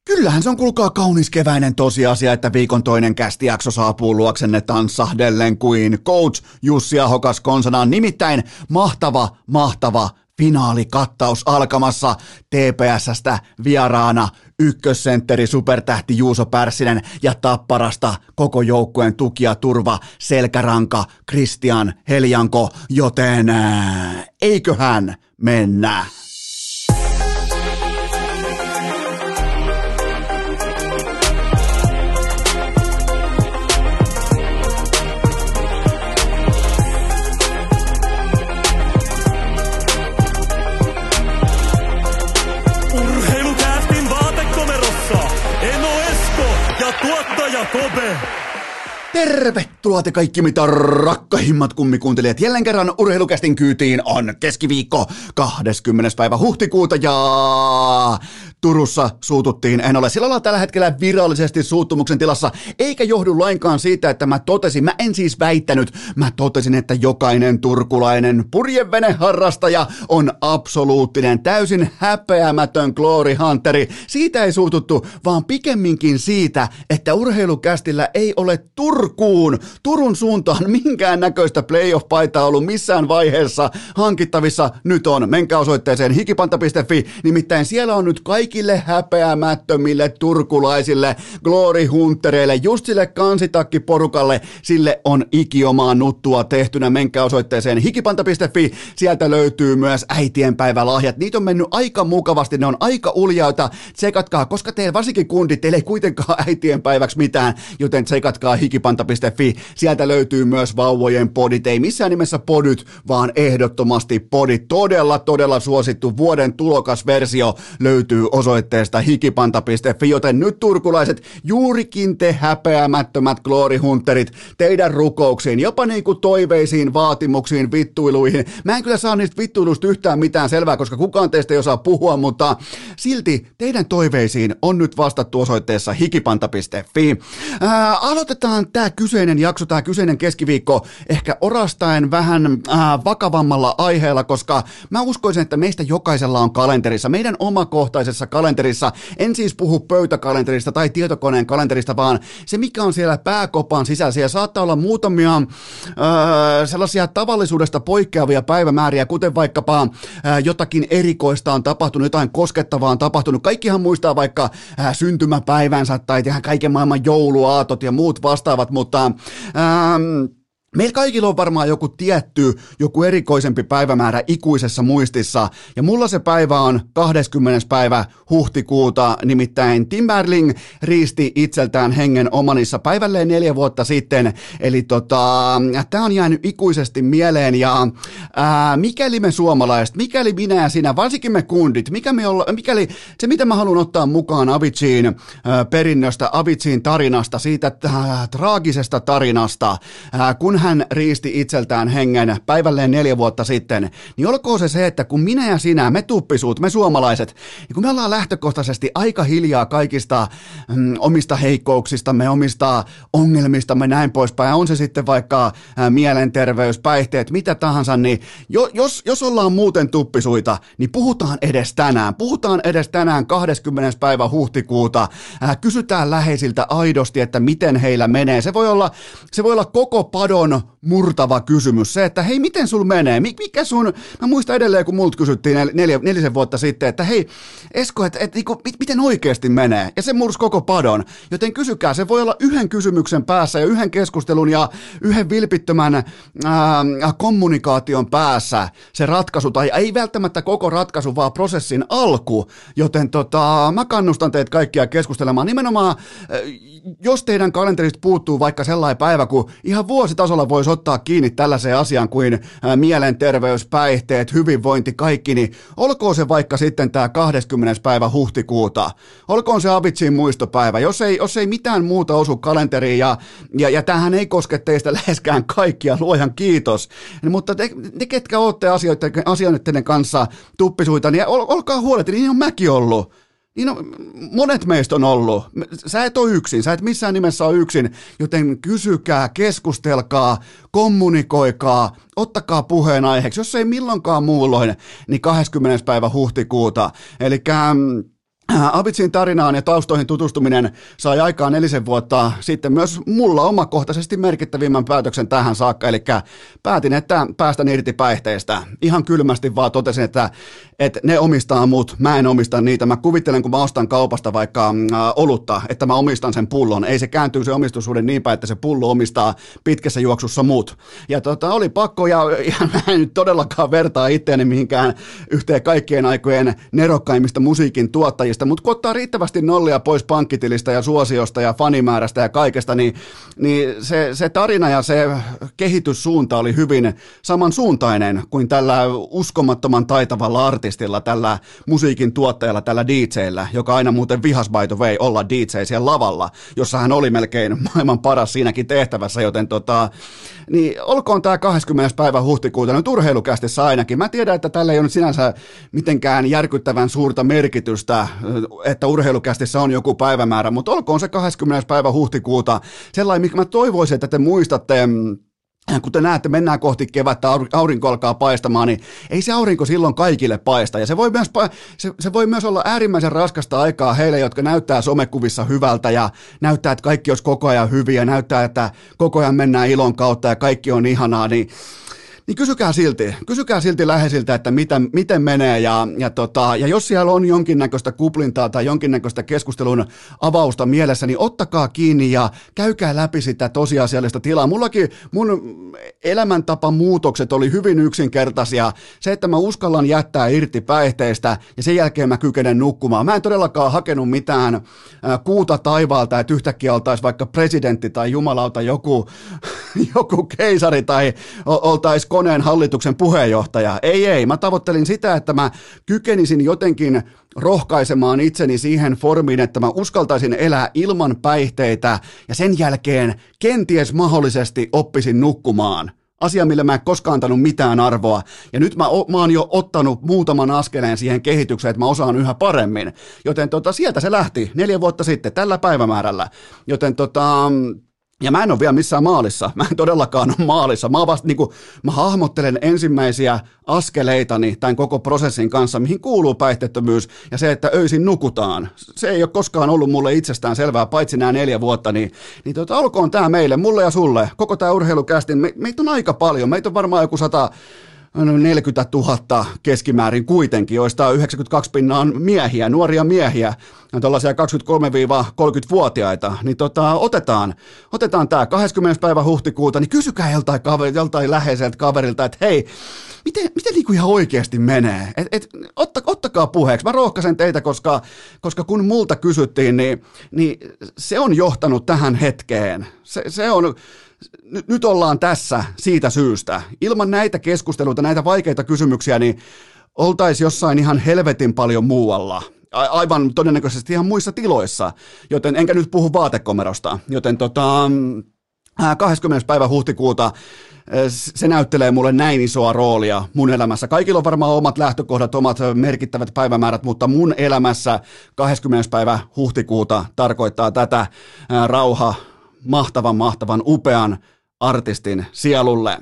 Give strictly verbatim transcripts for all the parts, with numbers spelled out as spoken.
Kyllähän se on kuulkaa kaunis keväinen tosiasia, että viikon toinen kästijakso saapuu luoksenne tanssahdellen kuin coach Jussi Ahokas konsanaan. Nimittäin mahtava, mahtava finaalikattaus alkamassa T P S:stä vieraana ykkössentteri supertähti Juuso Pärssinen ja Tapparasta koko joukkueen tuki ja turva selkäranka Kristian Heljanko, joten ää, eiköhän mennä. Kobe. Tervetuloa te kaikki mitä rakkahimmat kummikuuntelijat. Jälleen kerran Urheilukästin kyytiin on keskiviikko kahdeskymmenes päivä huhtikuuta ja Turussa suututtiin. En ole sillä lailla tällä hetkellä virallisesti suuttumuksen tilassa, eikä johdu lainkaan siitä, että mä totesin, mä en siis väittänyt, mä totesin, että jokainen turkulainen purjeveneharrastaja on absoluuttinen, täysin häpeämätön glory hunteri. Siitä ei suututtu, vaan pikemminkin siitä, että Urheilukästillä ei ole Turkuun, Turun suuntaan minkään näköistä playoff-paitaa ollut missään vaiheessa hankittavissa. Nyt on, menkää osoitteeseen hikipanta piste fi, nimittäin siellä on nyt kaikille häpeämättömille turkulaisille glory huntereille, just sille kansitakkiporukalle, sille on ikiomaa nuttua tehtynä. Menkää osoitteeseen hikipanta piste fi, sieltä löytyy myös äitienpäivälahjat. Niitä on mennyt aika mukavasti, ne on aika uljaita. Tsekatkaa, koska teillä varsinkin kundit, teillä ei kuitenkaan äitienpäiväksi mitään, joten tsekatkaa hikipanta piste fi, sieltä löytyy myös vauvojen podit, ei missään nimessä podyt, vaan ehdottomasti podit, todella todella suosittu vuoden tulokasversio löytyy osoitteesta hikipanta piste fi, joten nyt turkulaiset, juurikin te häpeämättömät glory hunterit, teidän rukouksiin, jopa niinku toiveisiin, vaatimuksiin, vittuiluihin, mä en kyllä saa niistä vittuiluista yhtään mitään selvää, koska kukaan teistä ei osaa puhua, mutta silti teidän toiveisiin on nyt vastattu osoitteessa hikipanta piste fi. Ää, aloitetaan tämä kyseinen jakso, tämä kyseinen keskiviikko ehkä orastaen vähän ää, vakavammalla aiheella, koska mä uskoisin, että meistä jokaisella on kalenterissa, meidän omakohtaisessa kalenterissa, en siis puhu pöytäkalenterista tai tietokoneen kalenterista, vaan se mikä on siellä pääkopan sisällä, siellä saattaa olla muutamia ää, sellaisia tavallisuudesta poikkeavia päivämääriä, kuten vaikkapa ää, jotakin erikoista on tapahtunut, jotain koskettavaa on tapahtunut, kaikkihan muistaa vaikka ää, syntymäpäivänsä tai tehdään kaiken maailman jouluaatot ja muut vastaavat, mutta ähm, meillä kaikilla on varmaan joku tietty, joku erikoisempi päivämäärä ikuisessa muistissa, ja mulla se päivä on kahdeskymmenes päivä huhtikuuta, nimittäin Tim Erling riisti itseltään hengen omanissa päivälleen neljä vuotta sitten, eli tota, tää on jäänyt ikuisesti mieleen, ja ää, mikäli me suomalaiset, mikäli minä ja sinä, varsinkin me kundit, mikä me olla, mikäli se mitä mä haluan ottaa mukaan Aviciin ää, perinnöstä, Aviciin tarinasta, siitä ää, traagisesta tarinasta, ää, kun hän riisti itseltään hengen päivälleen neljä vuotta sitten, niin olkoon se se, että kun minä ja sinä, me tuppisuut, me suomalaiset, niin kun me ollaan lähtökohtaisesti aika hiljaa kaikista mm, omista heikkouksistamme, omista ongelmistamme näin poispäin, on se sitten vaikka ä, mielenterveys, päihteet, mitä tahansa, niin jo, jos, jos ollaan muuten tuppisuita, niin puhutaan edes tänään, puhutaan edes tänään kahdeskymmenes päivä huhtikuuta, ä, kysytään läheisiltä aidosti, että miten heillä menee, se voi olla, se voi olla koko padon murtava kysymys, se, että hei, miten sul menee, mikä sun, mä muistan edelleen, kun multa kysyttiin nel, neljä, nelisen vuotta sitten, että hei, Esko, että et, niinku, miten oikeasti menee, ja se mursi koko padon, joten kysykää, se voi olla yhden kysymyksen päässä ja yhden keskustelun ja yhden vilpittömän ää, kommunikaation päässä se ratkaisu, tai ei välttämättä koko ratkaisu, vaan prosessin alku, joten tota, mä kannustan teitä kaikkia keskustelemaan, nimenomaan, jos teidän kalenterista puuttuu vaikka sellainen päivä, kun ihan vuositasolla voisi ottaa kiinni tällaiseen asiaan kuin ää, mielenterveys, päihteet, hyvinvointi, kaikki, niin olkoon se vaikka sitten tämä kahdeskymmenes päivä huhtikuuta, olkoon se Aviciin muistopäivä, jos ei, jos ei mitään muuta osu kalenteriin, ja, ja, ja tämähän ei koske teistä läheskään kaikkia, luojan kiitos, mutta te, te ketkä olette asioiden, asioiden kanssa tuppisuita, niin ol, olkaa huoleti, niin on mäkin ollut. Niin no, monet meistä on ollut. Sä et ole yksin, sä et missään nimessä ole yksin, joten kysykää, keskustelkaa, kommunikoikaa, ottakaa puheenaiheeksi, jos ei milloinkaan muulloin, niin kahdeskymmenes päivä huhtikuuta. Elikkä Aviciin tarinaan ja taustoihin tutustuminen sai aikaan nelisen vuotta sitten myös mulla omakohtaisesti merkittävimmän päätöksen tähän saakka, eli päätin, että päästän irti päihteistä. Ihan kylmästi vaan totesin, että, että ne omistaa mut, mä en omista niitä. Mä kuvittelen, kun mä ostan kaupasta vaikka äh, olutta, että mä omistan sen pullon. Ei se kääntyy se omistussuhde niin päin, että se pullo omistaa pitkässä juoksussa mut. Ja tota, oli pakko, ja, ja mä en nyt todellakaan vertaa itseäni mihinkään yhteen kaikkien aikojen nerokkaimmista musiikin tuottajista, mutta kun ottaa riittävästi nollia pois pankkitilistä ja suosiosta ja fanimäärästä ja kaikesta, niin, niin se, se tarina ja se kehityssuunta oli hyvin samansuuntainen kuin tällä uskomattoman taitavalla artistilla, tällä musiikin tuottajalla, tällä D J:llä, joka aina muuten vihas by the way olla D J siellä lavalla, jossa hän oli melkein maailman paras siinäkin tehtävässä, joten tota, niin olkoon tämä kahdeskymmenes päivä huhtikuuta nyt urheilukästissä ainakin. Mä tiedän, että tällä ei ole nyt sinänsä mitenkään järkyttävän suurta merkitystä, että urheilukästissä on joku päivämäärä, mutta olkoon se kahdeskymmenes päivä huhtikuuta sellainen, mikä mä toivoisin, että te muistatte. Kun te näette, mennään kohti kevättä, aurinko alkaa paistamaan, niin ei se aurinko silloin kaikille paista. Ja se voi myös, se, se voi myös olla äärimmäisen raskasta aikaa heille, jotka näyttää somekuvissa hyvältä ja näyttää, että kaikki olisi koko ajan hyviä, näyttää, että koko ajan mennään ilon kautta ja kaikki on ihanaa, niin Niin kysykää silti, kysykää silti läheisiltä, että miten, miten menee ja, ja, tota, ja jos siellä on jonkinnäköistä kuplintaa tai jonkinnäköistä keskustelun avausta mielessä, niin ottakaa kiinni ja käykää läpi sitä tosiasiallista tilaa. Mullakin mun elämäntapa muutokset oli hyvin yksinkertaisia. Se, että mä uskallan jättää irti päihteistä ja sen jälkeen mä kykenen nukkumaan. Mä en todellakaan hakenut mitään kuuta taivaalta, että yhtäkkiä oltaisiin vaikka presidentti tai jumalauta joku, joku keisari tai oltaisiin koneen hallituksen puheenjohtaja. Ei, ei. Mä tavoittelin sitä, että mä kykenisin jotenkin rohkaisemaan itseni siihen formiin, että mä uskaltaisin elää ilman päihteitä ja sen jälkeen kenties mahdollisesti oppisin nukkumaan. Asia, millä mä en koskaan antanut mitään arvoa. Ja nyt mä, mä oon jo ottanut muutaman askeleen siihen kehitykseen, että mä osaan yhä paremmin. Joten tota, sieltä se lähti neljä vuotta sitten tällä päivämäärällä. Joten tota... Ja mä en ole vielä missään maalissa, mä en todellakaan ole maalissa, mä, vasta, niin kuin, mä hahmottelen ensimmäisiä askeleitani tämän koko prosessin kanssa, mihin kuuluu päihteettömyys ja se, että öisin nukutaan. Se ei ole koskaan ollut mulle itsestään selvää, paitsi nämä neljä vuotta, niin, niin tota, olkoon tämä meille, mulle ja sulle, koko tämä urheilukästi, me, meitä on aika paljon, meitä on varmaan joku sata neljäkymmentätuhatta keskimäärin kuitenkin, joista yhdeksänkymmentäkaksi pinnaa on miehiä, nuoria miehiä, tuollaisia kaksikymmentäkolme kolmekymmentävuotiaita, niin tota, otetaan, otetaan tämä kahdeskymmenes päivä huhtikuuta, niin kysykää joltain, kaveri, joltain läheiseltä kaverilta, että hei, miten, miten niin kuin ihan oikeasti menee? Et, et, otta, ottakaa puheeksi, mä rohkaisen teitä, koska, koska kun multa kysyttiin, niin, niin se on johtanut tähän hetkeen, se, se on... Nyt ollaan tässä siitä syystä. Ilman näitä keskusteluita, näitä vaikeita kysymyksiä, niin oltaisiin jossain ihan helvetin paljon muualla. Aivan todennäköisesti ihan muissa tiloissa, joten enkä nyt puhu vaatekomerosta. Joten tota, kahdeskymmenes päivä huhtikuuta se näyttelee mulle näin isoa roolia mun elämässä. Kaikilla on varmaan omat lähtökohdat, omat merkittävät päivämäärät, mutta mun elämässä kahdeskymmenes päivä huhtikuuta tarkoittaa tätä rauha, mahtavan, mahtavan, upean artistin sielulle.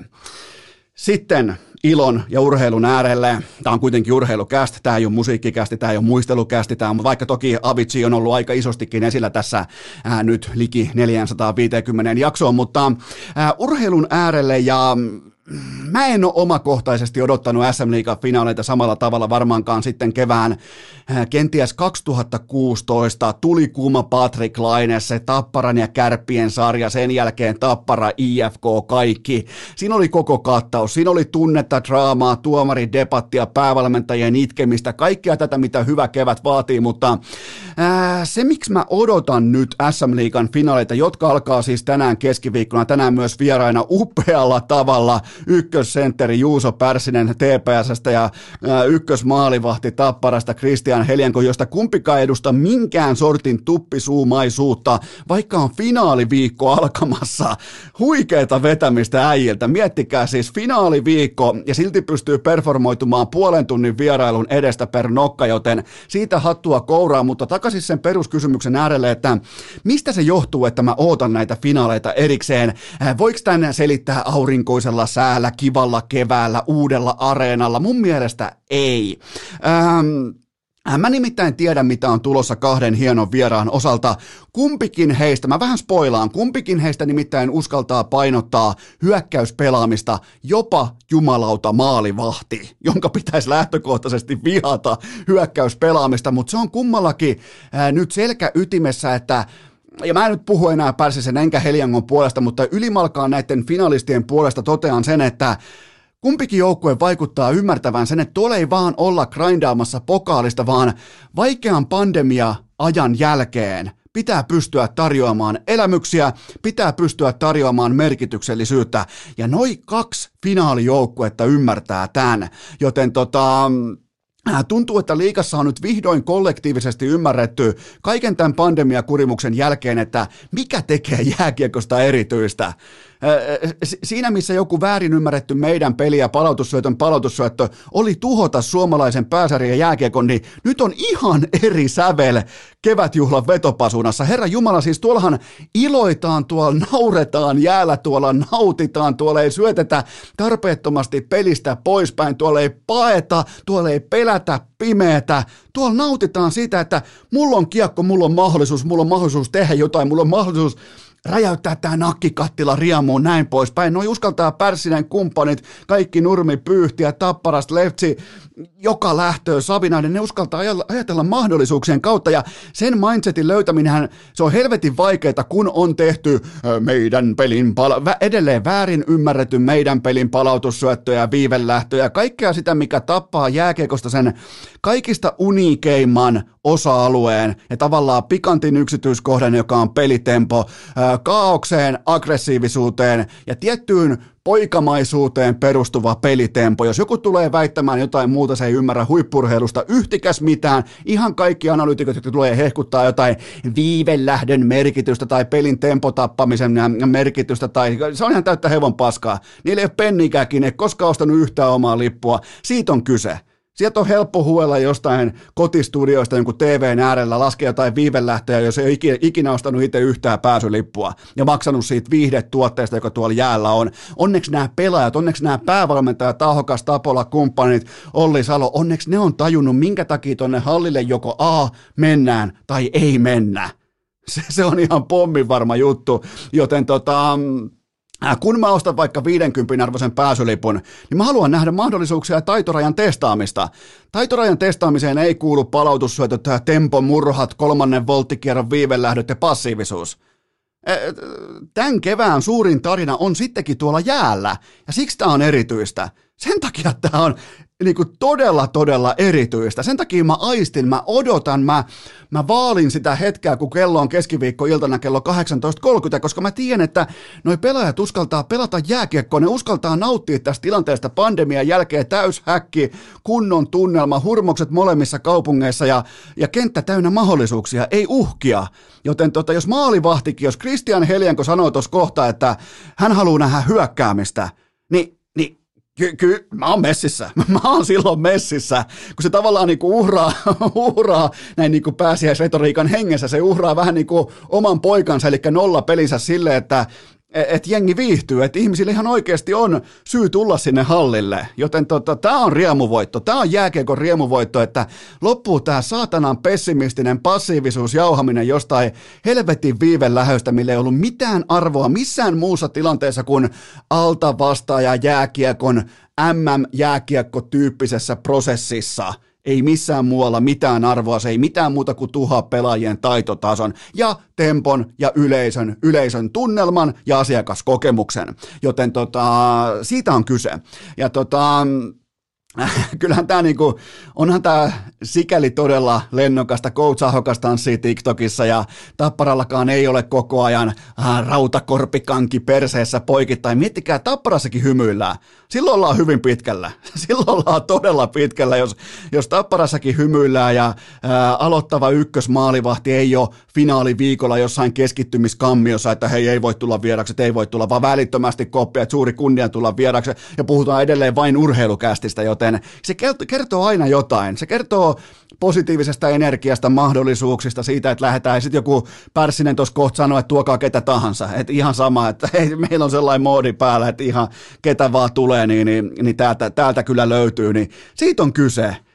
Sitten ilon ja urheilun äärelle. Tämä on kuitenkin urheilukästi, tämä ei ole musiikkikästi, tämä ei ole muistelukästi, tämä on, vaikka toki Avicii on ollut aika isostikin esillä tässä ää, nyt liki neljäsataaviisikymmentä jaksoon, mutta ää, urheilun äärelle ja mä en ole omakohtaisesti odottanut S M-liigan finaaleita samalla tavalla varmaankaan sitten kevään kenties kaksituhattakuusitoista tuli kuuma Patrick Laine, se Tapparan ja Kärppien sarja, sen jälkeen Tappara, I F K, kaikki. Siinä oli koko kattaus, siinä oli tunnetta, draamaa, tuomaridebattia, päävalmentajien itkemistä, kaikkea tätä, mitä hyvä kevät vaatii, mutta ää, se, miksi mä odotan nyt S M-liigan finaaleita, jotka alkaa siis tänään keskiviikkona, tänään myös vieraina upealla tavalla, ykkössentteri Juuso Pärssinen T P S:stä ja ää, ykkösmaalivahti Tapparasta Kristian Helianko, josta kumpikaan edusta minkään sortin tuppisuumaisuutta, vaikka on finaaliviikko alkamassa. Huikeeta vetämistä äijiltä. Miettikää siis finaaliviikko ja silti pystyy performoitumaan puolen tunnin vierailun edestä per nokka, joten siitä hattua kouraa, mutta takaisin sen peruskysymyksen äärelle, että mistä se johtuu, että mä ootan näitä finaaleita erikseen? Voiko tämän selittää aurinkoisella säällä, kivalla keväällä, uudella areenalla? Mun mielestä ei. Ähm, Mä nimittäin tiedän, mitä on tulossa kahden hienon vieraan osalta. Kumpikin heistä, mä vähän spoilaan, kumpikin heistä nimittäin uskaltaa painottaa hyökkäyspelaamista, jopa jumalauta maalivahti, jonka pitäisi lähtökohtaisesti vihata hyökkäyspelaamista, mutta se on kummallakin ää, nyt selkäytimessä, että ja mä en nyt puhu enää Pärsisen enkä Heliangon puolesta, mutta ylimalkaan näiden finalistien puolesta totean sen, että kumpikin joukkue vaikuttaa ymmärtävän sen, että tuolla ei vaan olla grindaamassa pokaalista, vaan vaikean pandemia-ajan jälkeen pitää pystyä tarjoamaan elämyksiä, pitää pystyä tarjoamaan merkityksellisyyttä, ja noi kaksi finaalijoukkuetta ymmärtää tämän, joten tota... Tuntuu, että liigassa on nyt vihdoin kollektiivisesti ymmärretty kaiken tämän pandemiakurimuksen jälkeen, että mikä tekee jääkiekosta erityistä. Siinä, missä joku väärin ymmärretty meidän peli ja palautussyötön palautussyöttö oli tuhota suomalaisen pääsarjan jääkiekon, niin nyt on ihan eri sävel kevätjuhlan vetopasunassa. Herra Jumala, siis tuollahan iloitaan, tuolla nauretaan jäällä, tuolla nautitaan, tuolla ei syötetä tarpeettomasti pelistä poispäin, tuolla ei paeta, tuolla ei pelätä pimeätä, tuolla nautitaan siitä, että mulla on kiekko, mulla on mahdollisuus, mulla on mahdollisuus tehdä jotain, mulla on mahdollisuus räjäyttää tämä nakkikattila riemuun näin poispäin. Noi uskaltaa Pärssinen kumppanit, kaikki Nurmi, Pyyhti ja Tapparast, Leftsi, joka lähtöön, Savinainen, ne uskaltaa ajatella mahdollisuuksien kautta, ja sen mindsetin löytäminenhän, se on helvetin vaikeaa, kun on tehty meidän pelin, pala- edelleen väärin ymmärretty meidän pelin palautussyöttöjä ja viivelähtöjä, kaikkea sitä, mikä tappaa jääkiekosta sen kaikista uniikeimman osa-alueen ja tavallaan pikantin yksityiskohdan, joka on pelitempo, kaaukseen, aggressiivisuuteen ja tiettyyn poikamaisuuteen perustuva pelitempo. Jos joku tulee väittämään jotain muuta, se ei ymmärrä huippurheilusta yhtikäs mitään. Ihan kaikki analyytikot, jotka tulee hehkuttaa jotain viivelähdön merkitystä tai pelin tempotappamisen merkitystä, tai se on ihan täyttä hevon paskaa. Niillä ei ole pennikäkin, ei koskaan ostanut yhtään omaa lippua. Siitä on kyse. Sieltä on helppo huella jostain kotistudioista jonkun T V:n äärellä, laskea jotain viivelähtöjä, jos ei ole ikinä ostanut itse yhtään pääsylippua ja maksanut siitä viihdetuotteesta, joka tuolla jäällä on. Onneksi nämä pelaajat, onneksi nämä päävalmentajat, Tahokas, Tapola, kumppanit, Olli Salo, onneksi ne on tajunnut, minkä takia tonne hallille joko A, mennään tai ei mennä. Se, se on ihan pommin varma juttu, joten tota... Kun mä ostan vaikka viidenkympin arvoisen pääsylipun, niin mä haluan nähdä mahdollisuuksia ja taitorajan testaamista. Taitorajan testaamiseen ei kuulu palautussyötöt, tempomurhat, kolmannen volttikierron viivelähdöt ja passiivisuus. Tämän kevään suurin tarina on sittenkin tuolla jäällä, ja siksi tämä on erityistä. Sen takia tämä on niin kuin todella, todella erityistä. Sen takia mä aistin, mä odotan, mä, mä vaalin sitä hetkeä, kun kello on keskiviikkoiltana kello kahdeksantoista kolmekymmentä, koska mä tiedän, että noi pelaajat uskaltaa pelata jääkiekkoa, ne uskaltaa nauttia tästä tilanteesta pandemian jälkeen, täyshäkki, kunnon tunnelma, hurmokset molemmissa kaupungeissa ja, ja kenttä täynnä mahdollisuuksia, ei uhkia. Joten tota, jos maalivahtikin, jos Christian Helianko sanoo tuossa kohtaa, että hän haluaa nähdä hyökkäämistä, niin Kyllä, ky, mä oon messissä. Mä oon silloin messissä, kun se tavallaan niinku uhraa, uhraa näin niinku pääsiäisretoriikan hengessä, se uhraa vähän niinku oman poikansa, eli nolla pelinsä sille, että et jengi viihtyy, että ihmisillä ihan oikeasti on syy tulla sinne hallille, joten tota, tämä on riemuvoitto, tämä on jääkiekon riemuvoitto, että loppuu tämä saatanan pessimistinen passiivisuus, jauhaminen jostain helvetin viivelähöstä, millä ei ollut mitään arvoa missään muussa tilanteessa kuin alta vastaaja jääkiekon M M-jääkiekko-tyyppisessä prosessissa. Ei missään muualla mitään arvoa, se ei mitään muuta kuin tuhaa pelaajien taitotason ja tempon ja yleisön, yleisön tunnelman ja asiakaskokemuksen. Joten tota, siitä on kyse. Ja tota, kyllähän tämä niinku, onhan tämä sikäli todella lennokasta, Coach Ahokas tanssii TikTokissa ja Tapparallakaan ei ole koko ajan äh, rautakorpikanki perseessä poikittain. Miettikää, Tapparassakin hymyillään. Silloin ollaan hyvin pitkällä. Silloin ollaan todella pitkällä, jos, jos Tapparassakin hymyillään ja äh, aloittava ykkösmaalivahti ei ole finaaliviikolla jossain keskittymiskammiossa, että hei, ei voi tulla vieraksi, ei voi tulla, vaan välittömästi koppia, että suuri kunnia tulla vieraksi ja puhutaan edelleen vain urheilukästistä, joten se kertoo aina jotain. Se kertoo positiivisesta energiasta, mahdollisuuksista, siitä, että lähdetään. Sitten joku Pärssinen tuossa kohta sanoi, että tuokaa ketä tahansa. Että ihan sama, että hei, meillä on sellainen moodi päällä, että ihan ketä vaan tulee, niin, niin, niin täältä, täältä kyllä löytyy. Niin siitä on kyse.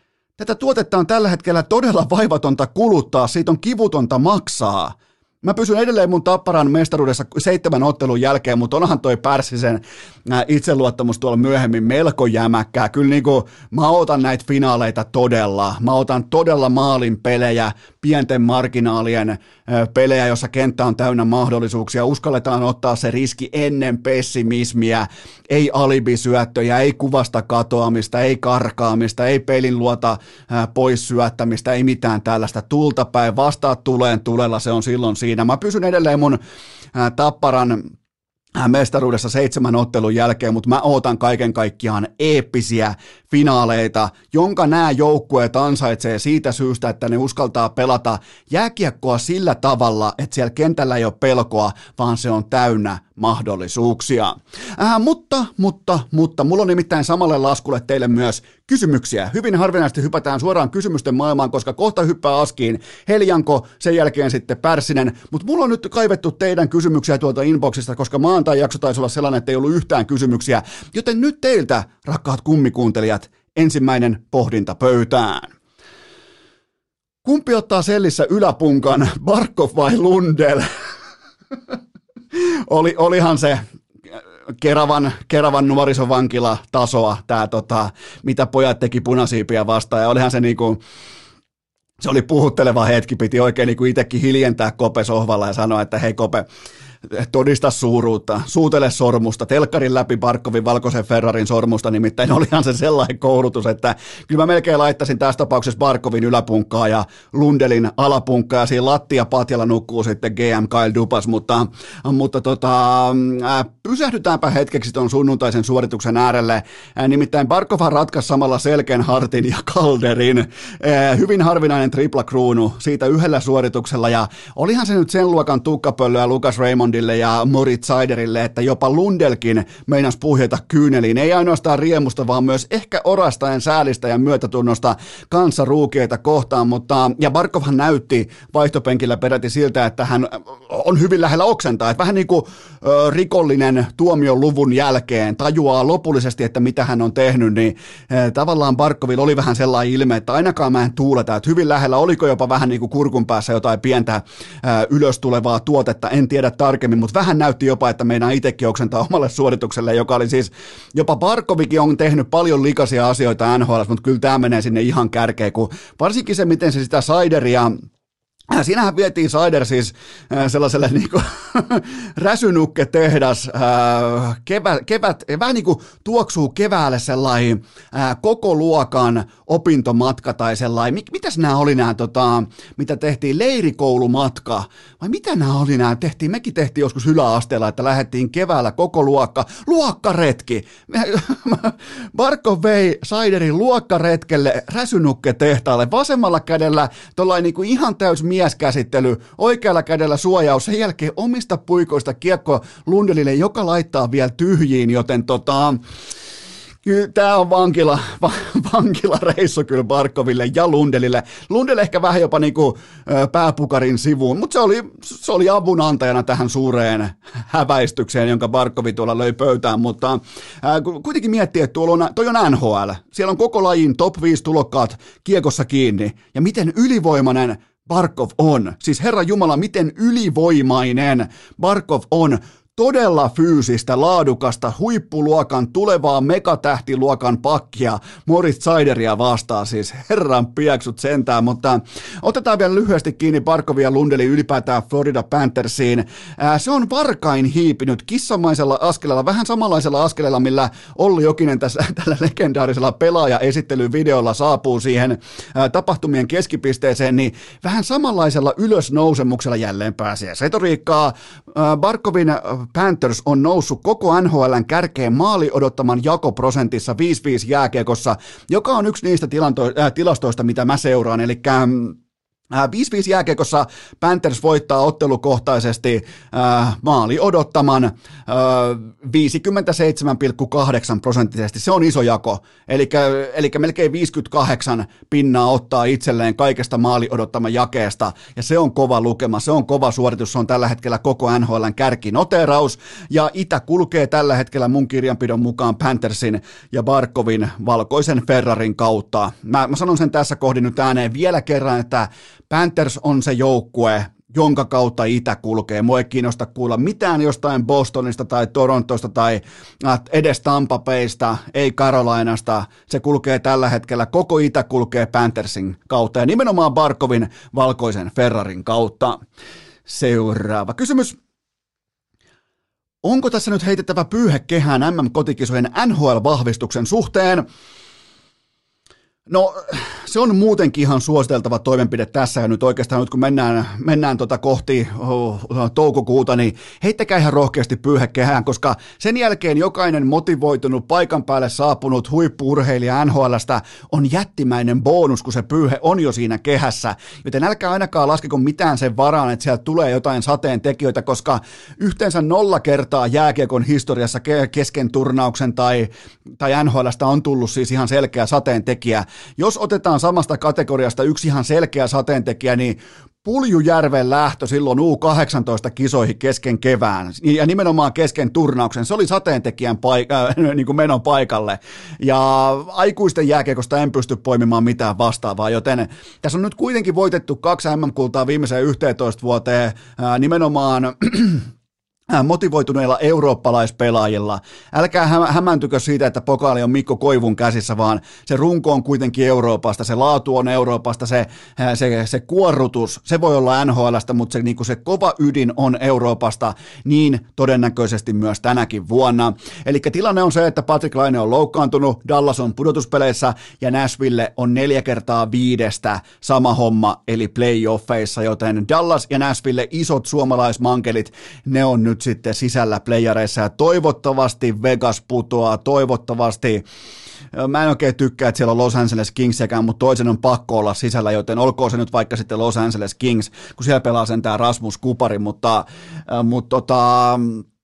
Tätä tuotetta on tällä hetkellä todella vaivatonta kuluttaa, siitä on kivutonta maksaa. Mä pysyn edelleen mun Tapparan mestaruudessa seitsemän ottelun jälkeen, mutta onhan toi Pärssisen itseluottamus tuolla myöhemmin melko jämäkkää. Kyllä niinku, mä otan näitä finaaleita todella. Mä otan todella maalin pelejä, pienten marginaalien pelejä, jossa kenttä on täynnä mahdollisuuksia. Uskalletaan ottaa se riski ennen pessimismiä. Ei alibisyöttöjä, ei kuvasta katoamista, ei karkaamista, ei pelin luota pois syöttämistä, ei mitään tällaista. Tulta päin, vastaa tuleen tulella, se on silloin siinä. Mä pysyn edelleen mun Tapparan mestaruudessa seitsemän ottelun jälkeen, mutta mä ootan kaiken kaikkiaan eeppisiä finaaleita, jonka nämä joukkueet ansaitsee siitä syystä, että ne uskaltaa pelata jääkiekkoa sillä tavalla, että siellä kentällä ei ole pelkoa, vaan se on täynnä mahdollisuuksia. Äh, mutta, mutta, mutta, mulla on nimittäin samalle laskulle teille myös kysymyksiä. Hyvin harvinaisesti hypätään suoraan kysymysten maailmaan, koska kohta hyppää Askiin Heljanko, sen jälkeen sitten Pärssinen, mutta mulla on nyt kaivettu teidän kysymyksiä tuolta inboxista, koska maanantai-jakso taisi olla sellainen, että ei ollut yhtään kysymyksiä, joten nyt teiltä, rakkaat kummikuuntelijat, ensimmäinen pohdinta pöytään. Kumpi ottaa sellissä yläpunkan, Barkov vai Lundell? Oli, olihan se Keravan, Keravan nuorisovankila tasoa, tää, tota, mitä pojat teki punasiipiä vastaan, ja olihan se niinku, se oli puhutteleva hetki, piti oikein niinku itsekin hiljentää Kope sohvalla ja sanoa, että hei Kope, todista suuruutta, suutele sormusta, telkkarin läpi Barkovin valkoisen Ferrarin sormusta, nimittäin olihan se sellainen koulutus, että kyllä mä melkein laittaisin tässä tapauksessa Barkovin yläpunkkaa ja Lundelin alapunkkaa, ja siinä lattiapatjalla nukkuu sitten G M Kyle Dubas, mutta, mutta tota, äh, pysähdytäänpä hetkeksi tuon sunnuntaisen suorituksen äärelle, äh, nimittäin Barkovhan ratkaisi samalla Selken, Hartin ja Calderin, äh, hyvin harvinainen tripla kruunu siitä yhdellä suorituksella, ja olihan se nyt sen luokan tukkapöllöä Lucas Raymond ja Moritz Seiderille, että jopa Lundellkin meinasi puhjeta kyyneliin, ei ainoastaan riemusta, vaan myös ehkä orastaen säälistä ja myötätunnosta kanssa ruukieita kohtaan, mutta ja Barkovhan näytti vaihtopenkillä peräti siltä, että hän on hyvin lähellä oksentaa, että vähän niin kuin ö, rikollinen tuomion luvun jälkeen tajuaa lopullisesti, että mitä hän on tehnyt, niin ö, tavallaan Barkovilla oli vähän sellainen ilme, että ainakaan mä en tuuleta, että hyvin lähellä, oliko jopa vähän niin kuin kurkun päässä jotain pientä ö, ylös tulevaa tuotetta, en tiedä tarkemmin, mutta vähän näytti jopa, että meinaa itsekin oksentaa omalle suoritukselle, joka oli siis, jopa Barkovikin on tehnyt paljon likaisia asioita N H L, mutta kyllä tämä menee sinne ihan kärkeen, kun varsinkin se, miten se sitä Seideria, siinähän vietiin Seider siis sellaiselle niinku räsynukke-tehdas, kevät, kevät, vähän niin kuin tuoksuu keväälle sellainen koko luokan opintomatka tai sellainen, mitäs nämä oli nämä, tota, mitä tehtiin, leirikoulumatka, vai mitä nämä oli nämä, tehtiin, mekin tehtiin joskus yläasteella, että lähdettiin keväällä koko luokka, luokkaretki, Barkov vei Seiderin luokkaretkelle räsynukke-tehtaalle, vasemmalla kädellä tollain niinku ihan täys mieskäsittely, oikealla kädellä suojaus, sen jälkeen omista puikoista kiekko Lundelille, joka laittaa vielä tyhjiin, joten tota, tämä on vankila, va, vankilareissu kyllä Barkoville ja Lundelille. Lundell ehkä vähän jopa niinku pääpukarin sivuun, mutta se oli, se oli avunantajana tähän suureen häväistykseen, jonka Barkovi tuolla löi pöytään, mutta ää, kuitenkin miettii, että tuolla on, toi on N H L, siellä on koko lajin top viisi tulokkaat kiekossa kiinni, ja miten ylivoimainen Barkov on, siis Herra Jumala, miten ylivoimainen Barkov on, todella fyysistä, laadukasta, huippuluokan, tulevaa megatähtiluokan pakkia Moritz Seideria vastaan, siis herran pieksut sentään, mutta otetaan vielä lyhyesti kiinni Barkovia ja Lundelin ylipäätään Florida Panthersiin. Se on varkain hiipinyt kissamaisella askeleella, vähän samanlaisella askeleella, millä Olli Jokinen tässä tällä legendaarisella pelaaja-esittelyvideolla saapuu siihen tapahtumien keskipisteeseen, niin vähän samanlaisella ylösnousemuksella jälleen pääsee retoriikkaa. Barkovin Panthers on noussut koko N H L:n kärkeen maali odottaman jakoprosentissa viisi viisi jääkiekossa, joka on yksi niistä tilanto- äh, tilastoista, mitä mä seuraan, eli viisi viisi jääkiekossa Panthers voittaa ottelukohtaisesti äh, maali odottaman äh, viisikymmentäseitsemän pilkku kahdeksan prosenttisesti. Se on iso jako, eli melkein viisikymmentäkahdeksan pinnaa ottaa itselleen kaikesta maali odottaman jakeesta, ja se on kova lukema, se on kova suoritus, se on tällä hetkellä koko N H L:n kärkinoteraus, ja Itä kulkee tällä hetkellä mun kirjanpidon mukaan Panthersin ja Barkovin valkoisen Ferrarin kautta. Mä, mä sanon sen tässä kohdin nyt ääneen vielä kerran, että Panthers on se joukkue, jonka kautta Itä kulkee. Mua ei kiinnosta kuulla mitään jostain Bostonista tai Torontosta tai edes Tampa Baysta, ei Carolinasta. Se kulkee tällä hetkellä, koko Itä kulkee Panthersin kautta ja nimenomaan Barkovin valkoisen Ferrarin kautta. Seuraava kysymys. Onko tässä nyt heitettävä pyyhe kehään M M-kotikisojen N H L-vahvistuksen suhteen? No, se on muutenkin ihan suositeltava toimenpide tässä ja nyt oikeastaan nyt kun mennään, mennään tota kohti oh, toukokuuta, niin heittäkää ihan rohkeasti pyyhe kehään, koska sen jälkeen jokainen motivoitunut paikan päälle saapunut huippu-urheilija N H L:stä on jättimäinen bonus, kun se pyyhe on jo siinä kehässä, joten älkää ainakaan laskeko mitään sen varaan, että sieltä tulee jotain sateentekijöitä, koska yhteensä nolla kertaa jääkiekon historiassa kesken turnauksen tai, tai N H L:stä on tullut siis ihan selkeä sateentekijä. Jos otetaan samasta kategoriasta yksi ihan selkeä sateentekijä, niin Puljujärven lähtö silloin U kahdeksantoista-kisoihin kesken kevään ja nimenomaan kesken turnauksen, se oli sateentekijän paik- äh, niin kuin menon paikalle ja aikuisten jääkiekosta en pysty poimimaan mitään vastaavaa, joten tässä on nyt kuitenkin voitettu kaksi M M-kultaa viimeiseen yhteentoista vuoteen äh, nimenomaan motivoituneilla eurooppalaispelaajilla. Älkää hämääntykö siitä, että pokaali on Mikko Koivun käsissä, vaan se runko on kuitenkin Euroopasta, se laatu on Euroopasta, se, se, se kuorrutus, se voi olla N H L:stä, mutta se, niin kuin se kova ydin on Euroopasta, niin todennäköisesti myös tänäkin vuonna. Eli tilanne on se, että Patrik Laine on loukkaantunut, Dallas on pudotuspeleissä ja Nashville on neljä kertaa viidestä sama homma, eli playoffeissa, joten Dallas ja Nashville, isot suomalaismankelit, ne on nyt sitten sisällä playereissa ja toivottavasti Vegas putoaa, toivottavasti, mä en oikein tykkää, että siellä on Los Angeles Kingsiäkään, mutta toisen on pakko olla sisällä, joten olkoon se nyt vaikka sitten Los Angeles Kings, kun siellä pelaa sentään Rasmus Kupari, mutta, mutta tota,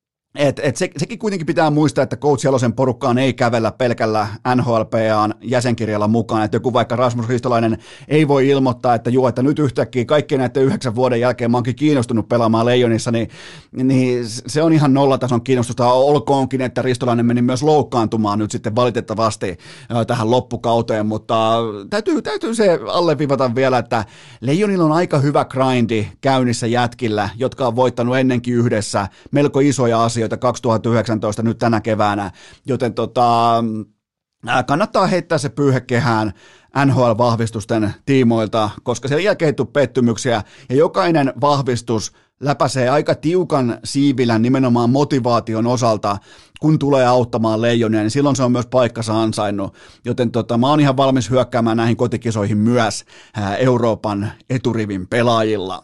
Et, et se, sekin kuitenkin pitää muistaa, että Coach Jalosen porukkaan ei kävellä pelkällä N H L P A:n jäsenkirjalla mukaan, että joku vaikka Rasmus Ristolainen ei voi ilmoittaa, että juu, että nyt yhtäkkiä kaikkien näiden yhdeksän vuoden jälkeen mä oonkin kiinnostunut pelaamaan Leijonissa, niin, niin se on ihan nollatason kiinnostusta, olkoonkin, että Ristolainen meni myös loukkaantumaan nyt sitten valitettavasti tähän loppukauteen, mutta täytyy, täytyy se alleviivata vielä, että Leijonilla on aika hyvä grindi käynnissä jätkillä, jotka on voittanut ennenkin yhdessä melko isoja asioita kaksituhattayhdeksäntoista nyt tänä keväänä, joten tota, kannattaa heittää se pyyhe kehään N H L-vahvistusten tiimoilta, koska siellä jälkeen ei tule pettymyksiä ja jokainen vahvistus läpäisee aika tiukan siivilän nimenomaan motivaation osalta, kun tulee auttamaan Leijonia, niin silloin se on myös paikkansa ansainnut, joten tota, mä oon ihan valmis hyökkäämään näihin kotikisoihin myös ää, Euroopan eturivin pelaajilla.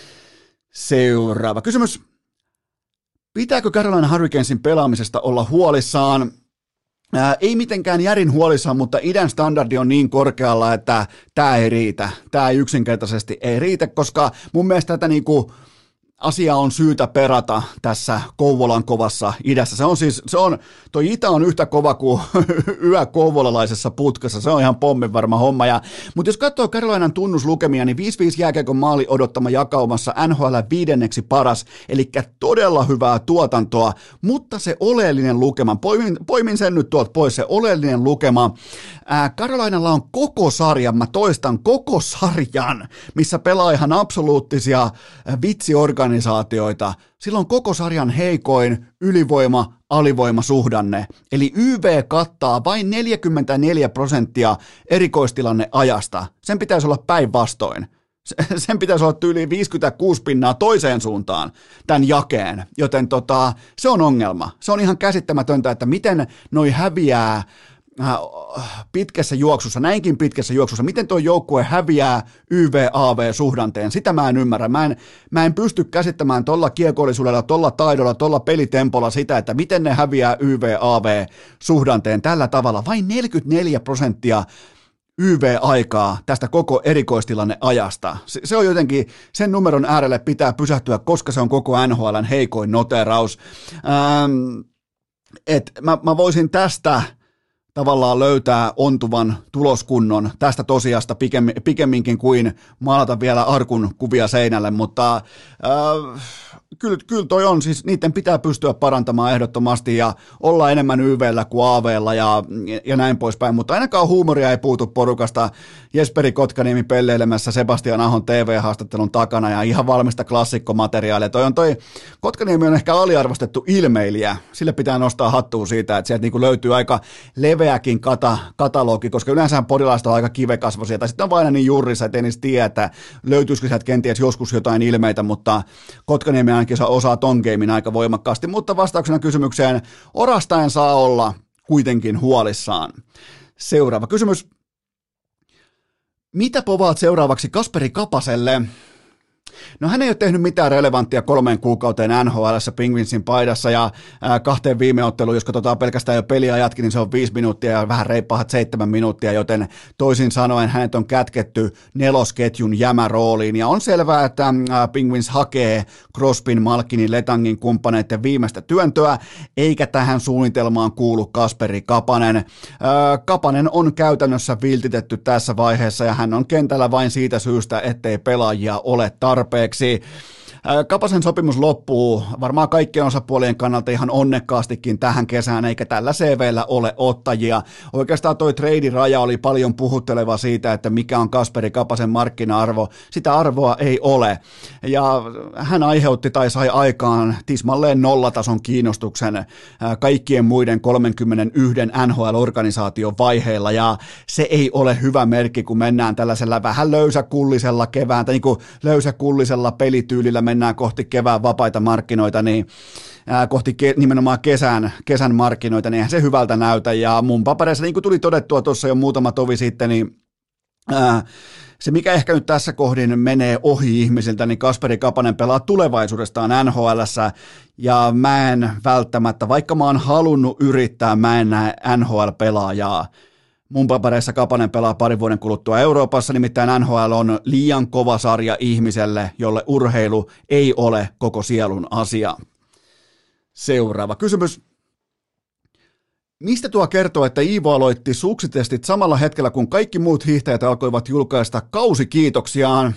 Seuraava kysymys. Pitääkö Carolina Hurricanesin pelaamisesta olla huolissaan? Ää, ei mitenkään järin huolissaan, mutta idän standardi on niin korkealla, että tämä ei riitä. Tämä ei yksinkertaisesti ei riitä, koska mun mielestä tätä niinku asia on syytä perata tässä Kouvolan kovassa idässä. Se on siis, se on, toi itä on yhtä kova kuin yö kouvolalaisessa putkassa, se on ihan pommin varma homma. Ja, mutta jos katsoo Carolinan tunnuslukemia, niin viisi viisi jääkiekon maali odottama jakaumassa N H L viidenneksi paras, eli todella hyvää tuotantoa, mutta se oleellinen lukema, poimin, poimin sen nyt tuolta pois, se oleellinen lukema, ää, Carolinalla on koko sarjan, mä toistan koko sarjan, missä pelaa ihan absoluuttisia vitsiorganisaatioita, organisaatioita. Silloin koko sarjan heikoin ylivoima, alivoimasuhdanne. Eli Y V kattaa vain neljäkymmentäneljä prosenttia erikoistilanneajasta. Sen pitäisi olla päinvastoin. Sen pitäisi olla yli viisikymmentäkuusi pinnaa toiseen suuntaan tämän jakeen, joten tota, se on ongelma. Se on ihan käsittämätöntä, että miten noi häviää pitkässä juoksussa, näinkin pitkässä juoksussa, miten tuo joukkue häviää Y V A V-suhdanteen, sitä mä en ymmärrä. Mä en, mä en pysty käsittämään tuolla kiekollisuudella, tuolla taidolla, tuolla pelitempolla sitä, että miten ne häviää Y V A V-suhdanteen tällä tavalla. Vain neljäkymmentäneljä prosenttia Y V-aikaa tästä koko erikoistilanneajasta. Se, se on jotenkin, sen numeron äärelle pitää pysähtyä, koska se on koko N H L:n heikoin noteraus. Ähm, et mä, mä voisin tästä tavallaan löytää ontuvan tuloskunnon tästä tosiasta pikemmin, pikemminkin kuin maalata vielä arkun kuvia seinälle, mutta äh, kyllä, kyllä toi on, siis niiden pitää pystyä parantamaan ehdottomasti ja olla enemmän Y V:llä kuin A V:llä ja, ja näin poispäin, mutta ainakaan huumoria ei puutu porukasta. Jesperi Kotkaniemi pelleilemässä Sebastian Ahon T V-haastattelun takana ja ihan valmista klassikkomateriaalia. Toi on toi, Kotkaniemi on ehkä aliarvostettu ilmeilijä, sille pitää nostaa hattua siitä, että sieltä niinku löytyy aika leveäkin kata, katalogi, koska yleensä podilaista on aika kivekasvoisia, tai sitten on vain niin juurissa, ettei niistä tiedä, löytyisikö sieltä kenties joskus jotain ilmeitä, mutta Kotkaniemi ainakin osaa ton gamein aika voimakkaasti, mutta vastauksena kysymykseen, orastaen saa olla kuitenkin huolissaan. Seuraava kysymys. Mitä povaat seuraavaksi Kasperi Kapaselle? No hän ei ole tehnyt mitään relevanttia kolmeen kuukauteen N H L:ssä Penguinsin paidassa ja ää, kahteen viime otteluun, jos katsotaan pelkästään jo peliajatkin, niin se on viisi minuuttia ja vähän reippahat seitsemän minuuttia, joten toisin sanoen hänet on kätketty nelosketjun jämärooliin ja on selvää, että ää, Penguins hakee Crosbyn, Malkinin, Letangin kumppaneiden viimeistä työntöä, eikä tähän suunnitelmaan kuulu Kasperi Kapanen. Ää, Kapanen on käytännössä viltitetty tässä vaiheessa ja hän on kentällä vain siitä syystä, ettei pelaajia ole tarpeeksi. Kapasen sopimus loppuu varmaan kaikkien osapuolien kannalta ihan onnekkaastikin tähän kesään, eikä tällä C V:llä ole ottajia. Oikeastaan toi treidiraja oli paljon puhutteleva siitä, että mikä on Kasperi Kapasen markkina-arvo. Sitä arvoa ei ole. Ja hän aiheutti tai sai aikaan tismalleen nollatason kiinnostuksen kaikkien muiden kolmekymmentäyksi N H L-organisaation vaiheilla, ja se ei ole hyvä merkki, kun mennään tällaisella vähän löysäkullisella kevään, tai niin kuin löysäkullisella pelityylillä mennään kohti kevään vapaita markkinoita, niin ää, kohti ke, nimenomaan kesän, kesän markkinoita, niin eihän se hyvältä näytä, ja mun papereissa, niin kuin tuli todettua tuossa jo muutama tovi sitten, niin ää, se, mikä ehkä nyt tässä kohdin menee ohi ihmisiltä, niin Kasperi Kapanen pelaa tulevaisuudestaan N H L:ssä, ja mä en välttämättä, vaikka mä oon halunnut yrittää, mä en näe N H L-pelaajaa. Mun papereissa Kapanen pelaa parin vuoden kuluttua Euroopassa, nimittäin N H L on liian kova sarja ihmiselle, jolle urheilu ei ole koko sielun asia. Seuraava kysymys. Mistä tuo kertoo, että Iivo aloitti suksitestit samalla hetkellä, kun kaikki muut hiihtäjät alkoivat julkaista kausikiitoksiaan?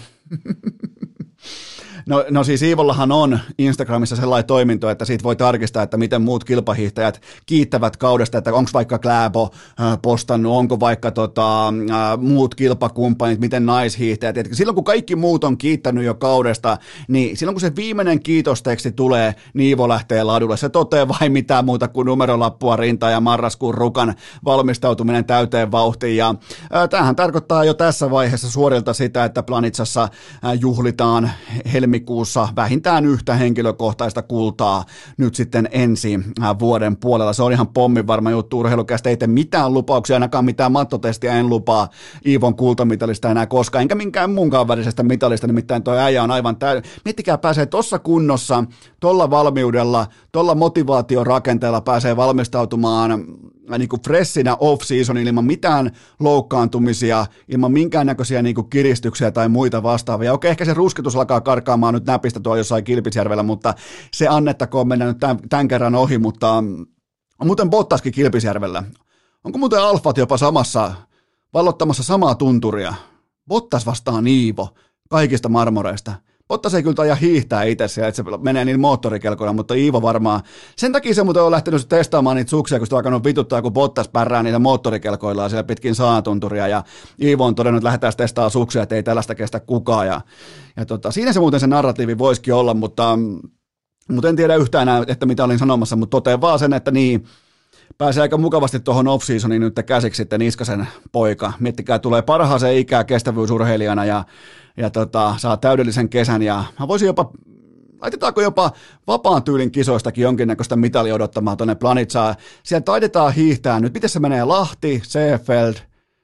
No, no siis Iivollahan on Instagramissa sellainen toiminto, että siitä voi tarkistaa, että miten muut kilpahiihtäjät kiittävät kaudesta, että onko vaikka Kläbo äh, postannut, onko vaikka tota, äh, muut kilpakumppanit, miten naishiihtäjät. Et silloin kun kaikki muut on kiittänyt jo kaudesta, niin silloin kun se viimeinen kiitosteksti tulee, niin Iivo lähtee ladulle. Se toteaa vain mitään muuta kuin numerolappua rintaan ja marraskuun rukan valmistautuminen täyteen vauhtiin. Ja äh, tämähän tarkoittaa jo tässä vaiheessa suorilta sitä, että Planitsassa äh, juhlitaan helmi helmikuussa vähintään yhtä henkilökohtaista kultaa nyt sitten ensi vuoden puolella. Se on ihan pommin varma juttu. Urheilukästä ei tee mitään lupauksia, ainakaan mitään mattotestiä en lupaa Iivon kultamitalista enää koskaan, enkä minkään muunkaan välisestä mitalista, nimittäin tuo äijä on aivan täy... Miettikää, pääsee tuossa kunnossa, tuolla valmiudella, tuolla motivaatiorakenteella pääsee valmistautumaan niin kuin freshinä off-season ilman mitään loukkaantumisia, ilman minkäännäköisiä niin kuin kiristyksiä tai muita vastaavia. Okei, ehkä se rusketus alkaa karkaamaan nyt näpistä tuolla jossain Kilpisjärvellä, mutta se annettakoon mennä nyt tämän, tämän kerran ohi, mutta on muuten Bottaskin Kilpisjärvellä. Onko muuten alfat jopa samassa, vallottamassa samaa tunturia? Bottas vastaan Iivo kaikista marmoreista. Bottas ei kyllä taida hiihtää itse siellä, että se menee niin moottorikelkoilla, mutta Iivo varmaan. Sen takia se muuten on lähtenyt testaamaan niitä suksia, kun se on alkanut vituttaa, kun Bottas pärrää niitä moottorikelkoillaan siellä pitkin saatunturia. Ja Iivo on todennut, että lähdetään testaamaan suksia, että ei tällaista kestä kukaan. Ja, ja tota, siinä se muuten se narratiivi voisikin olla, mutta, mutta en tiedä yhtään enää, että mitä olin sanomassa, mutta totean vaan sen, että niin, pääsee aika mukavasti tuohon off-seasoniin nyt käsiksi sitten Niskasen poika. Miettikää, tulee parhaaseen ikään kestävyysurheilijana ja, ja tota, saa täydellisen kesän. Ja mä voisin jopa, laitetaanko jopa vapaan tyylin kisoistakin jonkinnäköistä mitalia odottamaan tuonne Planitsaan. Siellä taidetaan hiihtää nyt. Miten se menee? Lahti, Seefeld,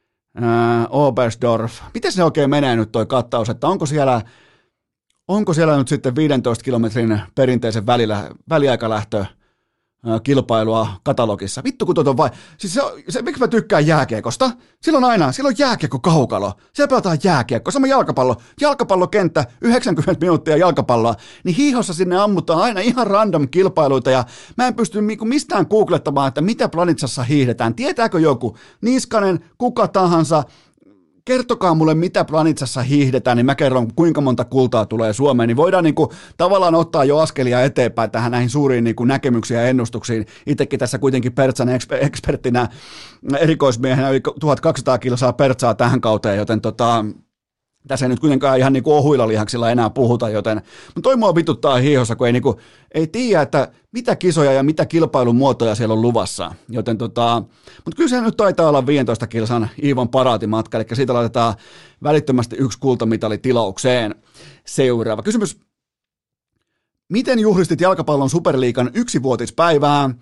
äh, Oberstdorf. Miten se oikein menee nyt toi kattaus, että onko siellä, onko siellä nyt sitten viidentoista kilometrin perinteisen välillä, väliaikalähtö kilpailua katalogissa. Vittu kun tuota vai... Siis se, se, miksi mä tykkään jääkiekosta? Silloin aina, silloin jääkiekko kaukalo. Siellä pelataan jääkiekko, sama jalkapallo. Jalkapallokenttä, yhdeksänkymmentä minuuttia jalkapalloa. Niin hiihossa sinne ammutaan aina ihan random kilpailuita ja mä en pysty mistään googlettamaan, että mitä Planitsassa hiihdetään. Tietääkö joku? Niskanen, kuka tahansa. Kertokaa mulle, mitä Planitsassa hiihdetään, niin mä kerron, kuinka monta kultaa tulee Suomeen, niin voidaan niin kuin, tavallaan ottaa jo askelia eteenpäin tähän näihin suuriin niin kuin, näkemyksiin ja ennustuksiin. Itsekin tässä kuitenkin Pertsan eksper- eksperttinä erikoismiehenä yli tuhatkaksisataa kilsaa Pertsaa tähän kauteen, joten tota, tässä ei nyt kuitenkaan ihan niin kuin ohuilla lihaksilla enää puhuta, joten mutta toi mua vituttaa hiihossa, kun ei, niin kuin, ei tiedä, että mitä kisoja ja mitä kilpailumuotoja siellä on luvassa. Joten tota, mutta kyllä se nyt taitaa olla viisitoista kilsan Iivon paraatimatka, eli siitä laitetaan välittömästi yksi kultamitali tilaukseen. Seuraava kysymys. Miten juhlistit jalkapallon Superliigan yksivuotispäivää?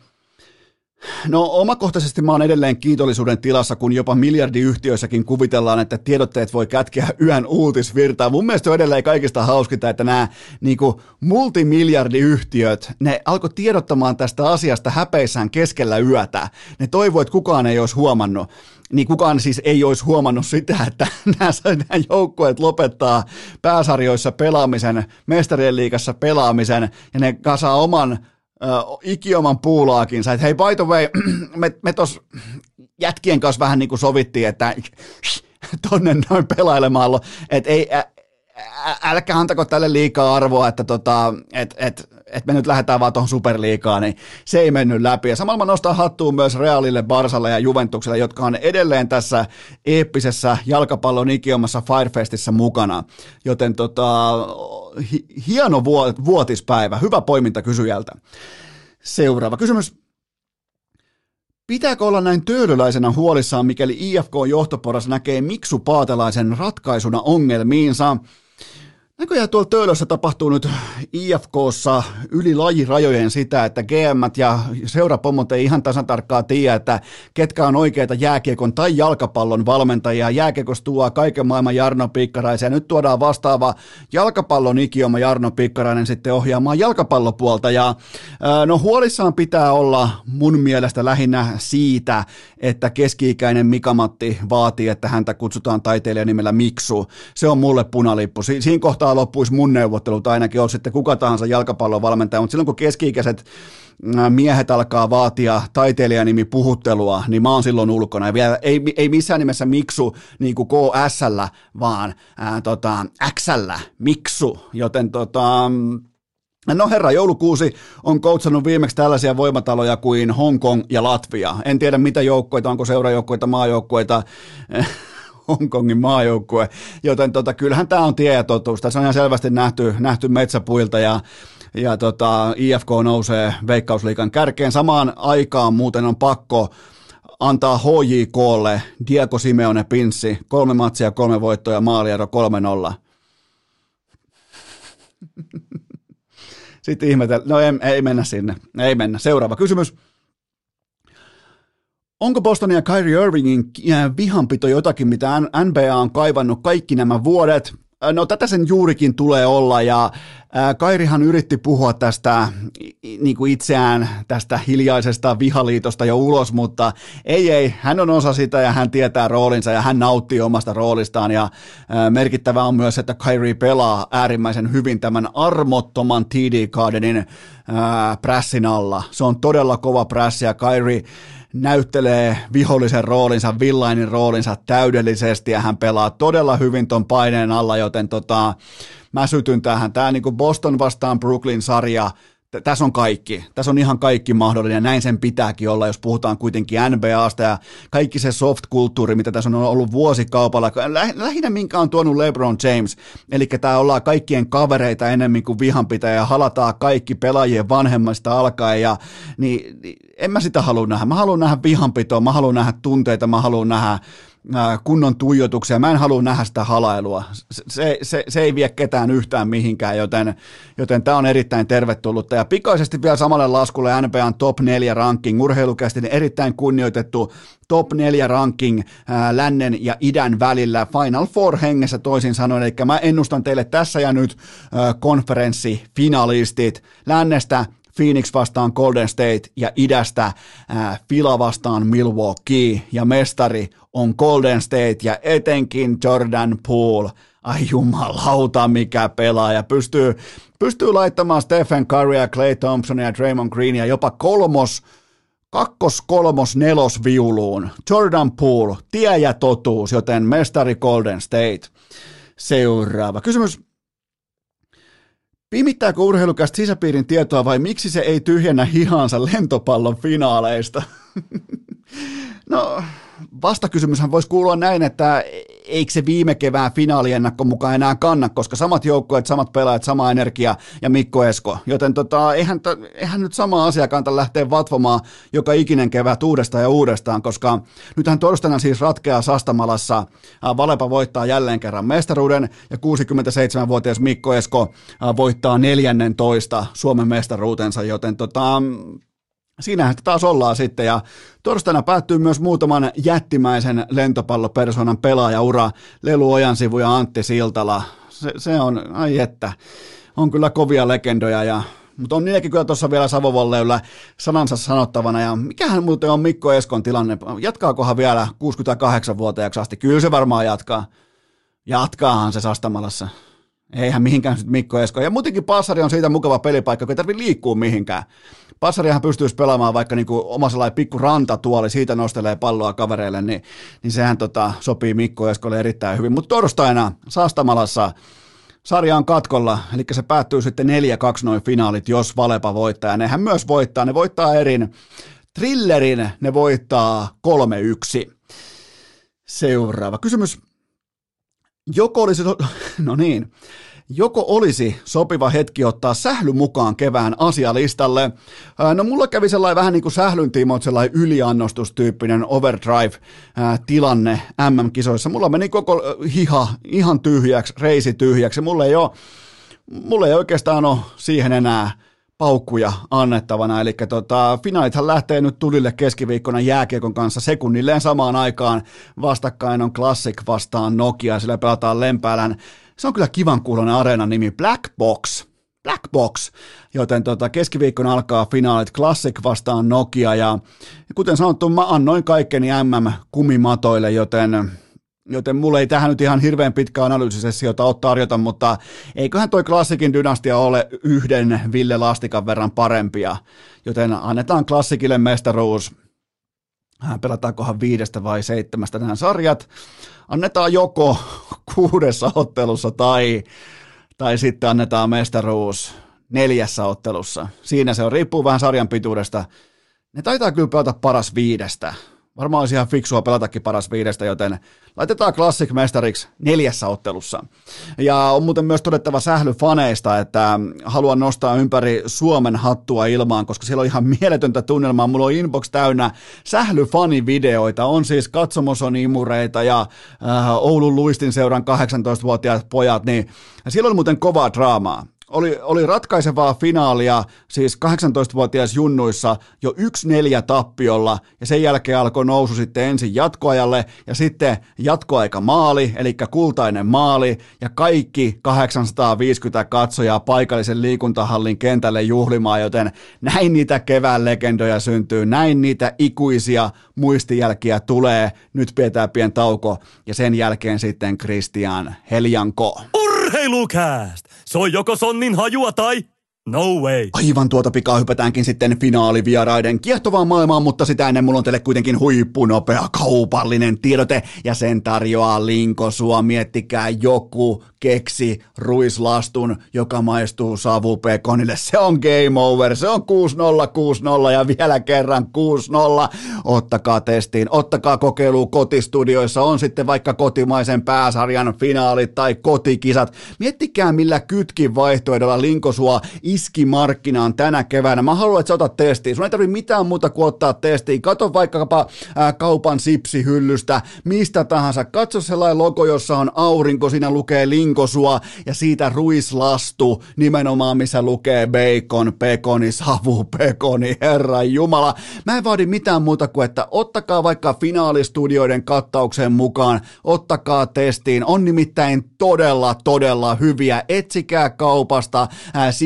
No omakohtaisesti mä oon edelleen kiitollisuuden tilassa, kun jopa miljardiyhtiöissäkin kuvitellaan, että tiedotteet voi kätkeä yön uutisvirtaa. Mun mielestä on edelleen kaikista hauskinta, että nämä niin kuin multimiljardiyhtiöt, ne alkoi tiedottamaan tästä asiasta häpeissään keskellä yötä. Ne toivoi, että kukaan ei olisi huomannut. Niin kukaan siis ei olisi huomannut sitä, että nämä, nämä joukkueet lopettaa pääsarjoissa pelaamisen, mestarien liigassa pelaamisen ja ne kasaa oman Uh, ikioman puulaakinsa, että hei by the way, me, me tos jätkien kanssa vähän niin kuin sovittiin, että tonne noin pelailemaan, että ei, ä, ä, älkää antako tälle liikaa arvoa, että tota, et, et, et me nyt lähdetään vaan tuohon Superliigaan, niin se ei mennyt läpi. Ja samalla mä nostan hattuun myös Realille, Barsalle ja Juventukselle, jotka on edelleen tässä eeppisessä jalkapallon ikiomassa Firefestissä mukana. Joten tota, hi- hieno vuotispäivä, hyvä poiminta kysyjältä. Seuraava kysymys. Pitääkö olla näin töölöläisenä huolissaan, mikäli I F K-johtoporras näkee Miksu Paatelaisen ratkaisuna ongelmiinsa? Näköjään tuolla Töölössä tapahtuu nyt I F K:ssa yli lajirajojen sitä, että G M:t ja seurapomot ei ihan tasan tarkkaan tiedä, että ketkä on oikeita jääkiekon tai jalkapallon valmentajia. Jääkiekossa tuo kaiken maailman Jarno Pikkaraisen ja nyt tuodaan vastaava jalkapallon ikioma Jarno Pikkarainen sitten ohjaamaan jalkapallopuolta. Ja no huolissaan pitää olla mun mielestä lähinnä siitä, että keski-ikäinen Mika-Matti vaatii, että häntä kutsutaan taiteilijan nimellä Miksu. Se on mulle punalippu. Si- siinä kohtaa loppuisi mun neuvottelut ainakin, on sitten kuka tahansa jalkapallon valmentaja, mutta silloin kun keski-ikäiset miehet alkaa vaatia taiteilijanimi puhuttelua, niin mä oon silloin ulkona. Ja vielä, ei, ei missään nimessä Miksu niin kuin K S:llä, vaan ää, tota, X:llä Miksu, joten tota... No herra, joulukuusi on coachannut viimeksi tällaisia voimataloja kuin Hongkong ja Latvia. En tiedä mitä joukkoita, onko seurajoukkoita, maajoukkoita, Hongkongin maajoukkue, joten tota, kyllähän tämä on tie ja totuus. Tässä on ihan selvästi nähty, nähty metsäpuilta ja, ja tota, I F K nousee Veikkausliigan kärkeen. Samaan aikaan muuten on pakko antaa H J K:lle Diego Simeone pinssi, kolme matsia, kolme voittoa, maaliero kolme nolla. Sitten ihmetellä, no ei, ei mennä sinne, ei mennä. Seuraava kysymys. Onko Bostonin ja Kyrie Irvingin vihanpito jotakin, mitä N B A on kaivannut kaikki nämä vuodet? No tätä sen juurikin tulee olla ja Kairihan yritti puhua tästä niin kuin itseään tästä hiljaisesta vihaliitosta jo ulos, mutta ei ei, hän on osa sitä ja hän tietää roolinsa ja hän nauttii omasta roolistaan ja merkittävää on myös, että Kyrie pelaa äärimmäisen hyvin tämän armottoman T D Gardenin prässin alla. Se on todella kova prässi ja Kyrie näyttelee vihollisen roolinsa, villainin roolinsa täydellisesti ja hän pelaa todella hyvin ton paineen alla, joten tota, mä sytyn tähän. Tää niinku Boston vastaan Brooklyn-sarja, t- tässä on kaikki. Tässä on ihan kaikki mahdollinen ja näin sen pitääkin olla, jos puhutaan kuitenkin N B A:sta ja kaikki se soft-kulttuuri, mitä tässä on ollut vuosikaupalla. Lä- lähinnä minkä on tuonut LeBron James, eli tää ollaan kaikkien kavereita enemmän kuin vihanpitäjä ja halataan kaikki pelaajien vanhemmasta alkaen ja niin, niin en mä sitä halua nähdä. Mä haluan nähdä vihanpitoa, mä haluan nähdä tunteita, mä haluan nähdä kunnon tuijotuksia, mä en halua nähdä sitä halailua. Se, se, se ei vie ketään yhtään mihinkään, joten, joten tämä on erittäin tervetullutta. Ja pikaisesti vielä samalle laskulle N B A:n top neljä ranking, urheilukästi erittäin kunnioitettu top neljä ranking ää, lännen ja idän välillä Final Four hengessä toisin sanoen, eli mä ennustan teille tässä ja nyt ää, konferenssifinalistit lännestä Phoenix vastaan Golden State ja idästä ää, Phila vastaan Milwaukee ja mestari on Golden State ja etenkin Jordan Poole. Ai jumalauta, mikä pelaaja. Pystyy, pystyy laittamaan Stephen Currya, Klay Thompsonia ja Draymond Greenia jopa kolmos, kakkos, kolmos, nelos viuluun. Jordan Poole, tie ja totuus, joten mestari Golden State. Seuraava kysymys. Pimittääkö urheilukästä sisäpiirin tietoa vai miksi se ei tyhjennä hihansa lentopallon finaaleista? No, vastakysymyshän voisi kuulua näin, että eikö se viime kevään finaaliennakko mukaan enää kanna, koska samat joukkueet, samat pelaajat, sama energia ja Mikko Esko. Joten tota, eihän, eihän nyt sama asia kannata lähteä vatvomaan joka ikinen kevät uudestaan ja uudestaan, koska nythän torstaina siis ratkeaa Sastamalassa. Valepa voittaa jälleen kerran mestaruuden ja kuusikymmentäseitsemänvuotias Mikko Esko voittaa neljännentoista Suomen mestaruutensa, joten tota... Siinähän taas ollaan sitten ja torstaina päättyy myös muutaman jättimäisen lentopallopersonan pelaajaura, Lelu Ojansivu ja Antti Siltala. Se, se on, ai että, on kyllä kovia legendoja, ja, mutta on niilläkin kyllä tuossa vielä Savovolleilla sanansa sanottavana. Ja mikähän muuten on Mikko Eskon tilanne? Jatkaakohan vielä kuusikymmentäkahdeksanvuotiaaksi asti? Kyllä se varmaan jatkaa. Jatkaahan se Sastamalassa. Eihän mihinkään nyt Mikko Esko. Ja muutenkin Passari on siitä mukava pelipaikka, kun ei tarvitse liikkua mihinkään. Passarihan pystyisi pelaamaan vaikka niinku oma sellainen pikku rantatuoli, siitä nostelee palloa kavereille, niin, niin sehän tota, sopii Mikko Eskolle erittäin hyvin. Mutta torstaina Sastamalassa sarja on katkolla, eli se päättyy sitten neljä kaksi noin finaalit, jos Valepa voittaa. Ja nehän myös voittaa, ne voittaa erin. Thrillerin ne voittaa kolme yksi. Seuraava kysymys. Joko olisi, no niin, joko olisi sopiva hetki ottaa sähly mukaan kevään asialistalle? No mulla kävi sellainen vähän niin kuin sählyn tiimoilta sellainen yliannostustyyppinen overdrive-tilanne M M-kisoissa. Mulla meni koko hiha ihan tyhjäksi, reisi tyhjäksi. Mulla ei ole, mulla ei oikeastaan ole siihen enää paukkuja annettavana, eli tota, finaalithan lähtee nyt tulille keskiviikkona jääkiekon kanssa sekunnilleen samaan aikaan. Vastakkain on Classic vastaan Nokia, sillä pelataan Lempäälän. Se on kyllä kivan kuuloinen areenan nimi, Black Box. Black Box, joten tota, keskiviikkona alkaa finaalit Classic vastaan Nokia, ja kuten sanottu, mä annoin kaikkeni M M-kumimatoille, joten... Joten mulla ei tähän nyt ihan hirveän pitkä analyysisessiota ole tarjota, mutta eiköhän toi Klassikin dynastia ole yhden Ville Lastikan verran parempia, joten annetaan Klassikille mestaruus. Pelataankohan viidestä vai seitsemästä nämä sarjat. Annetaan joko kuudessa ottelussa tai, tai sitten annetaan mestaruus neljässä ottelussa. Siinä se on, riippuu vähän sarjan pituudesta. Ne taitaa kyllä pelata paras viidestä. Varmaan olisi ihan fiksua pelatakin paras viidestä, joten laitetaan Classic mestariksi neljässä ottelussa. Ja on muuten myös todettava sählyfaneista, että haluan nostaa ympäri Suomen hattua ilmaan, koska siellä on ihan mieletöntä tunnelmaa. Mulla on inbox täynnä sählyfanivideoita. On siis Katsomoson imureita ja äh, Oulun Luistin seuran kahdeksantoistavuotiaat pojat, niin siellä oli muuten kovaa draamaa. Oli, oli ratkaisevaa finaalia, siis kahdeksantoistavuotias junnuissa jo yksi neljä tappiolla, ja sen jälkeen alkoi nousu sitten ensin jatkoajalle, ja sitten jatkoaika maali, eli kultainen maali, ja kaikki kahdeksansataaviisikymmentä katsojaa paikallisen liikuntahallin kentälle juhlimaan, joten näin niitä kevään legendoja syntyy, näin niitä ikuisia muistijälkiä tulee, nyt pidetään pien tauko, ja sen jälkeen sitten Christian Heljanko. Urheilukääst! Se on joko sonnin hajua tai no way. Aivan tuota pikaa hypätäänkin sitten finaalivieraiden kiehtovaan maailmaan, mutta sitä ennen mulla on teille kuitenkin huippunopea kaupallinen tiedote, ja sen tarjoaa Linkosua. Miettikää, joku keksi ruislastun, joka maistuu savupekonille. Se on game over, se on kuusi nolla, kuusi nolla ja vielä kerran kuusi nolla. Ottakaa testiin, ottakaa kokeilu kotistudioissa, on sitten vaikka kotimaisen pääsarjan finaalit tai kotikisat. Miettikää, millä kytkin vaihtoehdolla Linkosua iski markkinaan tänä keväänä. Mä haluan, että sä otat testiin. Sun ei tarvitse mitään muuta kuin ottaa testiin. Kato vaikkapa ää, kaupan sipsihyllystä, mistä tahansa. Katso sellainen logo, jossa on aurinko, siinä lukee Linkosua ja siitä ruislastu, nimenomaan missä lukee bacon, pekoni, savu, pekoni, herran jumala. Mä en vaadi mitään muuta kuin, että ottakaa vaikka finaalistudioiden kattaukseen mukaan, ottakaa testiin. On nimittäin todella, todella hyviä. Etsikää kaupasta ää, sipsihyllystä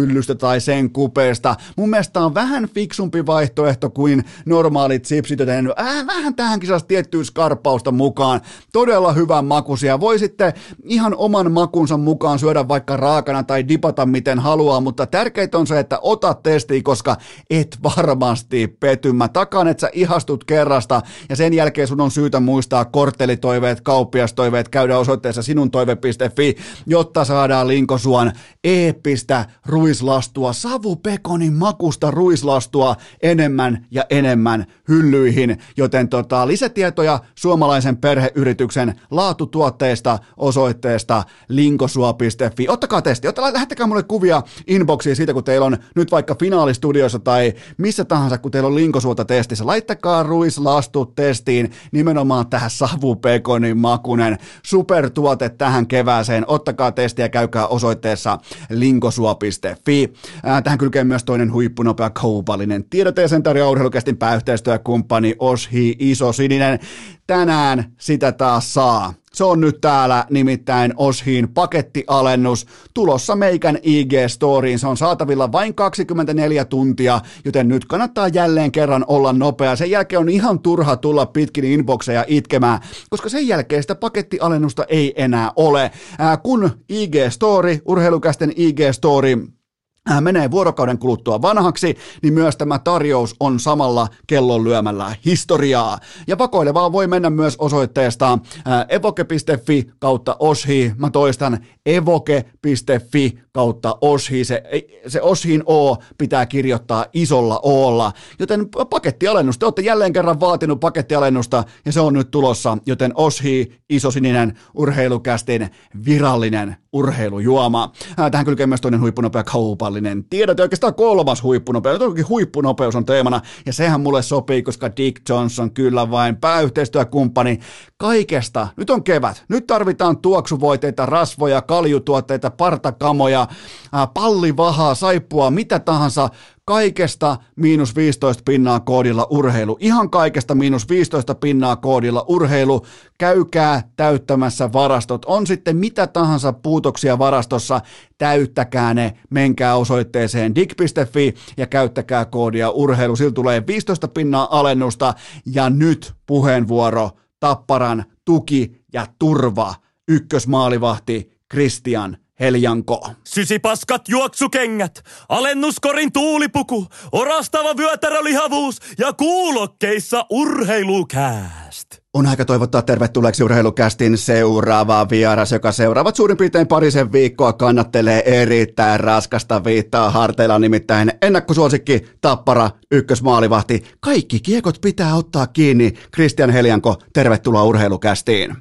hyllystä tai sen kupeesta. Mun mielestä on vähän fiksumpi vaihtoehto kuin normaalit chipsit, joten äh, vähän tähänkin saisi tiettyä skarppausta mukaan. Todella hyvän makuisia. Voi sitten ihan oman makunsa mukaan syödä vaikka raakana tai dipata miten haluaa, mutta tärkeintä on se, että ota testiä, koska et varmasti pety. Mä takaan, että sä ihastut kerrasta ja sen jälkeen sun on syytä muistaa korttelitoiveet, kauppiastoiveet, käydä osoitteessa sinuntoive piste fi, jotta saadaan Linkosuon eeppistä ruislastua, savupekonin makusta ruislastua enemmän ja enemmän hyllyihin, joten tota, lisätietoja suomalaisen perheyrityksen laatutuotteista osoitteesta linkosua piste fi. Ottakaa testi, Otta, lähettäkää mulle kuvia inboxiin siitä, kun teillä on nyt vaikka finaalistudiossa tai missä tahansa, kun teillä on Linkosuota testissä. Laittakaa ruislastut testiin nimenomaan tähän savupekonin makunen supertuote tähän kevääseen. Ottakaa testiä ja käykää osoitteessa linkosua piste fi. Tähän kylkee myös toinen huippunopea kaupallinen tiedote ja sen tarjoaa Urheilukästin pääyhteistyökumppani Oshi Iso Sininen. Tänään sitä taas saa. Se on nyt täällä nimittäin Oshiin pakettialennus tulossa meikän I G-storiin. Se on saatavilla vain kaksikymmentäneljä tuntia, joten nyt kannattaa jälleen kerran olla nopea. Sen jälkeen on ihan turha tulla pitkin inboxeja itkemään, koska sen jälkeen sitä pakettialennusta ei enää ole. Ää, kun I G-story, Urheilukästen I G-story, menee vuorokauden kuluttua vanhaksi, niin myös tämä tarjous on samalla kellon lyömällä historiaa. Ja vakoilevaa voi mennä myös osoitteesta evoke piste fi kautta Oshi. Mä toistan evoke piste fi kautta Oshi. Se, se Oshin O pitää kirjoittaa isolla O:lla. Joten pakettialennus. Te olette jälleen kerran vaatinut pakettialennusta ja se on nyt tulossa. Joten Oshi Isosininen Urheilukästin virallinen urheilujuoma. Tähän kylkee myös toinen huippunopea kaupallinen tiedot ja oikeastaan kolmas huippunopeus. Toki huippunopeus on teemana ja sehän mulle sopii, koska Dick Johnson kyllä vain pääyhteistyökumppani kaikesta. Nyt on kevät. Nyt tarvitaan tuoksuvoiteita, rasvoja, kaljutuotteita, partakamoja, pallivahaa, saippua, mitä tahansa. Kaikesta miinus viisitoista pinnaa koodilla urheilu. Ihan kaikesta miinus viisitoista pinnaa koodilla urheilu. Käykää täyttämässä varastot. On sitten mitä tahansa puutoksia varastossa. Täyttäkää ne. Menkää osoitteeseen dig piste fi ja käyttäkää koodia urheilu. Sillä tulee viisitoista pinnaa alennusta. Ja nyt puheenvuoro Tapparan tuki ja turva. Ykkösmaalivahti Christian Helianko. Sysipaskat juoksukengät, alennuskorin tuulipuku, orastava vyötärölihavuus ja kuulokkeissa urheilukääst. On aika toivottaa tervetulleeksi Urheilukästin seuraava vieras, joka seuraavat suurin piirtein parisen viikkoa kannattelee erittäin raskasta viittaa harteilla, nimittäin ennakkosuosikki Tappara ykkösmaalivahti. Kaikki kiekot pitää ottaa kiinni. Christian Helianko, tervetuloa Urheilukästiin.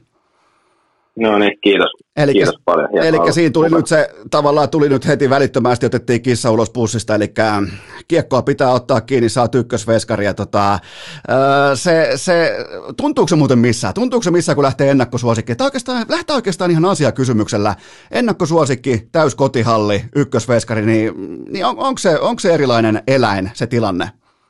No niin, kiitos. Elikkä, kiitos paljon. Eli siinä tuli nyt se, tavallaan tuli nyt heti välittömästi, otettiin kissa ulos pussista, eli kiekkoa pitää ottaa kiinni, saa ykkösveskari. Ja tota, se, se, tuntuuko se muuten missään? Tuntuuko se missään, kun lähtee ennakkosuosikki? Tämä oikeastaan, lähtee oikeastaan ihan asiakysymyksellä. Ennakkosuosikki, täyskotihalli, ykkösveskari, niin, niin on, onko, se, onko se erilainen eläin, se tilanne?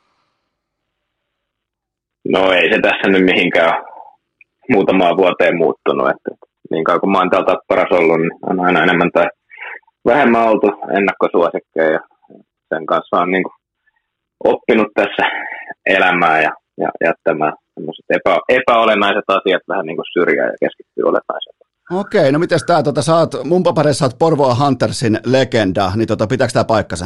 No ei se tässä nyt mihinkään muutamaan vuoteen muuttunut, että niin kauan kun mä oon täällä Tapparassa ollut, niin on aina enemmän tai vähemmän oltu ennakkosuosikkeja ja sen kanssa on niin kuin oppinut tässä elämää ja, ja jättämään epä, epäolennaiset asiat vähän niin kuin syrjään ja keskittyy olennaiseen. Okei, no mites tää, tota, sä oot, mun paperissa oot Porvoo Huntersin legenda, niin tota, pitääkö tää paikkansa?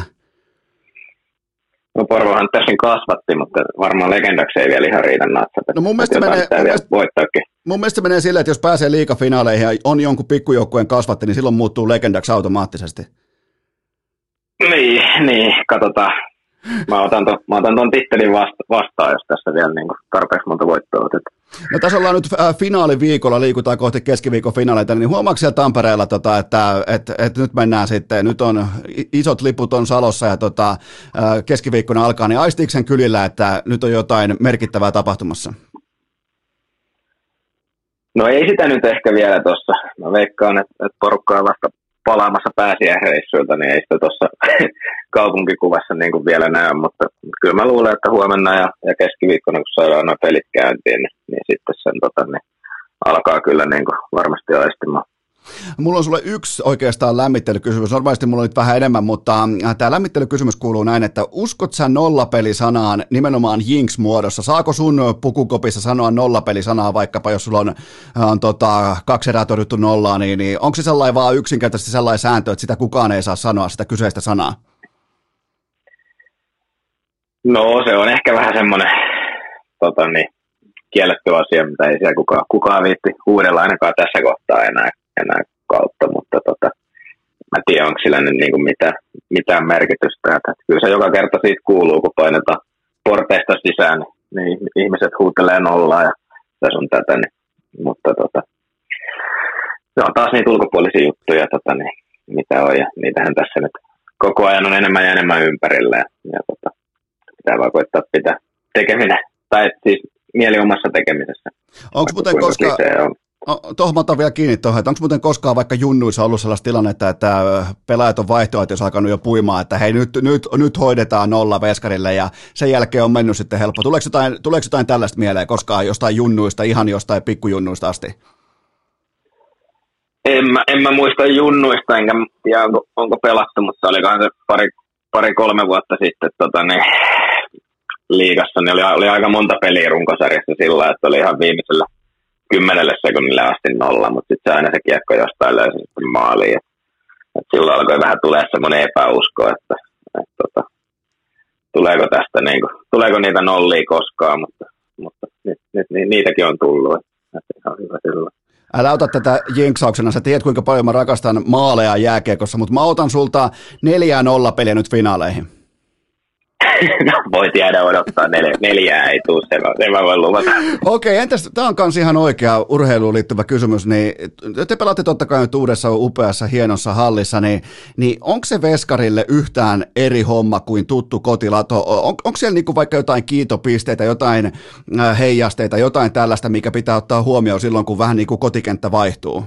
No Porvoo Huntersin kasvatti, mutta varmaan legendaksi ei vielä ihan riitä natsata. No mun mielestä, menee, mun, mielestä, mun mielestä menee silleen, että jos pääsee liigafinaaleihin ja on jonkun pikkujoukkueen kasvatti, niin silloin muuttuu legendaksi automaattisesti. Niin, niin katsotaan. Mä otan, to, mä otan ton tittelin vasta, vastaan, jos tässä vielä niin kuin tarpeeksi monta voittoa otetaan. No tässä ollaan nyt äh, finaaliviikolla, liikutaan kohti keskiviikon finaaleita, niin huomaatko siellä Tampereella, tota, että et, et nyt mennään sitten, nyt on isot liput on Salossa ja tota, äh, keskiviikkona alkaa, niin aistiiko sen kylillä, että nyt on jotain merkittävää tapahtumassa? No ei sitä nyt ehkä vielä tuossa. Mä veikkaan, että, että porukka on vasta palaamassa pääsiäisreissuilta, niin ei sitä tuossa kaupunkikuvassa niin kuin vielä näy, mutta kyllä mä luulen, että huomenna ja, ja keskiviikkona, kun saadaan nuo pelit käyntiin, niin, niin sitten sen tota, niin alkaa kyllä niin kuin varmasti aistimaan. Mulla on sulle yksi oikeastaan lämmittelykysymys. Normaalisti mulla on nyt vähän enemmän, mutta tämä lämmittelykysymys kuuluu näin, että uskot sä nollapelisanaan nimenomaan Jinx-muodossa? Saako sun pukukopissa sanoa nollapelisanaa vaikkapa, jos sulla on, on tota, kaksi erää torjuttu nollaa, niin, niin onko se sellainen vaan yksinkertaisesti sellainen sääntö, että sitä kukaan ei saa sanoa, sitä kyseistä sanaa? No se on ehkä vähän semmoinen tota niin, kielletty asia, mitä ei siellä kukaan, kukaan viitti huudella ainakaan tässä kohtaa enää, enää kautta, mutta tota, mä en tiedä, onko sillä nyt niinku mitään, mitään merkitystä. Että kyllä se joka kerta siitä kuuluu, kun painetaan porteista sisään, niin ihmiset huutelee nollaa ja tässä on tätä, niin, mutta tota, se on taas niitä ulkopuolisia juttuja, tota, niin, mitä on, ja niitähän tässä nyt koko ajan on enemmän ja enemmän ympärillä, ja, ja tota, pitää vaan koittaa pitää tekeminen, tai siis mieli omassa tekemisessä. Onko muuten koskaan, tuohon mä otan vielä kiinni tuohon, että onko muuten koskaan vaikka junnuissa ollut sellaista tilannetta, että pelaajat on vaihtoehtoissa alkanut jo puimaan, että hei nyt, nyt, nyt hoidetaan nolla veskarille ja sen jälkeen on mennyt sitten helppo. Tuleeko jotain, tuleeko jotain tällaista mieleen koskaan jostain junnuista, ihan jostain pikkujunnuista asti? En mä, en mä muista junnuista, enkä tiedä onko, onko pelattu, mutta olikohan se pari, pari kolme vuotta sitten tota, niin, liigassa, niin oli, oli aika monta peliä runkosarjassa sillä, että oli ihan viimeisellä kymmenelle sekunnille asti nolla, mutta sitten se aina se kiekko jostain löysi sitten maaliin. Et, et silloin alkoi vähän tulee semmoinen epäusko, että et, tota, tuleeko tästä niinku, tuleeko niitä nollia koskaan, mutta, mutta nyt, nyt, ni, niitäkin on tullut. Että ihan hyvä silloin. Älä ota tätä jinksauksena, sä tiedät kuinka paljon mä rakastan maaleja jääkiekossa, mutta mä otan sulta neljää nolla peliä nyt finaaleihin. No, voi tiedä odottaa, Nel, neljää ei tule, sen, sen mä voin luvata. Okei, entäs, tämä on myös ihan oikea urheiluun liittyvä kysymys, niin te pelaatte totta kai nyt uudessa upeassa hienossa hallissa, niin, niin onko se veskarille yhtään eri homma kuin tuttu kotilato? On, onko siellä niinku vaikka jotain kiitopisteitä, jotain heijasteita, jotain tällaista, mikä pitää ottaa huomioon silloin, kun vähän niin kuin kotikenttä vaihtuu?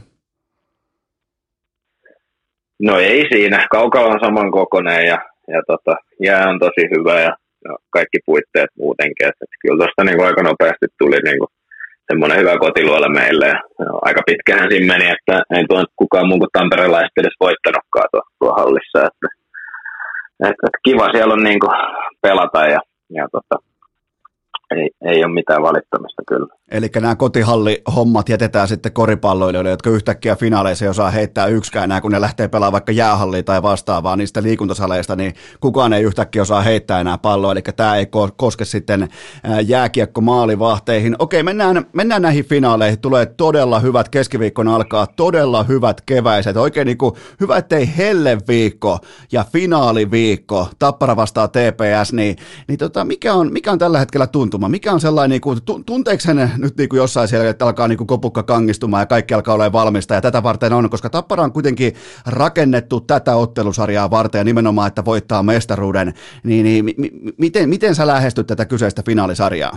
No ei siinä, Kaukalo on samankokoinen ja Ja tota, jää on tosi hyvä ja, ja kaikki puitteet muutenkin. Että kyllä tuosta niin aika nopeasti tuli niin semmoinen hyvä kotiluola meille. Ja, ja aika pitkähän siinä meni, että ei tuon kukaan muu kuin tamperelaiset edes voittanutkaan tuo, tuo hallissa. Että, että, että kiva siellä on niin pelata ja, ja tota, ei, ei ole mitään valittamista kyllä. Eli nämä kotihallihommat jätetään sitten koripalloilijoille, jotka yhtäkkiä finaaleissa ei osaa heittää yksikään enää, kun ne lähtee pelaamaan vaikka jäähallia tai vastaavaa niistä liikuntasaleista, niin kukaan ei yhtäkkiä osaa heittää enää palloa, eli tämä ei koske sitten jääkiekko maalivahteihin. Okei, mennään, mennään näihin finaaleihin. Tulee todella hyvät, keskiviikkona alkaa todella hyvät keväiset. Oikein niin kuin hyvä, ettei helleviikko ja finaaliviikko, Tappara vastaa T P S, niin, niin tota, mikä, on, mikä on tällä hetkellä tuntuma? Mikä on sellainen, niin kuin, tunteeko sen nyt niin kuin jossain siellä, että alkaa niin kuin kopukka kangistumaan ja kaikki alkaa olla valmista ja tätä varten on, koska Tappara on kuitenkin rakennettu tätä ottelusarjaa varten ja nimenomaan, että voittaa mestaruuden, niin, niin mi, mi, miten, miten sä lähestyt tätä kyseistä finaalisarjaa?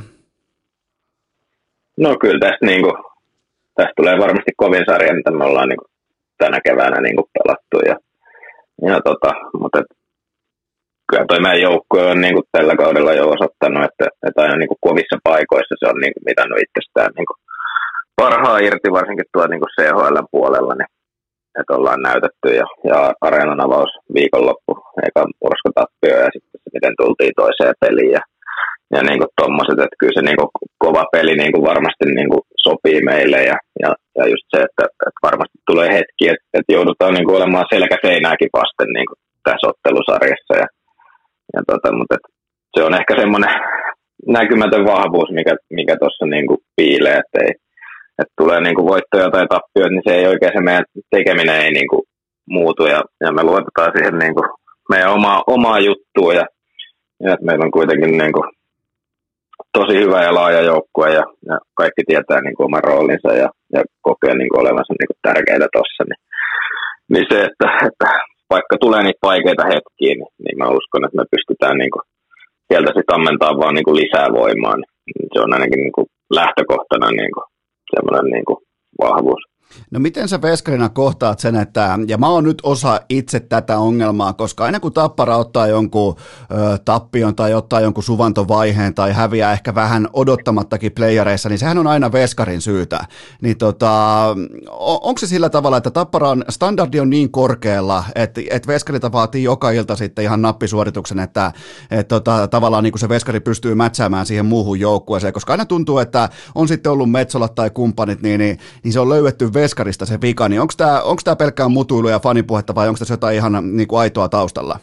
No kyllä tästä, niin kuin, tästä tulee varmasti kovin sarja, mitä me ollaan niin kuin, tänä keväänä niin kuin, pelattu ja, ja tota, mutta et, kyllä toi meidän joukkue on niin kuin, tällä kaudella jo osoittanut, että, että aina niin kuin, kovissa paikoissa se on niin kuin, mitannut itsestään niin kuin, parhaa irti, varsinkin tuolla niin kuin C H L-puolella, niin, että ollaan näytetty ja, ja areenan avaus viikonloppu, eikä murskotappio ja sitten se, miten tultiin toiseen peliin ja, ja niin kuin tommoset, että kyllä se niin kuin, kova peli niin kuin, varmasti niin kuin, sopii meille ja, ja, ja just se, että, että varmasti tulee hetki, että, että joudutaan niin kuin, olemaan selkäseinääkin vasten niin kuin, tässä ottelusarjassa ja Ja tota, mutta et, se on ehkä semmoinen näkymätön vahvuus, mikä, mikä tuossa niinku piilee, että ei, et tulee niinku voittoja tai tappioita, niin se ei oikein se meidän tekeminen ei niinku muutu ja, ja me luotetaan siihen niinku meidän omaa, omaa juttua ja, ja meillä on kuitenkin niinku tosi hyvä ja laaja joukkue ja, ja kaikki tietää niinku oman roolinsa ja, ja kokee niinku olevansa niinku tärkeitä tuossa, niin, niin se, että, että vaikka tulee niitä vaikeita hetkiä, niin, niin mä uskon, että me pystytään niin kuin, sieltä sitten ammentaa vaan niin kuin, lisää voimaa. Niin se on ainakin niin kuin, lähtökohtana niin kuin, semmoinen niin kuin, vahvuus. No miten sä veskarina kohtaat sen, että, ja mä oon nyt osa itse tätä ongelmaa, koska aina kun Tappara ottaa jonkun ö, tappion tai ottaa jonkun suvantovaiheen tai häviää ehkä vähän odottamattakin playereissa, niin sehän on aina veskarin syytä. Niin tota, on, onko se sillä tavalla, että Tapparan standardi on niin korkealla, että, että veskarilta vaatii joka ilta sitten ihan nappisuorituksen, että, että tota, tavallaan niin kuin se veskari pystyy mätsäämään siihen muuhun joukkueeseen, koska aina tuntuu, että on sitten ollut Metsolat tai kumppanit, niin, niin, niin se on löydetty veskarista se vika, niin onko tämä onko tämä pelkkää mutuilu ja fanipuhetta vai onko tässä jotain ihan niin kuin aitoa taustalla?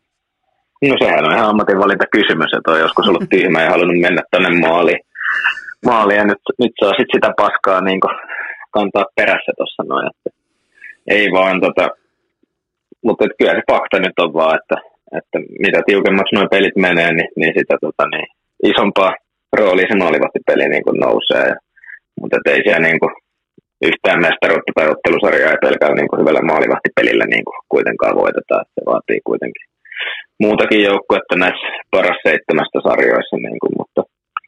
No sehän on ihan ammatinvalinta kysymys, että on joskus ollut tyhmä ja halunnut mennä tuonne maaliin. maaliin ja nyt, nyt saa sit sitä paskaa niin kuin kantaa perässä tuossa noin. Että ei vaan tota, mutta et kyllä se fakta nyt on vaan, että, että mitä tiukemmaksi nuo pelit menee, niin, niin sitä tota, niin isompaa roolia se maalivahtipeli niin kuin nousee. Ja, mutta et ei siellä niin kuin yhtään mestaruutta tai ottelusarjaa ei pelkää niin kuin hyvällä maalivahtipelillä niin kuin kuitenkaan voitetaan. Se vaatii kuitenkin muutakin joukkuetta näissä paras seitsemästä sarjoissa. Niin kuin, mutta,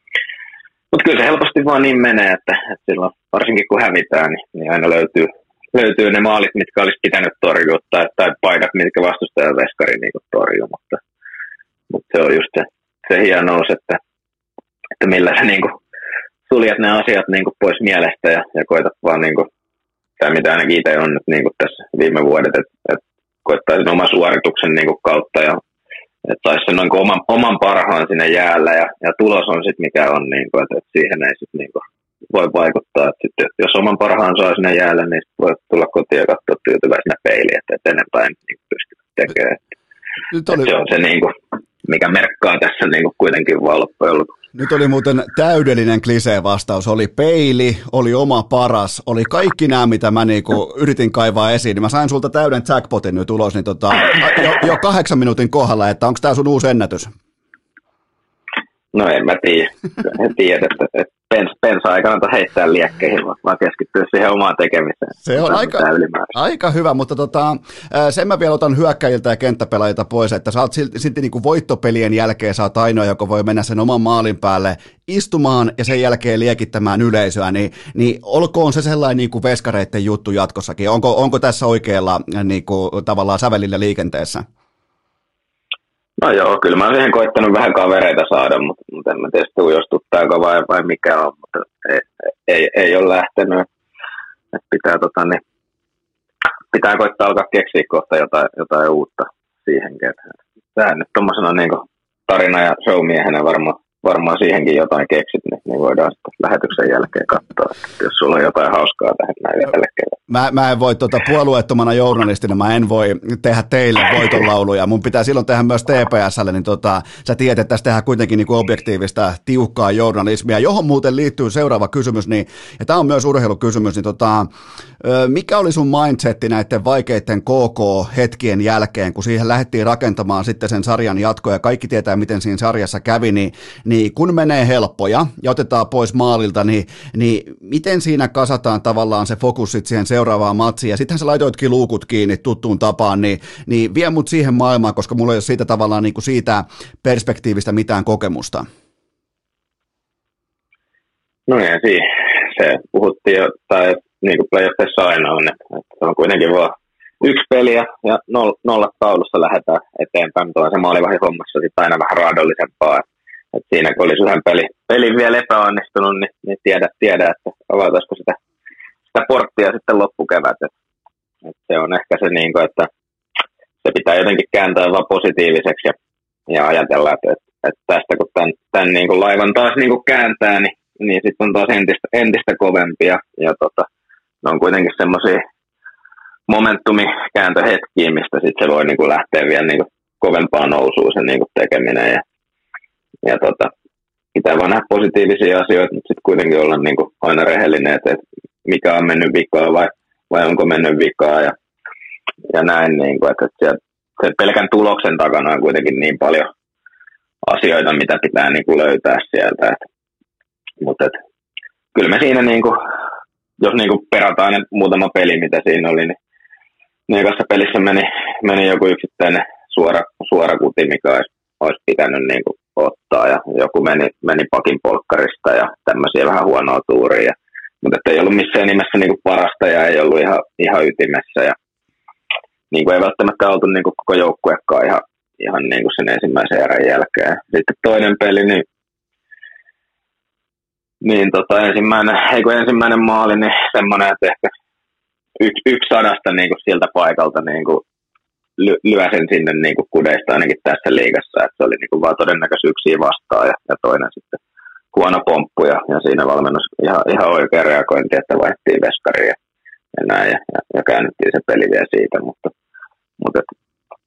mutta kyllä se helposti vaan niin menee, että, että silloin varsinkin kun hävitään, niin, niin aina löytyy, löytyy ne maalit, mitkä olisi pitänyt torjua tai, tai paikat, mitkä vastustajan veskari niin kuin torjuu. Mutta, mutta se on just se, se hienous, että, että millä se niin kuin suljet ne asiat niin kuin pois mielestä ja, ja koetat vaan, niin kuin, tai mitä ainakin itse on nyt niin kuin tässä viime vuodet, että, että koettaisin oman suorituksen niin kuin kautta ja että saisi sen niin kuin oman, oman parhaan sinne jäällä ja, ja tulos on sitten mikä on, niin kuin, että, että siihen ei sitten niin kuin voi vaikuttaa. Että sitten, jos oman parhaan saa sinne jäällä, niin voi tulla kotiin ja katsoa tyytyväisenä peiliä, että, että enempää ei niin pysty tekemään. Että, oli... että se on se, niin kuin, mikä merkkaa tässä niin kuin kuitenkin vaan loppujen lopuksi. Nyt oli muuten täydellinen klisee-vastaus. Oli peili, oli oma paras, oli kaikki nämä, mitä mä niinku yritin kaivaa esiin. Niin mä sain sulta täyden jackpotin nyt ulos, niin tota, jo, jo kahdeksan minuutin kohdalla, että onko tämä sun uusi ennätys? No en mä tiedä. En tiedä, että, että pens, pensa ei kannata heittää liekkeihin, vaan keskittyä siihen omaan tekemiseen. Se on aika, aika hyvä, mutta tota, sen mä vielä otan hyökkäjiltä ja kenttäpelaajilta pois, että sä oot silti, silti niin kuin voittopelien jälkeen sä oot ainoa, joka voi mennä sen oman maalin päälle istumaan ja sen jälkeen liekittämään yleisöä, niin, niin olkoon se sellainen niin kuin veskareiden juttu jatkossakin. Onko, onko tässä oikealla niin kuin, tavallaan sävelillä liikenteessä? No joo, kyllä mä oon siihen koittanut vähän kavereita saada, mutta, mutta en mä tiedä, ujostuttaako vai, vai mikä on, mutta ei, ei, ei ole lähtenyt. Et pitää, tota, niin, pitää koittaa alkaa keksiä kohta jotain, jotain uutta siihenkin. Tämä nyt tommosena niin tarina- ja showmiehenä varmaan varmaan siihenkin jotain keksit, niin, niin voidaan sitten lähetyksen jälkeen katsoa, että jos sulla on jotain hauskaa tähän näin jälkeen. Mä, mä en voi tuota, puolueettomana journalistina, mä en voi tehdä teille voitonlauluja. Mun pitää silloin tehdä myös T P S:lle, niin tota, sä tiedät, että tässä tehdään kuitenkin niin kuin objektiivista, tiukkaa journalismia, johon muuten liittyy seuraava kysymys, niin, ja tämä on myös urheilukysymys, niin tota, mikä oli sun mindsetti näiden vaikeiden K K-hetkien jälkeen, kun siihen lähdettiin rakentamaan sitten sen sarjan jatkoa, ja kaikki tietää, miten siinä sarjassa kävi, niin, niin kun menee helppoja ja otetaan pois maalilta, niin, niin miten siinä kasataan tavallaan se fokus sit siihen seuraavaan matsiin, ja sittenhän sä laitoitkin luukut kiinni tuttuun tapaan, niin, niin vie mut siihen maailmaan, koska mulla ei ole siitä tavallaan niin kuin siitä perspektiivistä mitään kokemusta. No niin, siinä se puhuttiin jo, tai niin kuin playoffissa aina on, että se on kuitenkin vaan yksi peli ja nollat taulussa lähdetään eteenpäin, mutta on se maalivahdin hommassa sitten aina vähän raadollisempaa. Et siinä kun olisi yhden peli, pelin vielä epäonnistunut, niin, niin tiedä, tiedä, että avataisiko sitä, sitä porttia sitten loppukevät. Et, et se on ehkä se, niin kuin, että se pitää jotenkin kääntää vaan positiiviseksi ja, ja ajatella, että, että, että tästä kun tämän, tämän niin kuin laivan taas niin kuin kääntää, niin, niin sitten on taas entistä, entistä kovempia. Ja tota, ne on kuitenkin semmoisia momentumikääntöhetkiä, mistä sitten se voi niin kuin lähteä vielä niin kuin kovempaan nousuun sen niin kuin tekeminen. Ja, ja tota, pitää vaan nähdä positiivisia asioita, mutta sitten kuitenkin olla niin kuin aina rehellinen, että, että mikä on mennyt vikaa vai, vai onko mennyt vikaa ja, ja näin. Niin kuin, että, että se pelkän tuloksen takana on kuitenkin niin paljon asioita, mitä pitää niin kuin löytää sieltä. Että, mutta et, kyllä me siinä, niin kuin, jos niin kuin perataan ne muutama peli, mitä siinä oli, niin niin ekassa pelissä meni, meni joku yksittäinen suora, suora kuti, mikä olisi, olisi pitänyt niin kuin ottaa, ja joku meni, meni pakin polkkarista ja tämmöisiä vähän huonoa tuuria. Ja mutta ei ollut missään nimessä niin kuin parasta ja ei ollut ihan, ihan ytimessä. Ja niin kuin ei välttämättä oltu niin kuin koko joukkuekaan ihan, ihan niin kuin sen ensimmäisen erän jälkeen. Sitten toinen peli, niin, niin tota ensimmäinen, ei kun ensimmäinen maali, niin semmoinen, että ehkä yksi, yksi sadasta niin kuin sieltä paikalta niin kuin ly- lyö sen sinne niin kuin kudeista ainakin tässä liigassa. Että se oli niin kuin vaan todennäköisyyksiä vastaan ja, ja toinen sitten huono pomppu ja, ja siinä valmennus ihan, ihan oikea reagointi, että vaihdettiin veskariin ja, ja näin ja, ja, ja käännettiin se peli vielä siitä, mutta, mutta et,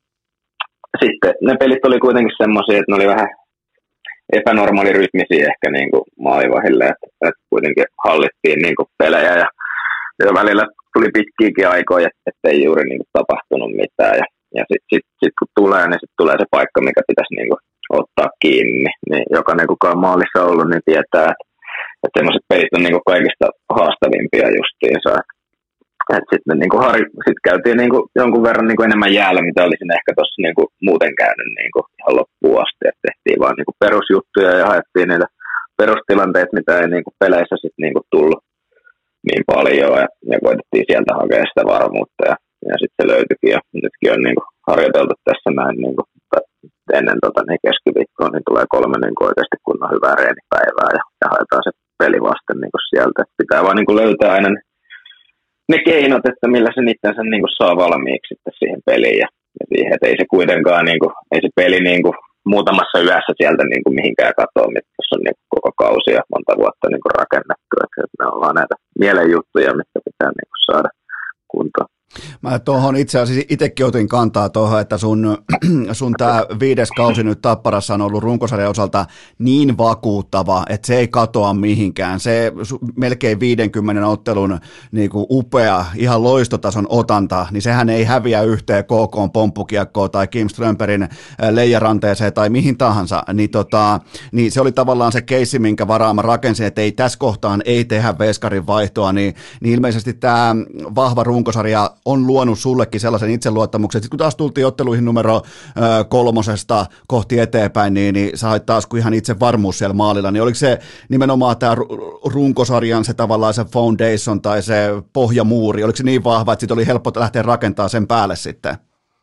sitten ne pelit oli kuitenkin semmoisia, että ne oli vähän epänormaali rytmisiä ehkä niin kuin maalivahille, että, että kuitenkin hallittiin niin kuin pelejä ja, ja välillä tuli pitkiäkin aikoja, että ei juuri niin kuin tapahtunut mitään ja, ja sitten sit, sit, kun tulee, niin sitten tulee se paikka, mikä pitäisi niin kuin ottaa kiinni, niin jokainen kuka on maalissa ollut, niin tietää, että, että sellaiset pelit on niin kuin kaikista haastavimpia justiinsa. Sitten niin kuin hari, sit käytiin niin kuin jonkun verran niin kuin enemmän jäällä, mitä olisin ehkä tuossa niin kuin muuten käynyt niin kuin ihan loppuun asti. Et tehtiin vaan niin kuin perusjuttuja ja haettiin niitä perustilanteita, mitä ei niin kuin peleissä sit niin kuin tullut niin paljon. Ja, ja koitettiin sieltä hakea sitä varmuutta ja, ja sitten se löytyikin. Ja nytkin on niin kuin harjoiteltu tässä näin niin kuin ennen tota, niin keskiviikkoa, niin tulee kolme niin kuin oikeasti kunnon hyvää reenipäivää ja, ja haetaan se peli vasten niin kuin sieltä. Et pitää vaan niin kuin löytää aina ne, ne keinot, että millä se itsensä niin kuin saa valmiiksi sitten siihen peliin ja, ja siihen, että ei se kuitenkaan, niin kuin, ei se peli niin kuin muutamassa yössä sieltä niin kuin mihinkään katoa, mitä tässä on niin kuin koko kausi ja monta vuotta niin kuin rakennettu, että, että ne on vaan näitä mielenjuttuja, mitkä pitää niin kuin saada kuntoon. Mä tuohon itse asiassa itsekin otin kantaa tuohon, että sun, sun tämä viides kausi nyt Tapparassa on ollut runkosarjan osalta niin vakuuttava, että se ei katoa mihinkään. Se melkein viidenkymmenen ottelun niin kuin upea, ihan loistotason otanta, niin sehän ei häviä yhteen K K:n pomppukiekkoon tai Kim Strömperin leijaranteeseen tai mihin tahansa. Niin, tota, niin se oli tavallaan se keissi, minkä varaan mä rakensin, että ei tässä kohtaan ei tehdä veskarin vaihtoa, niin, niin ilmeisesti tämä vahva runkosarja on luonut sullekin sellaisen itseluottamuksen, että kun taas tultiin otteluihin numero ö, kolmosesta kohti eteenpäin, niin, niin sä hait taas kuin ihan itse varmuus siellä maalilla, niin oliko se nimenomaan tämä runkosarjan se tavallaan se foundation tai se pohjamuuri, oliko se niin vahva, että sit oli helppo lähteä rakentamaan sen päälle sitten?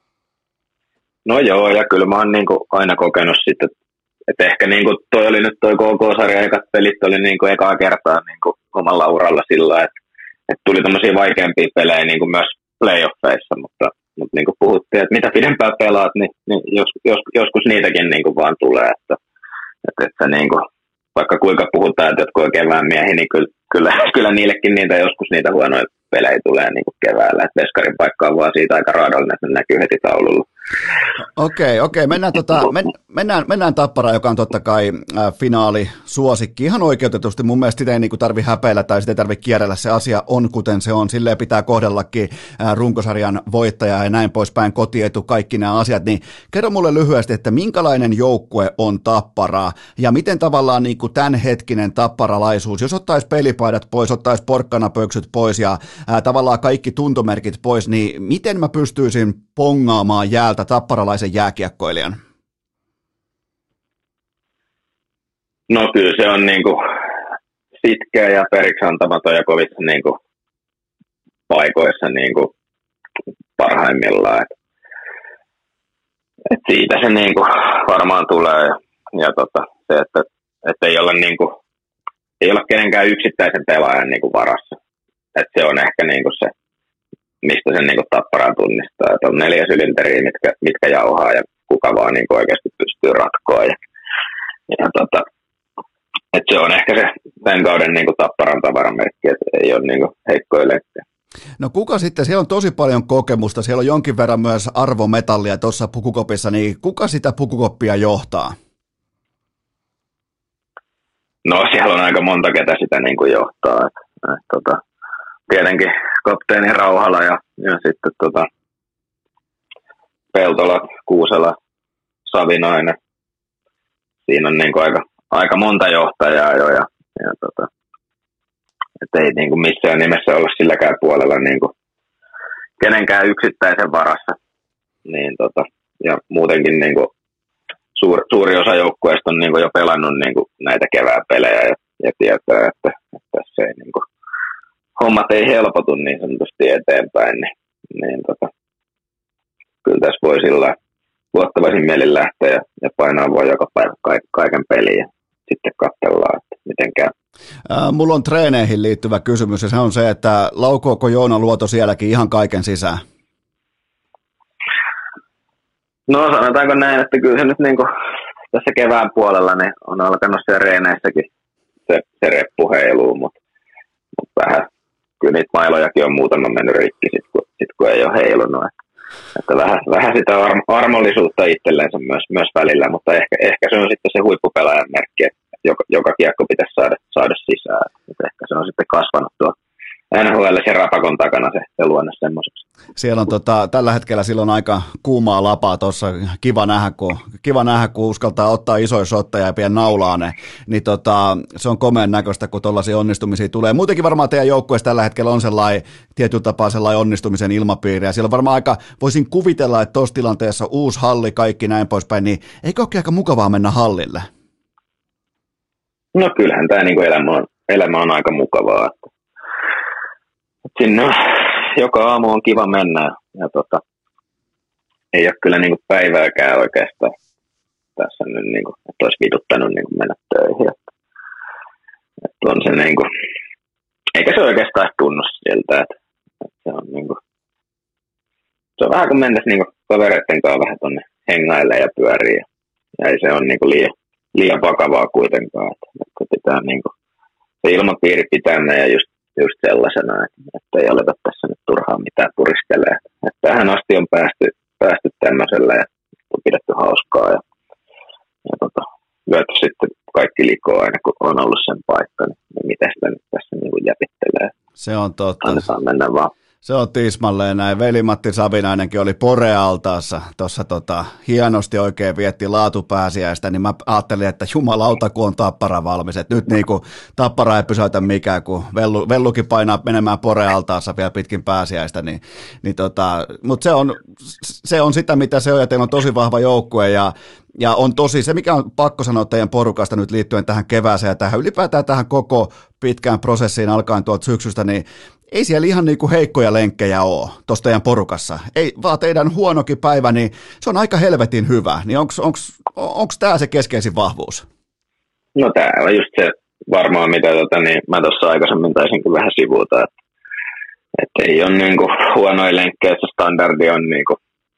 No joo, ja kyllä mä oon niinku aina kokenut sitten, että ehkä niinku toi oli nyt toi K K-sarjan ekat pelit oli niinku ekaa kertaa niinku omalla uralla sillä, että, että tuli tämmöisiä vaikeampia pelejä niinku myös playoffeissa, mutta, mutta niin kuin puhuttiin, että mitä pidempään pelaat, niin, niin jos, jos, joskus niitäkin niin kuin vaan tulee, että, että, että niin kuin, vaikka kuinka puhutaan, että jotkut on kevään miehiä, niin kyllä, kyllä, kyllä niillekin niitä joskus niitä huonoja pelejä tulee niin kuin keväällä, että veskarin paikka on vaan siitä aika raadollinen, että ne näkyy heti taululla. Okei, okei. Mennään, tota, men, mennään, mennään Tapparaan, joka on totta kai äh, finaali suosikki. Ihan oikeutetusti. Mun mielestä sitä ei niin tarvitse häpeillä tai sitä ei tarvitse kierrellä. Se asia on kuten se on. Silleen pitää kohdellakin äh, runkosarjan voittajaa ja näin poispäin, kotietu, kaikki nämä asiat. Niin kerro mulle lyhyesti, että minkälainen joukkue on Tappara ja miten tavallaan niin kuin tämänhetkinen tapparalaisuus, jos ottaisi pelipaidat pois, ottaisi porkkanapöksyt pois ja äh, tavallaan kaikki tuntomerkit pois, niin miten mä pystyisin pongaamaan jäältä tapparalaisen jääkiekkoilijan? No kyllä se on niinku sitkeä ja periksi antamaton ja kovissa niinku paikoissa niinku parhaimmillaan. Et, et siitä se niinku varmaan tulee ja, ja tota, se, että et ei olla niinku, ei olla kenenkään yksittäisen pelaajan niinku varassa. Et se on ehkä niinku se, mistä sen niinku Tapparan tunnistaa, että on neljä sylinteriä, mitkä, mitkä jauhaa ja kuka vaan niinku oikeasti pystyy ratkoa. Ja, ja tota, et se on ehkä se tämän kauden niinku Tapparan tavaramerkki, että ei ole niinku heikkoja lenkkejä. No kuka sitten, siellä on tosi paljon kokemusta, siellä on jonkin verran myös arvometallia tuossa pukukopissa, niin kuka sitä pukukoppia johtaa? No siellä on aika monta, ketä sitä niinku johtaa. Et, et, tota, tietenkin kapteeni Rauhala ja, ja sitten tota, Peltola, Kuusela, Savinainen. Siinä on niinku aika, aika monta johtajaa jo ja, ja tota, et ei niinku missään nimessä olla silläkään puolella niinku kenenkään yksittäisen varassa. Niin, tota, ja muutenkin niinku suur, suuri osa joukkueista on niinku jo pelannut niinku näitä kevään pelejä ja, ja tietää, että, että tässä ei niinku hommat ei helpotu niin sanotusti eteenpäin, niin, niin tota, kyllä tässä voi sillä luottavaisin mielin lähteä ja, ja painaa voi joka päivä kaiken peliin ja sitten katsellaan, että miten käy. Ää, mulla on treeneihin liittyvä kysymys ja se on se, että laukoako Joona Luoto sielläkin ihan kaiken sisään? No sanotaanko näin, että kyllä se nyt niin kuin tässä kevään puolella niin on alkanut siellä reeneissäkin se, se reppu heiluu, mutta mut vähän, kyllä niitä mailojakin on muutama mennyt rikki sit kun, sit kun ei ole heilunut. Että, että vähän, vähän sitä arm, armollisuutta itsellensä myös, myös välillä, mutta ehkä, ehkä se on sitten se huippupelaajan merkki, että joka, joka kiekko pitäisi saada, saada sisään. Että ehkä se on sitten kasvanut tuo N H L ja rapakon takana se, se luonne semmoiseksi. Siellä on tota, tällä hetkellä silloin aika kuumaa lapaa tuossa, kiva nähdä, kun, kiva nähdä, kun uskaltaa ottaa isoja shotteja ja pian naulaa ne, niin tota, se on komeen näköistä, kun tuollaisia onnistumisia tulee. Muutenkin varmaan teidän joukkueessa tällä hetkellä on sellainen, tietyllä tapaa sellainen onnistumisen ilmapiiri, ja siellä on varmaan aika, voisin kuvitella, että tuossa tilanteessa uusi halli, kaikki näin poispäin, niin eikö olekin aika mukavaa mennä hallille? No kyllähän tämä niin elämä, on, elämä on aika mukavaa, että sinne joka aamu on kiva mennä ja tota, ei ole kyllä niinku päivääkään oikeastaan tässä nyt, niinku, että olisi vituttanut niinku mennä töihin. Että, että on se niinku, eikä se oikeastaan tunnu siltä, että, että se on niinku, se on vähän kuin mentäisiin niinku kavereiden kanssa vähän tuonne hengailemaan ja pyöriin. Ja ei se ole niinku liian, liian vakavaa kuitenkaan, että, että pitää niinku, se ilmapiiri pitää meidän just just sellaisena, että, että ei aleta tässä nyt turhaan mitään puriskelee. Että tähän asti on päästy, päästy tämmöisellä ja on pidetty hauskaa ja, ja tota, lyöty sitten kaikki likoon aina, kun on ollut sen paikka, niin miten sitä nyt tässä niin kuin jäpittelee. Se on totta. Annetaan mennä vaan. Se on tismalleen näin. Veli-Matti Savinainenkin oli Porealtaassa tuossa tota, hienosti oikein vietti laatupääsiäistä, niin mä ajattelin, että jumalauta, kun on Tappara valmis. Et nyt niin kuin, Tappara ei pysäytä mikään, kun Vellu, Vellukin painaa menemään Porealtaassa vielä pitkin pääsiäistä. Niin, niin tota, mutta se on, se on sitä, mitä se on, ja teillä on tosi vahva joukkue, ja Ja on tosi, se mikä on pakko sanoa teidän porukasta nyt liittyen tähän kevääseen ja tähän ylipäätään tähän koko pitkään prosessiin alkaen tuolta syksystä, niin ei siellä ihan niinku heikkoja lenkkejä ole tuossa teidän porukassa. Ei, vaan teidän huonokin päivä, niin se on aika helvetin hyvä. Niin onko tämä se keskeisin vahvuus? No tämä on just se varmaan, mitä tota, niin mä tuossa aikaisemmin taisinkin vähän sivuuta, että, että ei ole niinku huonoja lenkkejä, se standardi on niinku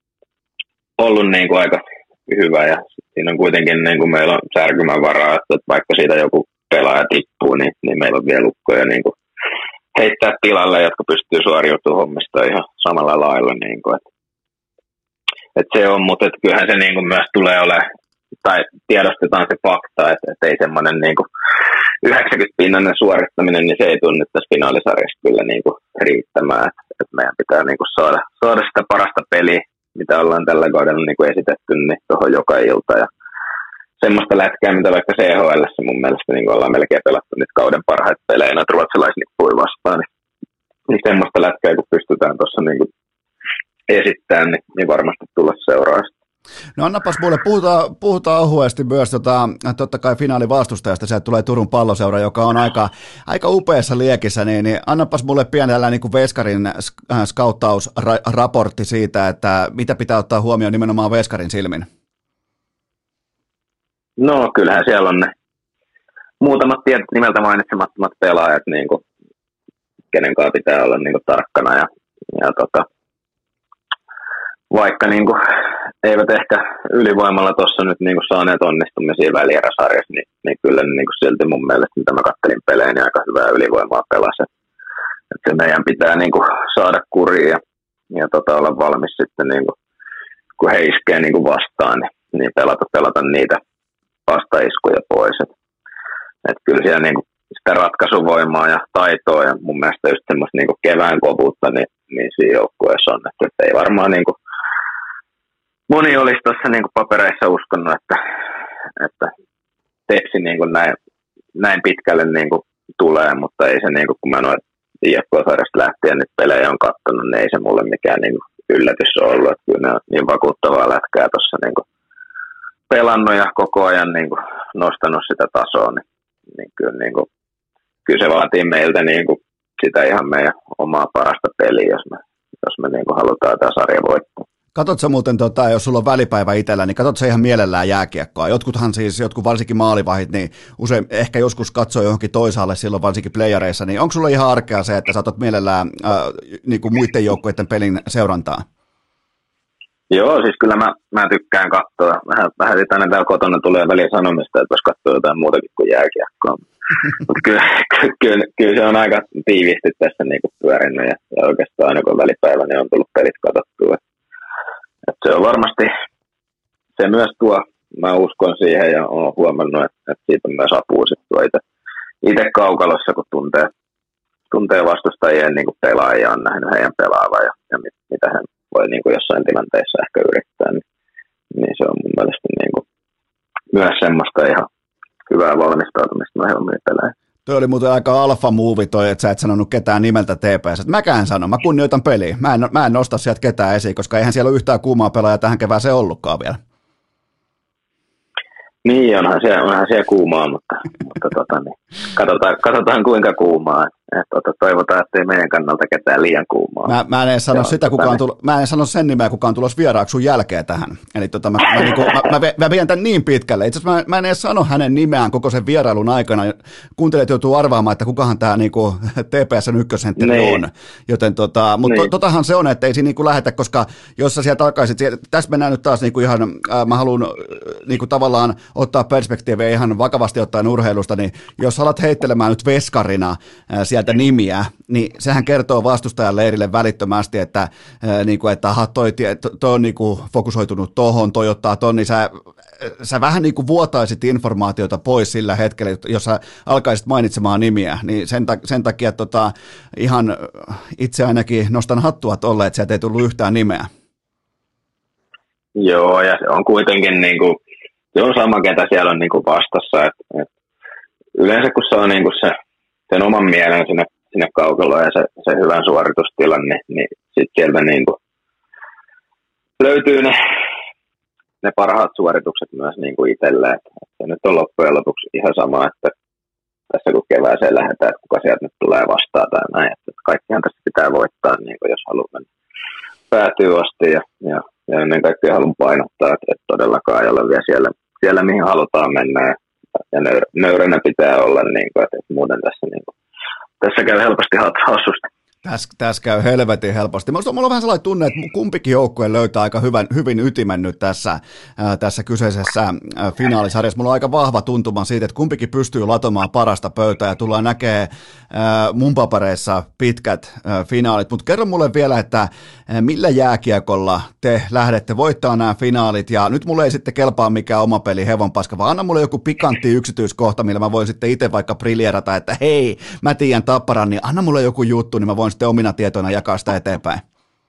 ollut niinku aika hyvä ja siinä on kuitenkin niin kuin meillä on särkymän varaa, että vaikka siitä joku pelaaja tippuu, niin, niin meillä on vielä lukkoja niin kuin heittää tilalle, jotka pystyy suoriutumaan hommista ihan samalla lailla. Niin kuin, että, että se on, mutta että kyllähän se niin kuin myös tulee olemaan, tai tiedostetaan se fakta, että, että ei semmoinen niin kuin yhdeksänkymmentä-pinnainen suorittaminen, niin se ei tunne tässä finaalisarjassa kyllä niin kuin riittämään. Että, että meidän pitää niin kuin saada, saada sitä parasta peliä, mitä ollaan tällä kaudella niin kuin esitetty, niin tuohon joka ilta. Ja semmoista lätkää, mitä vaikka C H L:ssä mun mielestä niin ollaan melkein pelattu nyt kauden parhaita pelejä noita ruotsalaisnippuja vastaan. Niin, niin semmoista lätkää, kun pystytään tuossa niin esittämään, niin, niin varmasti tulla seuraavasta. No annapas mulle, puhutaan, puhutaan ohuesti myös tota, totta kai finaalivastustajasta, sieltä tulee Turun Palloseura, joka on aika, aika upeassa liekissä, niin, niin annapas mulle pienellä niin kuin Veskarin skauttausraportti siitä, että mitä pitää ottaa huomioon nimenomaan Veskarin silmin. No kyllähän siellä on ne muutamat tietyt nimeltä mainitsemattomat pelaajat, niin kuin, kenen kanssa pitää olla niin kuin tarkkana ja, ja tota, vaikka niin kuin, eivät ehkä ylivoimalla tuossa nyt niin kuin saaneet onnistumisia välieräsarjassa, niin, niin kyllä niin kuin silti mun mielestä, mitä mä kattelin pelejä, niin aika hyvää ylivoimaa pelasi. Että se meidän pitää niin kuin saada kuriin ja, ja tota, olla valmis sitten, niin kuin, kun he iskee niin kuin vastaan, niin, niin pelata, pelata niitä vastaiskuja pois. Et, et kyllä siellä niin kuin sitä ratkaisuvoimaa ja taitoa ja mun mielestä just semmoista niin kuin kevään kovuutta, niin, niin siinä joukkueessa on. Että, että ei varmaan niin kuin moni olisi tuossa niin kuin papereissa uskonut, että, että Tepsi niin kuin näin, näin pitkälle niin kuin tulee, mutta ei se, niin kuin, kun mä noin I F K-sarjasta lähtien nyt pelejä on katsonut, niin ei se mulle mikään niin kuin yllätys ole ollut. Että kyllä ne on niin vakuuttavaa lätkää tuossa niin kuin pelannut ja koko ajan niin kuin nostanut sitä tasoa, niin, niin, kyllä, niin kuin, kyllä se vaatii meiltä niin kuin sitä ihan meidän omaa parasta peliä, jos me, jos me niin kuin halutaan tämä sarja voittaa. Katsotko muuten, tota, jos sulla on välipäivä itsellä, niin katsotko ihan mielellään jääkiekkoa? Jotkuthan siis, jotkut varsinkin maalivahit, niin usein ehkä joskus katsoo johonkin toisaalle silloin varsinkin playareissa, niin onko sulla ihan arkea se, että sä otat mielellään äh, niin kuin muiden joukkueiden pelin seurantaa? Joo, siis kyllä mä, mä tykkään katsoa. Vähän, vähän tänne täällä kotona tulee väliin sanomista, että voisi katsoa jotain muutakin kuin jääkiekkoa. Mutta kyllä, kyllä, kyllä se on aika tiiviisti tässä niin kuin pyörinyt ja, ja oikeastaan aina kun on välipäivä, niin on tullut pelit katsottua. Et se on varmasti, se myös tuo, mä uskon siihen ja olen huomannut, että, että siitä on myös apua sitten itse, itse kaukalossa, kun tuntee, tuntee vastustajien niin kuin pelaajia, on nähnyt heidän pelaavan ja, ja mit, mitä he voi niin kuin jossain tilanteessa ehkä yrittää, niin, niin se on mun mielestä niin kuin myös semmoista ihan hyvää valmistautumista noihin omiin peleihin. Toi oli muuten aika alfa-muuvi toi, että sä et sanonut ketään nimeltä T P S. Mäkään sano, mä kunnioitan peliä. Mä en, mä en nosta sieltä ketään esiin, koska eihän siellä ole yhtään kuumaa pelaajaa tähän kevääseen ollutkaan vielä. Niin, onhan siellä, onhan siellä kuumaa, mutta, mutta tota, niin, katsotaan, katsotaan kuinka kuumaa. Et, tota, toivotaan, että ei meidän kannalta ketään liian kuumaa. Mä, mä, en edes sano sitä, kuka on tulo, mä en sano sen nimeä, kuka on tulossa vieraaksi sun jälkeen tähän. Eli tota, mä, mä, niinku, mä, mä, mä vien tämän niin pitkälle. Itse asiassa mä, mä en edes sano hänen nimeään koko sen vierailun aikana. Kuuntelijat joutuu arvaamaan, että kukahan tämä niinku, T P S:n ykkösentteri niin on. Joten tota, mutta niin. to, totahan se on, että ei siinä niinku lähetä, koska jos sä sieltä takaisin, tässä mennään nyt taas niinku ihan, äh, mä haluan niinku tavallaan ottaa perspektiiviä ihan vakavasti ottaen urheilusta, niin jos alat heittelemään nyt veskarina ää, sieltä nimiä, niin sehän kertoo vastustajan leirille välittömästi, että, ää, niin kuin, että aha, toi, toi on niin kuin fokusoitunut tohon, toi ottaa ton, niin sä, sä vähän niin kuin vuotaisit informaatiota pois sillä hetkellä, jos sä alkaisit mainitsemaan nimiä, niin sen, ta- sen takia tota, ihan itse ainakin nostan hattua tolle, että sieltä ei tullut yhtään nimeä. Joo, ja se on kuitenkin niin kuin se on sama, ketä siellä on niin kuin vastassa. Et, et yleensä kun se on niin kuin se, sen oman mielen sinne, sinne kaukaloon ja se, se hyvän suoritustilan, niin, niin sitten sieltä niin kuin löytyy ne, ne parhaat suoritukset myös niin kuin itselleen. Et, et se nyt on loppujen lopuksi ihan sama, että tässä kun kevääseen lähdetään, että kuka sieltä nyt tulee vastaan tai näin. Et, et kaikkihan tässä pitää voittaa, niin kuin jos haluaa mennä päätyy asti ja, ja Ja ennen kaikkea haluan painottaa, että, että todellakaan ei ole vielä siellä, siellä mihin halutaan mennä. Ja nöyrä, nöyränä pitää olla, niin kuin, että muuten tässä, niin kuin, tässä käy helposti hassusti. Tässä, tässä käy helvetin helposti. Mulla on vähän sellainen tunne, että kumpikin joukkue löytää aika hyvän, hyvin ytimen nyt tässä, ää, tässä kyseisessä ää, finaalisarjassa. Mulla on aika vahva tuntuma siitä, että kumpikin pystyy latomaan parasta pöytää ja tullaan näkee ää, mun papereissa pitkät ää, finaalit. Mutta kerro mulle vielä, että ää, millä jääkiekolla te lähdette voittaa nämä finaalit ja nyt mulle ei sitten kelpaa mikään oma peli hevonpaska, vaan anna mulle joku pikantti yksityiskohta, millä mä voin sitten itse vaikka briljerata, että hei, mä tiedän Tapparan, niin anna mulle joku juttu, niin mä voin sitten omina tietoina jakaa sitä eteenpäin?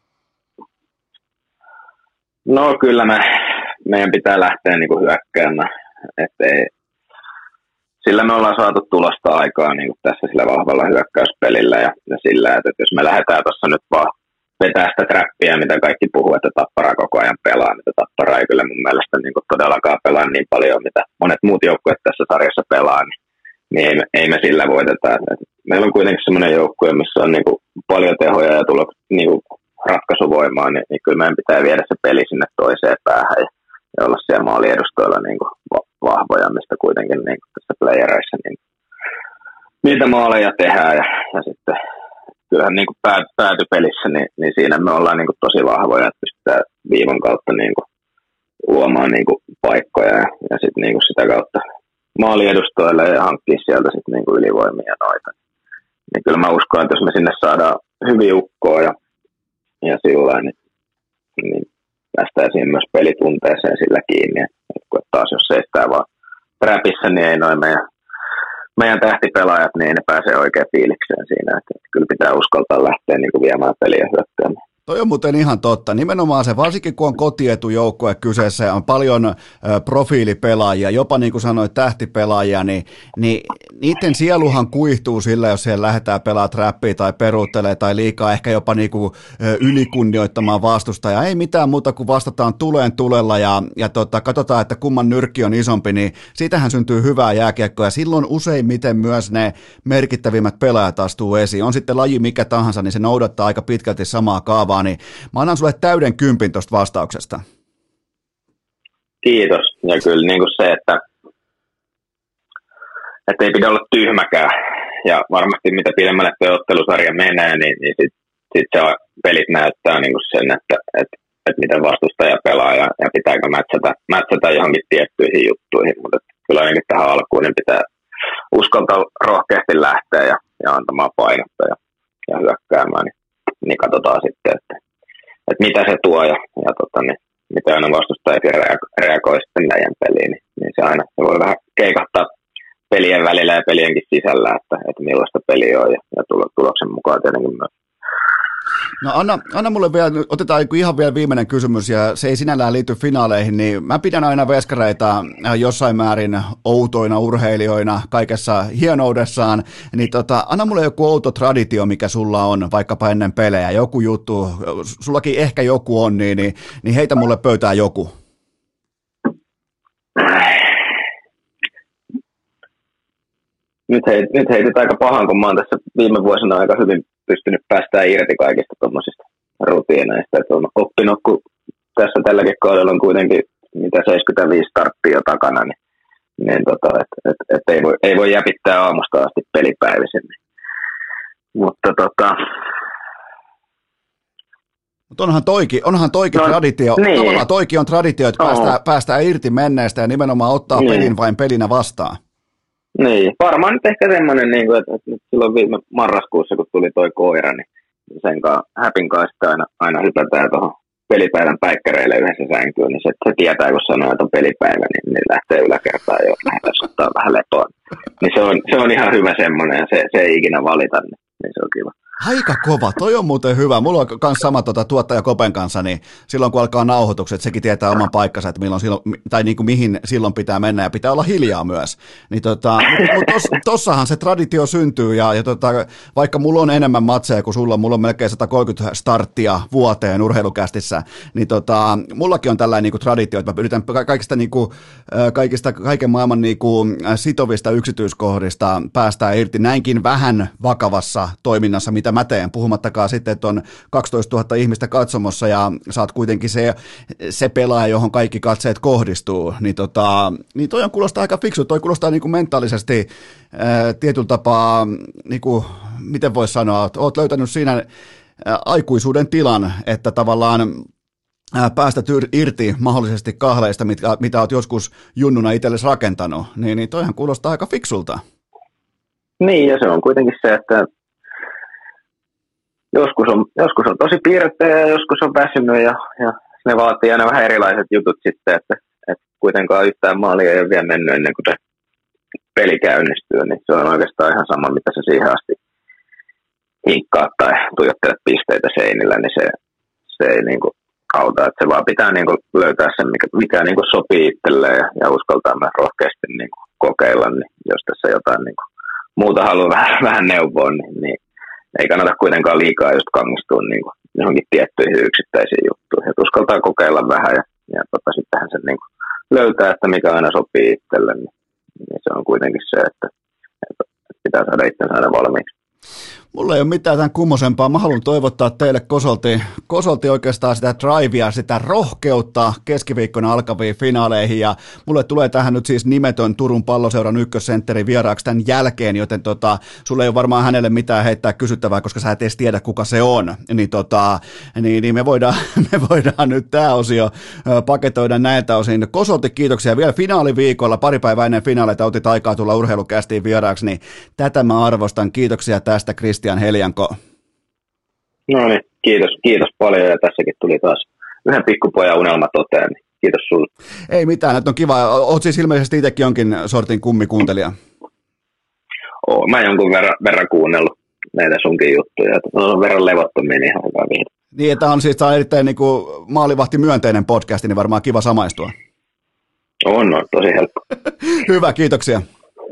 No kyllä me, meidän pitää lähteä niin kuin hyökkäämään. Ettei, sillä me ollaan saatu tulosta aikaa niin kuin tässä sillä vahvalla hyökkäyspelillä ja, ja sillä, että, että jos me lähdetään tuossa nyt vaan vetää sitä trappia, mitä kaikki puhuu, että Tappara koko ajan pelaa, mitä Tappara ei kyllä mun mielestä niin kuin todellakaan pelaa niin paljon, mitä monet muut joukkueet tässä sarjassa pelaa, niin niin ei me, ei me sillä voiteta. Meillä on kuitenkin semmoinen joukkue, missä on niin kuin paljon tehoja ja tulo, niin kuin ratkaisuvoimaa, niin, niin kyllä meidän pitää viedä se peli sinne toiseen päähän ja, ja olla siellä maaliedustoilla niin kuin vahvoja, mistä kuitenkin niin kuin tässä playereissa niin niitä maaleja tehdään. Ja, ja sitten kyllähän niin kuin päät, päätypelissä, niin, niin siinä me ollaan niin kuin tosi vahvoja, että pystytään viivan kautta niin kuin luomaan niin kuin paikkoja ja, ja sitten niin kuin sitä kautta maaliedustoille ja hankkia sieltä sitten niinku ylivoimia noita. Niin kyllä mä uskon, että jos me sinne saadaan hyvin ukkoa ja, ja sillä niin, niin päästäisiin myös pelitunteeseen sillä kiinni. Et kun taas jos seistää vaan räpissä, niin ei noin meidän, meidän tähtipelaajat, niin ne pääsee oikein fiilikseen siinä. Et, et kyllä pitää uskaltaa lähteä niinku viemään peliä hyökkäämään. Toi on muuten ihan totta. Nimenomaan se, varsinkin kun on kotietujoukkue kyseessä ja on paljon ö, profiilipelaajia, jopa niin kuin sanoit tähtipelaajia, niin, niin niiden sieluhan kuihtuu sillä, jos siellä lähdetään pelaamaan trappia tai peruuttelee tai liikaa ehkä jopa niin kuin, ö, ylikunnioittamaan vastustajaa. Ei mitään muuta kuin vastataan tuleen tulella ja, ja tota, katsotaan, että kumman nyrkki on isompi, niin siitähän syntyy hyvää jääkiekkoa ja silloin useimmiten myös ne merkittävimmät pelaajat astuu esiin. On sitten laji mikä tahansa, niin se noudattaa aika pitkälti samaa kaavaa. Niin mä annan sulle täyden kympin tuosta vastauksesta. Kiitos. Ja kyllä niin kuin se, että, että ei pidä olla tyhmäkään. Ja varmasti mitä pidemmälle tuo ottelusarja menee, niin, niin sitten sit se pelit näyttää niin kuin sen, että, että, että miten vastustaja pelaa ja, ja pitääkö mätsätä, mätsätä johonkin tiettyihin juttuihin. Mutta kyllä ainakin tähän alkuun niin pitää uskaltaa rohkeasti lähteä ja, ja antamaan painetta ja, ja hyökkäämään. Niin niin katsotaan sitten, että, että mitä se tuo ja, ja tota, niin, miten aina vastustajakin reagoi sitten meidän peliin, niin, niin se aina se voi vähän keikahtaa pelien välillä ja pelienkin sisällä, että, että millaista peliä on ja, ja tuloksen mukaan tietenkin myös. No anna, anna mulle vielä, otetaan ihan vielä viimeinen kysymys ja se ei sinällään liity finaaleihin, niin mä pidän aina veskareita jossain määrin outoina urheilijoina kaikessa hienoudessaan, niin tota, anna mulle joku outo traditio, mikä sulla on vaikkapa ennen pelejä, joku juttu, sullakin ehkä joku on, niin, niin, niin heitä mulle pöytään joku. Nyt, heit, nyt heitit aika pahan, kun mä oon tässä viime vuosina aika hyvin pystynyt päästään irti kaikista tuommoisista rutiineista. Et on oppinut, kun tässä tälläkin kaudella on kuitenkin mitä seitsemänkymmentäviisi starttia jo takana, niin, niin tota, et, et, et ei, voi, ei voi jäpittää aamusta asti pelipäivisin. Mutta tota... Mutta onhan toikin, onhan toikin no, traditio, niin. Tavallaan toikin on traditio, että päästään, päästään irti menneestä ja nimenomaan ottaa niin. pelin vain pelinä vastaan. Niin, varmaan nyt ehkä semmoinen, niin että, että silloin viime marraskuussa, kun tuli toi koira, niin sen kanssa, Häpin kanssa aina, aina hypätään tuohon pelipäivän päikkäreille yhdessä sänkyyn, niin se, se tietää, kun sanoo, että on pelipäivä, niin, niin lähtee yläkertaan jo, lähdetään ottaa vähän lepoa. Niin se on, se on ihan hyvä semmoinen, ja se, se ei ikinä valita, niin, niin se on kiva. Aika kova, toi on muuten hyvä. Mulla on myös sama tuota, tuottaja Kopen kanssa, niin silloin kun alkaa nauhoitukset, sekin tietää oman paikkansa, että milloin silloin, tai niin kuin mihin silloin pitää mennä, ja pitää olla hiljaa myös. Niin tota, mutta tos, tossahan se traditio syntyy, ja, ja tota, vaikka mulla on enemmän matseja kuin sulla, mulla on melkein sata kolmekymmentä starttia vuoteen urheilukästissä, niin tota, mullakin on tällainen niin kuin traditio, että mä yritän kaikista, niin kuin, kaikista kaiken maailman niin kuin sitovista yksityiskohdista päästään irti näinkin vähän vakavassa toiminnassa, mitä mä teen, puhumattakaan sitten, että on kaksitoistatuhatta ihmistä katsomossa ja sä oot kuitenkin se, se pelaaja, johon kaikki katseet kohdistuu, niin, tota, niin toi on kuulostaa aika fiksu, toi kuulostaa niin kuin mentaalisesti ää, tietyllä tapaa, niin kuin, miten voisi sanoa, että oot löytänyt siinä ää, aikuisuuden tilan, että tavallaan ää, päästä irti mahdollisesti kahleista, mitä, mitä oot joskus junnuna itsellesi rakentanut, niin, niin toihan kuulostaa aika fiksulta. Niin, ja se on kuitenkin se, että Joskus on, joskus on tosi piirteä ja joskus on väsynyt ja, ja ne vaatii aina vähän erilaiset jutut sitten, että, että kuitenkaan yhtään maalia ei ole vielä mennyt ennen kuin se peli käynnistyy, niin se on oikeastaan ihan sama, mitä se siihen asti hinkkaa tai tuijottelet pisteitä seinillä, niin se, se ei niin kuin auta, että se vaan pitää niin kuin löytää sen, mikä, mikä niin kuin sopii itselleen ja, ja uskaltaa myös rohkeasti niin kuin kokeilla, niin jos tässä jotain niin kuin muuta haluaa vähän, vähän neuvoa, niin, niin ei kannata kuitenkaan liikaa just kangistua niin kuin johonkin tiettyihin yksittäisiin juttuihin. Et uskaltaa kokeilla vähän ja, ja tota, sittenhän sen niin kuin löytää, että mikä aina sopii itselle. Niin, niin se on kuitenkin se, että, että pitää saada itsensä aina valmiiksi. Mulla ei ole mitään tämän kummosempaa. Mä haluan toivottaa teille Kosolti, Kosolti oikeastaan sitä drivea, sitä rohkeutta keskiviikkona alkaviin finaaleihin. Ja mulle tulee tähän nyt siis nimetön Turun Palloseuran ykkössentteri vieraaksi tämän jälkeen, joten tota, sulle ei ole varmaan hänelle mitään heittää kysyttävää, koska sä et edes tiedä, kuka se on. Niin, tota, niin, niin me, voidaan, me voidaan nyt tämä osio paketoida näiltä osin. Kosolti, kiitoksia vielä finaaliviikolla. Pari päivää ennen finaaleita otit aikaa tulla urheilukästiin vieraaksi, niin tätä mä arvostan. Kiitoksia tästä, Kristian Helianko. No niin, kiitos, kiitos paljon ja tässäkin tuli taas yhden pikkupojan unelma toteen, niin kiitos sulle. Ei mitään, että on kiva. Oot siis ilmeisesti itsekin jonkin sortin kummikuuntelija? Oon, mä jonkun verran, verran kuunnellut näitä sunkin juttuja, että on verran levottomia, niin ihan hyvä viihde. Niin, että on siis tämä on erittäin niin kuin maalivahti myönteinen podcast, niin varmaan kiva samaistua. On, on tosi helppo. Hyvä, kiitoksia.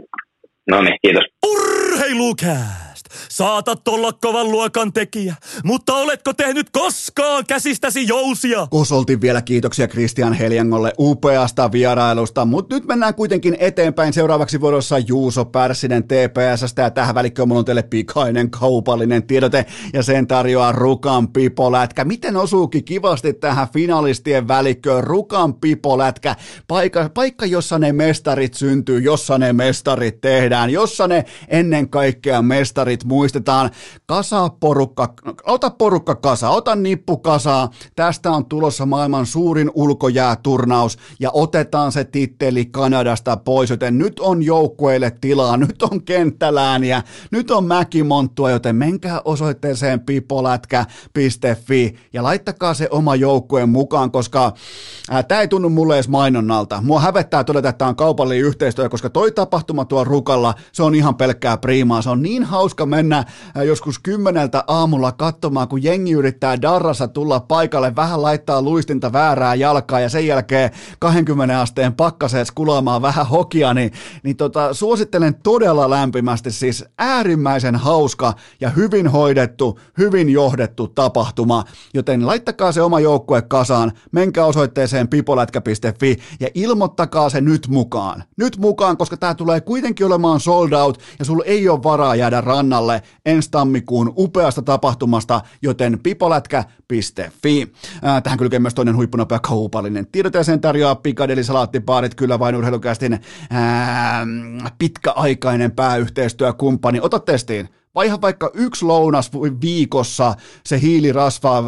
No niin, kiitos. Urheilukääst! Saatat olla kovan luokan tekijä, mutta oletko tehnyt koskaan käsistäsi jousia? Kosoltin vielä kiitoksia Kristian Heljangolle upeasta vierailusta, mutta nyt mennään kuitenkin eteenpäin. Seuraavaksi vuorossa Juuso Pärssinen T P S:stä ja tähän välikköön mulla on teille pikainen kaupallinen tiedote ja sen tarjoaa Rukan pipolätkä. Miten osuukin kivasti tähän finalistien välikköön? Rukan pipolätkä, paikka, paikka jossa ne mestarit syntyy, jossa ne mestarit tehdään, jossa ne ennen kaikkea mestarit muistetaan. Kasa porukka, ota porukka kasa, ota nippu kasaa. Tästä on tulossa maailman suurin ulkojääturnaus ja otetaan se titteli Kanadasta pois, joten nyt on joukkueille tilaa, nyt on kenttälääniä, nyt on mäkimonttua, joten menkää osoitteeseen pipolätkä piste fi ja laittakaa se oma joukkueen mukaan, koska tämä ei tunnu mulle edes mainonnalta. Mua hävettää todeta, että tämä on kaupallinen yhteistyö, koska toi tapahtuma tuo Rukalla, se on ihan pelkkää priimaa, se on niin hauska mennä joskus kymmeneltä aamulla katsomaan, kun jengi yrittää darrassa tulla paikalle, vähän laittaa luistinta väärää jalkaa ja sen jälkeen kaksikymmentä asteen pakkaseessa kulaamaan vähän hokia, niin, niin tota, suosittelen todella lämpimästi, siis äärimmäisen hauska ja hyvin hoidettu, hyvin johdettu tapahtuma, joten laittakaa se oma joukkue kasaan, menkää osoitteeseen pipolätkä piste fi ja ilmoittakaa se nyt mukaan. Nyt mukaan, koska tämä tulee kuitenkin olemaan sold out ja sulla ei ole varaa jäädä rannalle ensi tammikuun upeasta tapahtumasta, joten pipolätkä piste fi. Tähän kylkee myös toinen huippunopea kaupallinen tiedote ja sen tarjoaa Pikadeli salaattibaarit, kyllä vain urheilukästin ää, pitkäaikainen pääyhteistyökumppani. Ota testiin. Vaiha vaikka yksi lounas viikossa, se hiilirasva,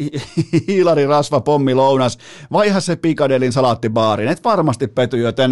hiilarirasva pommi lounas, vaiha se Pikadelin salaattibaariin, et varmasti pety, joten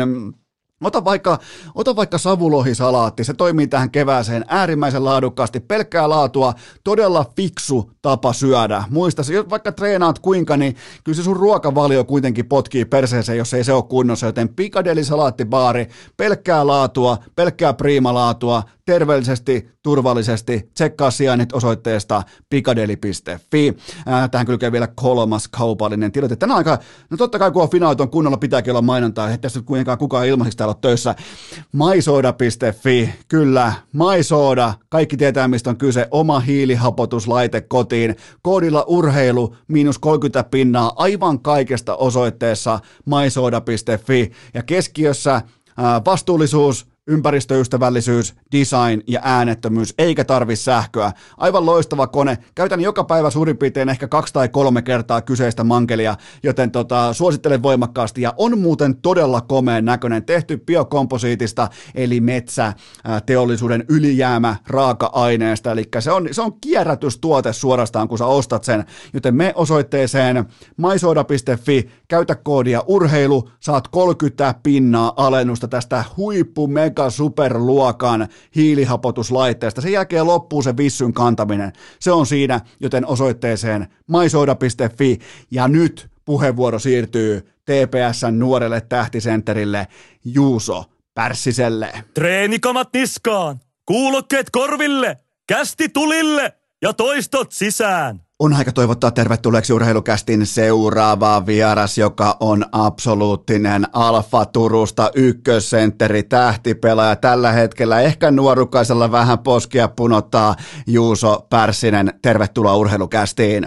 Ota vaikka, ota vaikka savulohisalaatti, se toimii tähän kevääseen äärimmäisen laadukkaasti, pelkkää laatua, todella fiksu tapa syödä. Muista, jos vaikka treenaat kuinka, niin kyllä se sun ruokavalio kuitenkin potkii perseeseen, jos ei se ole kunnossa, joten Pikadeli salaattibaari, pelkkää laatua, pelkkää priimalaatua, terveellisesti, turvallisesti, tsekkaa sijainnit osoitteesta pikadeli piste fi. Tähän kylkee vielä kolmas kaupallinen tiedote. Tänä aika, no totta kai kun on finaalit on kunnolla, pitääkin olla mainontaa, että tässä nyt kuitenkaan kukaan ilmaiseksi täällä ole töissä. mysoda piste fi, kyllä, mysoda, kaikki tietää mistä on kyse, oma hiilihapotuslaite kotiin, koodilla urheilu, miinus kolmekymmentä pinnaa, aivan kaikesta osoitteessa mysoda piste fi, ja keskiössä ää, vastuullisuus, ympäristöystävällisyys, design ja äänettömyys, eikä tarvi sähköä. Aivan loistava kone. Käytän joka päivä suurin piirtein ehkä kaksi tai kolme kertaa kyseistä mankelia, joten tota, suosittelen voimakkaasti. Ja on muuten todella komeen näköinen, tehty biokomposiitista, eli metsä, teollisuuden ylijäämä raaka-aineesta. Eli se on, se on kierrätystuote suorastaan, kun sä ostat sen. Joten me osoitteeseen mysoda piste fi, käytä koodia urheilu, saat kolmekymmentä pinnaa alennusta tästä huippu mega superluokan hiilihapotuslaitteesta. Sen jälkeen loppuu se vissyn kantaminen. Se on siinä, joten osoitteeseen mysoda piste fi. Ja nyt puheenvuoro siirtyy T P S:n nuorelle tähtisentterille Juuso Pärssiselle. Treenikamat niskaan, kuulokkeet korville, kästi tulille ja toistot sisään. On aika toivottaa tervetulleeksi urheilukästin seuraava vieras, joka on absoluuttinen Alfa Turusta ykkössentteri, tähtipelaaja. Tällä hetkellä ehkä nuorukaisella vähän poskia punottaa Juuso Pärssinen. Tervetuloa urheilukästiin.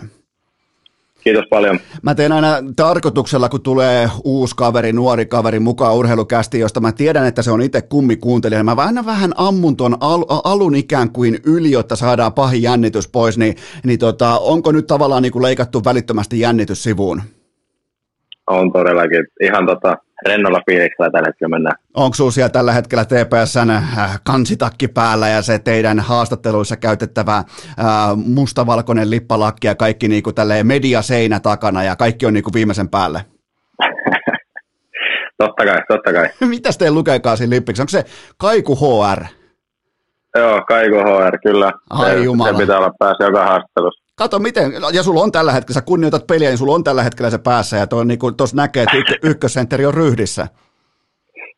Kiitos paljon. Mä teen aina tarkoituksella, kun tulee uusi kaveri, nuori kaveri mukaan urheilukästiin, josta mä tiedän, että se on itse kummikuuntelija. Mä aina vähän ammun ton al- alun ikään kuin yli, jotta saadaan pahin jännitys pois, niin, niin tota, onko nyt tavallaan niin kuin leikattu välittömästi jännitys sivuun? On todellakin. Ihan tota, rennolla fiiliksellä tällä hetkellä mennään. Onko sinulla siellä tällä hetkellä T P S:n kansitakki päällä ja se teidän haastatteluissa käytettävä ää, mustavalkoinen lippalakki ja kaikki niinku tälleen mediaseinä takana ja kaikki on niinku viimeisen päälle? Totta kai, totta kai. Mitäs teillä lukeekaan siinä lippiksi? Onko se Kaiku H R? Joo, Kaiku H R, kyllä. Ai se, jumala. Se pitää olla päässä joka haastattelussa. Kato miten, ja sulla on tällä hetkellä, sä kunnioitat peliä, niin sulla on tällä hetkellä se päässä, ja tuossa niinku, näkee, että ykkö, ykkössentteri on ryhdissä.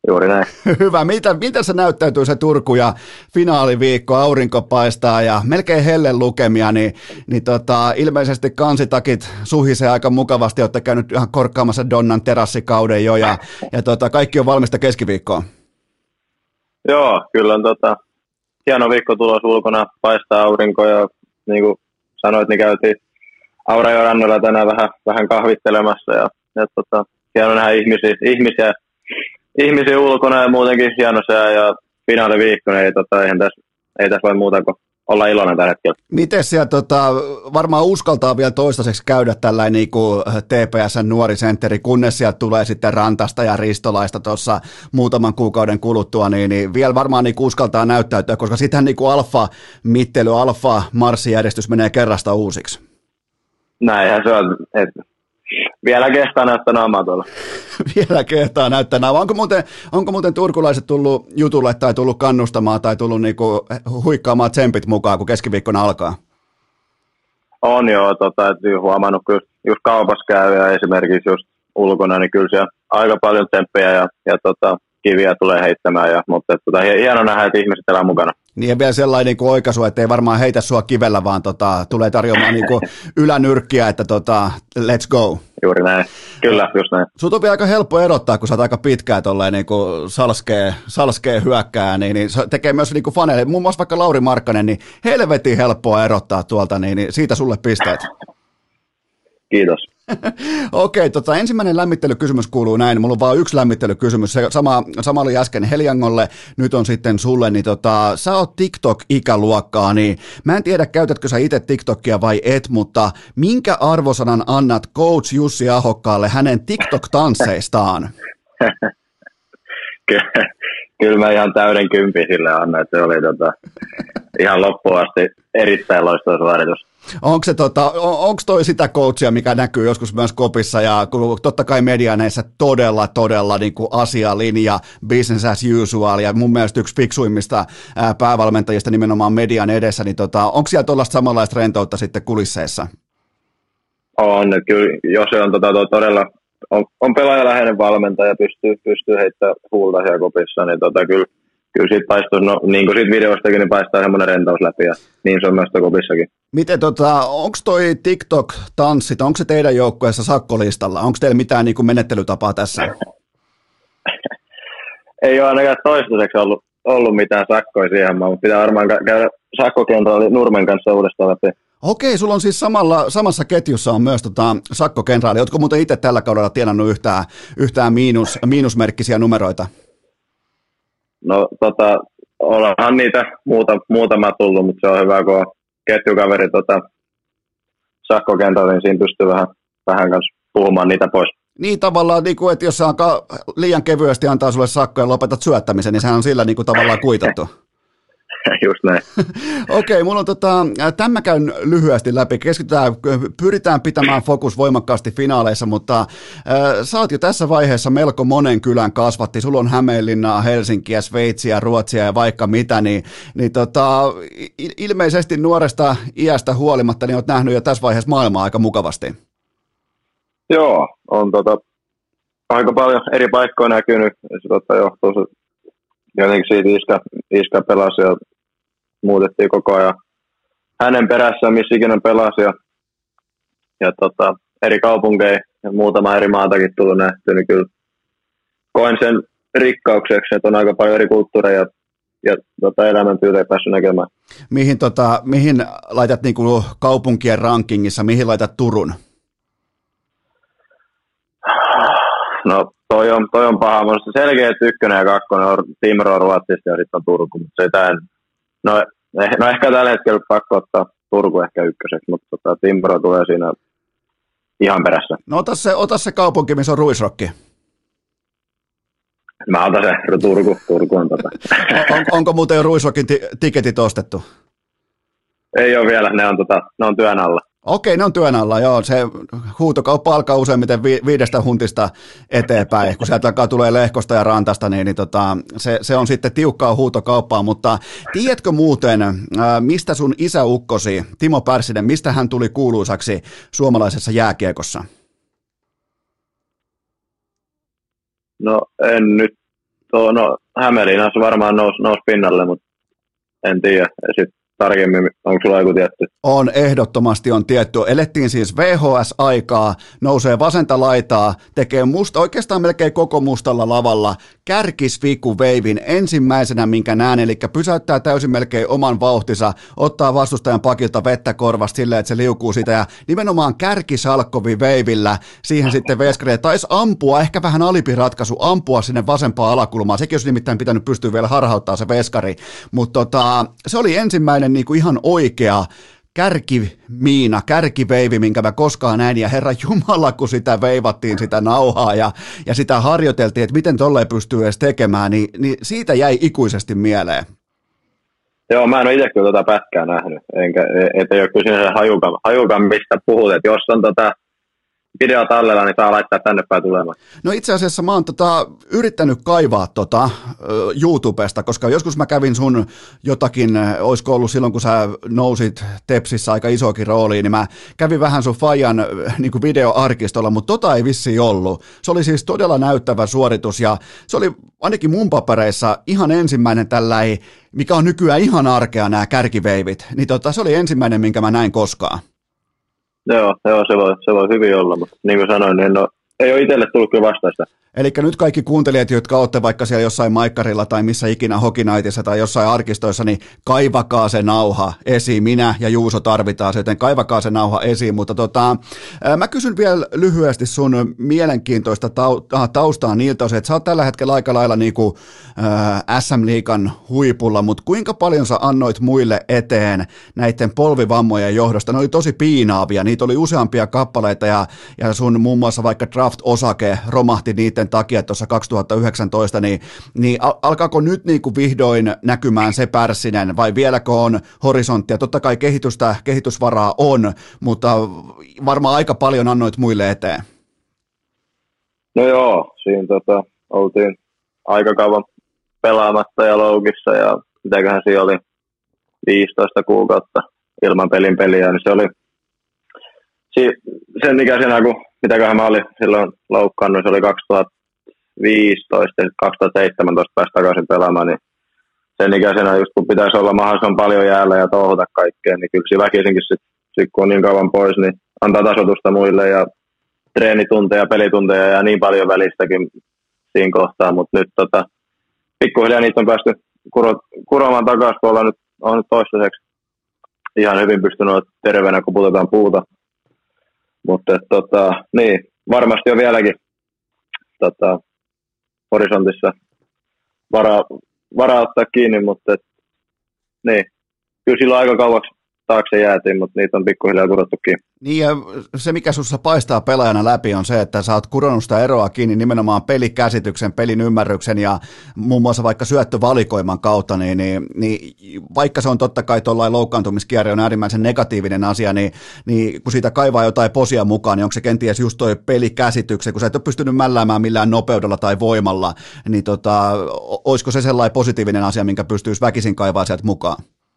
juuri näin. Hyvä. Mitä, mitä se näyttäytyy se Turku ja finaaliviikko, aurinko paistaa ja melkein helle lukemia, niin, niin tota, ilmeisesti kansitakit suhisee aika mukavasti, olette käynyt ihan korkkaamassa Donnan terassikauden jo ja, ja tota, kaikki on valmista keskiviikkoon. Joo, kyllä on tota, hieno viikko tulos ulkona, paistaa aurinko ja niin kuin sanoit, niin käytiin Aurajoen rannalla tänään vähän, vähän kahvittelemassa ja, ja tota, hieno nähdä ihmisiä, ihmisiä, ihmisiä ulkona ja muutenkin hieno sää ja finaaliviikko, niin ei, tota, eihän tässä, ei tässä voi muuta kuin olla iloinen tällä hetkellä. Miten siellä tota, varmaan uskaltaa vielä toistaiseksi käydä tällainen niin kuin T P S:n nuori sentteri, kunnes sieltä tulee sitten Rantasta ja Ristolaista tuossa muutaman kuukauden kuluttua, niin, niin vielä varmaan niin uskaltaa näyttäytyä, koska sittenhän niin kuin alfa-mittely, alfa-marssijärjestys menee kerrasta uusiksi. Näinhän se on, että vielä kehtaa näyttää naamaa tuolla. Vielä kehtaa näyttää naamaa. Onko muuten, onko muuten turkulaiset tullut jutulle tai tullut kannustamaan tai tullut niinku huikkaamaan tsempit mukaan, kun keskiviikkona alkaa? On joo, tota, että huomannut kyllä just kaupassa käy ja esimerkiksi just ulkona, niin kyllä siellä aika paljon tsemppejä ja, ja tota, kiviä tulee heittämään. Ja, mutta tota, hieno nähdä, että ihmiset elää mukana. Niin ja vielä sellainen niin kuin oikaisu, että ei varmaan heitä sua kivellä, vaan tota, tulee tarjoamaan niin kuin ylänyrkkiä, että tota, let's go. Juuri näin. Kyllä, just näin. Sut on vielä aika helppo erottaa, kun sä oot aika pitkää tolleen niin kuin salskee, salskee hyökkää, niin, niin se tekee myös niin kuin faneille, muun muassa vaikka Lauri Markkanen, niin helvetin helppoa erottaa tuolta, niin, niin siitä sulle pisteet. Kiitos. Okei, tota, ensimmäinen lämmittelykysymys kuuluu näin. Mulla on vaan yksi lämmittelykysymys. Se sama, sama oli äsken Heliangolle, nyt on sitten sulle. Niin tota, sä oot TikTok-ikäluokkaa, niin mä en tiedä, käytätkö sä itse TikTokia vai et, mutta minkä arvosanan annat coach Jussi Ahokkaalle hänen TikTok-tansseistaan? Kyllä mä ihan täyden kympi sille annan, että se oli tota, ihan loppuun asti erittäin loistava suoritus. Onko se tota, on, onko toi sitä coachia, mikä näkyy joskus myös kopissa ja kun totta kai medianeissa todella, todella niin kuin asialinja, business as usual ja mun mielestä yksi fiksuimmista ää, päävalmentajista nimenomaan median edessä, niin tota, onko siellä tuollaista samanlaista rentoutta sitten kulisseissa? On, kyllä jos se on tota, todella, on, on pelaajaläheinen valmentaja, pystyy, pystyy heittämään huulta siellä kopissa, niin tota, kyllä, kyllä siitä paistuu, no, niin kuin siitä videostakin, niin paistaa semmoinen rentous läpi ja niin se on myös kopissakin. Miten tota, onko toi TikTok-tanssit, onko se teidän joukkueessa sakkolistalla? Onko teillä mitään niin kuin menettelytapaa tässä? Ei ole ainakaan toistaiseksi ollut, ollut mitään sakkoja siihen, mutta pitää varmaan käydä sakkokenraali Nurmen kanssa uudestaan läpi. Okei, sulla on siis samalla, samassa ketjussa on myös tota, sakkokenraali. Ootko muuten itse tällä kaudella tienannut yhtään, yhtään miinus, miinusmerkkisiä numeroita? No tota, onhan niitä muuta, muutama tullut, mutta se on hyvä, kun on ketjukaveri tota, sakkokentällä, niin siinä pystyy vähän, vähän kanssa puhumaan niitä pois. Niin tavallaan, niin kuin, että jos se alkaa liian kevyesti antaa sulle sakkoja ja lopetat syöttämisen, niin sehän on sillä niin kuin, tavallaan kuitattu. Just näin. Okei, okay, mulla on tota, tämä käyn lyhyesti läpi. Keskitytään, pyritään pitämään fokus voimakkaasti finaaleissa, mutta äh, sä oot jo tässä vaiheessa melko monen kylän kasvatti. Sulla on Hämeenlinnaa, Helsinkiä, Sveitsiä, Ruotsia ja vaikka mitä, niin, niin tota, ilmeisesti nuoresta iästä huolimatta niin oot nähnyt jo tässä vaiheessa maailmaa aika mukavasti. Joo, on tota, aika paljon eri paikkoja näkynyt. Se tota, johtuu se, jotenkin siitä iskä, iskä pelasi ja muutettiin koko ajan hänen perässään, missä ikinä pelasi. Ja, ja tota, eri kaupunkeja ja muutama eri maatakin tullut nähty, niin kyllä koen sen rikkaukseksi, että on aika paljon eri kulttuureja ja, ja tota, elämäntyylejä päässyt näkemään. Mihin, tota, mihin laitat niin kuin kaupunkien rankingissa, mihin laitat Turun? No toi on, toi on paha. Minusta selkeä, että ykkönen ja kakkonen on Timroo Ruotsista ja sitten on Turku. Mutta se tämän, no, no ehkä tällä hetkellä pakko ottaa Turku ehkä ykköseksi, mutta tota, Timroo tulee siinä ihan perässä. No ota se, ota se kaupunki, missä on Ruisrokki. Mä otan se Turku. Turku on tota. On, onko muuten jo Ruisrokin t- tiketit ostettu? Ei ole vielä, ne on, tota, ne on työn alla. Okei, ne on työn alla, joo. Se huutokauppa alkaa useimmiten vi- viidestä huntista eteenpäin. Kun sieltä alkaa tulee Lehkosta ja Rantasta, niin, niin tota, se, se on sitten tiukkaa huutokauppaa. Mutta tiedätkö muuten, ää, mistä sun isäukkosi, Timo Pärssinen, mistä hän tuli kuuluisaksi suomalaisessa jääkiekossa? No en nyt tuo, no Hämeenlinnassa varmaan nousi nous pinnalle, mutta en tiedä. Sitten tarkemmin, onko sulla joku tietty? On, ehdottomasti on tietty. Elettiin siis V H S-aikaa, nousee vasenta laitaa, tekee musta, oikeastaan melkein koko mustalla lavalla, kärkisviku veivin ensimmäisenä, minkä näen, eli pysäyttää täysin melkein oman vauhtinsa, ottaa vastustajan pakilta vettä korvasta silleen, että se liukuu sitä, ja nimenomaan kärkisalkkovi veivillä, siihen sitten Veskari taisi ampua, ehkä vähän alipiratkaisu, ampua sinne vasempaan alakulmaan, sekin olisi nimittäin pitänyt pystyä vielä harhauttaa se Veskari, mutta tota, se oli ensimmäinen niin kuin ihan oikea kärkimiina, kärkiveivi, minkä mä koskaan näin, ja herra jumala, kun sitä veivattiin, sitä nauhaa, ja, ja sitä harjoiteltiin, että miten tolleen pystyy edes tekemään, niin, niin siitä jäi ikuisesti mieleen. Joo, mä en ole itse kyllä tota pätkää nähnyt, enkä, et ei ole kyllä sinänsä hajukan, hajukan mistä puhut, että jos on tota video tallella, niin saa laittaa tänne päin tulemaan. No itse asiassa mä oon tota, yrittänyt kaivaa tota, YouTubesta, koska joskus mä kävin sun jotakin, olisiko ollut silloin, kun sä nousit Tepsissä aika isokin rooliin, niin mä kävin vähän sun Fajan niin kuin videoarkistolla, mutta tota ei vissiin ollut. Se oli siis todella näyttävä suoritus, ja se oli ainakin mun papereissa ihan ensimmäinen tälläin, mikä on nykyään ihan arkea nämä kärkiveivit, niin tota, se oli ensimmäinen, minkä mä näin koskaan. Joo, joo se, voi, se voi hyvin olla, mutta niin kuin sanoin, niin no, ei ole itselle tullut kyllä vastaista. Eli nyt kaikki kuuntelijat, jotka olette vaikka siellä jossain maikkarilla tai missä ikinä Hokinaitissa tai jossain arkistoissa, niin kaivakaa se nauha esiin. Minä ja Juuso tarvitaan se, joten kaivakaa se nauha esiin. Mutta tota, mä kysyn vielä lyhyesti sun mielenkiintoista taustaa niiltä osin, että sä oot tällä hetkellä aika lailla niin kuin äh, S M-liigan huipulla, mutta kuinka paljon sä annoit muille eteen näiden polvivammojen johdosta? Ne oli tosi piinaavia, niitä oli useampia kappaleita ja, ja sun muun muassa vaikka Draft-osake romahti niiden takia tuossa kaksituhattayhdeksäntoista, niin, niin alkaako nyt niin kuin vihdoin näkymään se pärssinen vai vieläkö on horisonttia? Totta kai kehitystä, kehitysvaraa on, mutta varmaan aika paljon annoit muille eteen. No joo, siinä tota, oltiin aika kauan pelaamatta ja loukissa ja mitäköhän siinä oli viisitoista kuukautta ilman pelin peliä, niin se oli sen ikäisenä, kun mitäköhän mä olin silloin loukkaannut, se oli kaksituhattaviisitoista ja sitten kaksituhattaseitsemäntoista pääsi takaisin pelaamaan, niin sen ikäisenä just kun pitäisi olla mahdollisimman paljon jäällä ja touhuta kaikkea, niin kyllä siinä väkisinkin sitten sit, kun on niin kauan pois, niin antaa tasoitusta muille ja treenitunteja, pelitunteja ja niin paljon välistäkin siinä kohtaa, mutta nyt tota, pikkuhiljaa niitä on päästy kuro, kuromaan takaisin, kun ollaan nyt, on nyt toistaiseksi ihan hyvin pystynyt terveenä, kun putetaan puuta. Mutta tota, niin, varmasti on vieläkin tota, horisontissa varaa, varaa ottaa kiinni, mutta et, niin, kyllä silloin aika kauaksi taakse jäätiin, mutta niitä on pikkuhiljaa kurottu kiinni. Niin ja se, mikä sinussa paistaa pelaajana läpi, on se, että sä oot kuronnut sitä eroa kiinni nimenomaan pelikäsityksen, pelin ymmärryksen ja muun muassa vaikka syöttövalikoiman kautta, niin, niin, niin vaikka se on totta kai tuollainen loukkaantumiskierre on äärimmäisen negatiivinen asia, niin, niin kun siitä kaivaa jotain posia mukaan, niin onko se kenties just toi pelikäsityksen, kun sä et ole pystynyt mälläämään millään nopeudella tai voimalla, niin tota, olisiko se sellainen positiivinen asia, minkä pystyisi väkisin kaivaa sieltä mukaan?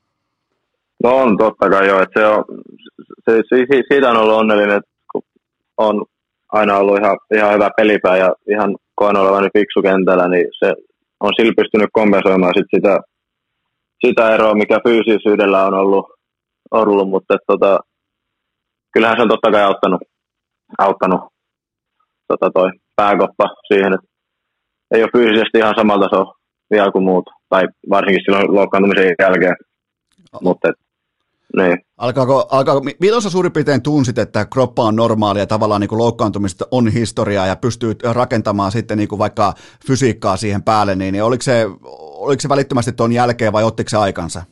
No on totta kai jo, että se on, se, se, siitä on ollut onnellinen, että kun on aina ollut ihan, ihan hyvä pelipää ja ihan koen olevani fiksu kentällä, niin se on sillä pystynyt kompensoimaan sit sitä, sitä eroa, mikä fyysisyydellä on ollut, ollut mutta et, tota, kyllähän se on totta kai auttanut, auttanut tota, toi pääkoppa siihen, että ei ole fyysisesti ihan samalla tasolla vielä kuin muut, tai varsinkin silloin loukkaantumisen jälkeen, mutta et, niin. Alkaako, alkaako, milloin sä suurin piirtein tunsit, että kroppa on normaalia ja tavallaan niin kuin loukkaantumista on historiaa ja pystyy rakentamaan sitten niin kuin vaikka fysiikkaa siihen päälle, niin, niin oliko, se, oliko se välittömästi tuon jälkeen vai ottiko se aikansa?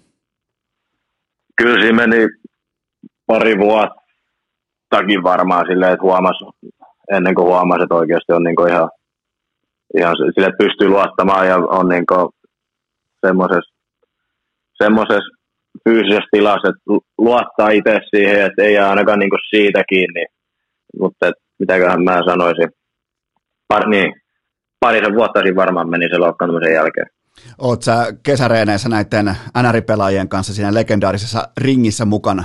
Kyllä siinä meni pari vuottakin varmaan silleen, että huomasi, ennen kuin huomasi, että oikeasti on niin kuin ihan, ihan sille, että pystyy luottamaan ja on niin kuin semmoisessa semmoisessa fyysisessä tilassa, että luottaa itse siihen, että ei ainakaan niinku siitä kiinni. Mutta mitäköhän mä sanoisin. Par, niin, parisen vuotta siinä varmaan meni se loukkaantumisen jälkeen. Oot sä kesäreeneissä näiden N R-pelaajien kanssa siinä legendaarisessa ringissä mukana?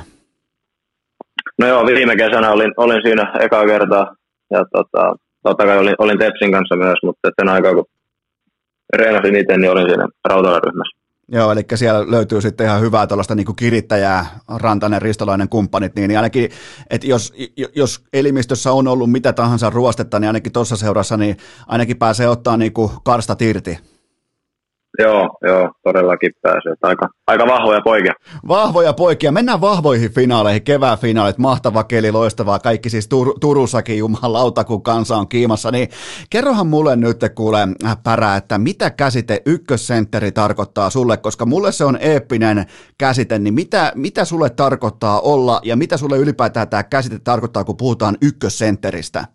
No joo, viime kesänä olin, olin siinä ekaa kertaa. Ja tota, totta kai olin, olin Tepsin kanssa myös, mutta sen aikaa kun reenasin itse, niin olin siinä Rautala-ryhmässä. Joo, eli siellä löytyy sitten ihan hyvää tuollaista niin kuin kirittäjää, Rantanen, Ristolainen, kumppanit, niin, niin ainakin, että jos, jos elimistössä on ollut mitä tahansa ruostetta, niin ainakin tuossa seurassa, niin ainakin pääsee ottaa niin kuin karstat irti. Joo, joo, todellakin pääsee. Aika, aika vahvoja poikia. Vahvoja poikia. Mennään vahvoihin finaaleihin, kevään finaalit. Mahtava keli, loistavaa. Kaikki siis Tur- Turussakin, jumalauta, kun kansa on kiimassa. Niin kerrohan mulle nyt, kuule Pärä, että mitä käsite ykkössentteri tarkoittaa sulle, koska mulle se on eeppinen käsite, niin mitä, mitä sulle tarkoittaa olla ja mitä sulle ylipäätään tämä käsite tarkoittaa, kun puhutaan ykkössentteristä?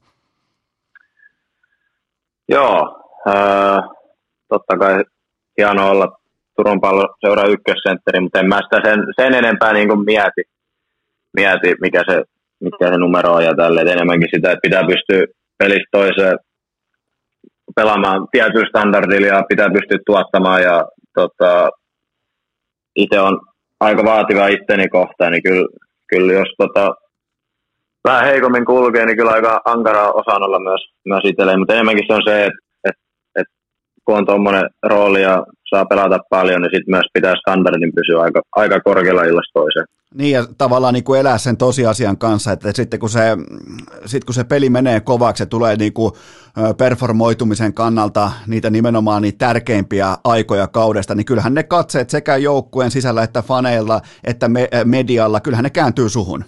Joo, äh, totta kai hienoa olla Turun Palloseuran ykkössentteri, mutta en mä sitä sen, sen enempää niin kuin mieti, mieti mikä, se, mikä se numero on ja tälleen. Enemmänkin sitä, että pitää pystyä pelistä toiseen pelaamaan tietyllä standardilla ja pitää pystyä tuottamaan. Ja tota, itse on aika vaativa itteni kohtaan, niin kyllä, kyllä jos tota, vähän heikommin kulkee, niin kyllä aika ankaraa osaan olla myös, myös itselleen. Mutta enemmänkin se on se, että kun on tuommoinen rooli ja saa pelata paljon, niin sitten myös pitää standardin pysyä aika, aika korkealla illasta toiseen. Niin ja tavallaan niin kuin elää sen tosiasian kanssa, että sitten kun se, sit kun se peli menee kovaksi, se tulee niin kuin performoitumisen kannalta niitä nimenomaan niitä tärkeimpiä aikoja kaudesta, niin kyllähän ne katseet sekä joukkueen sisällä että faneilla että me, medialla, kyllähän ne kääntyy suhun.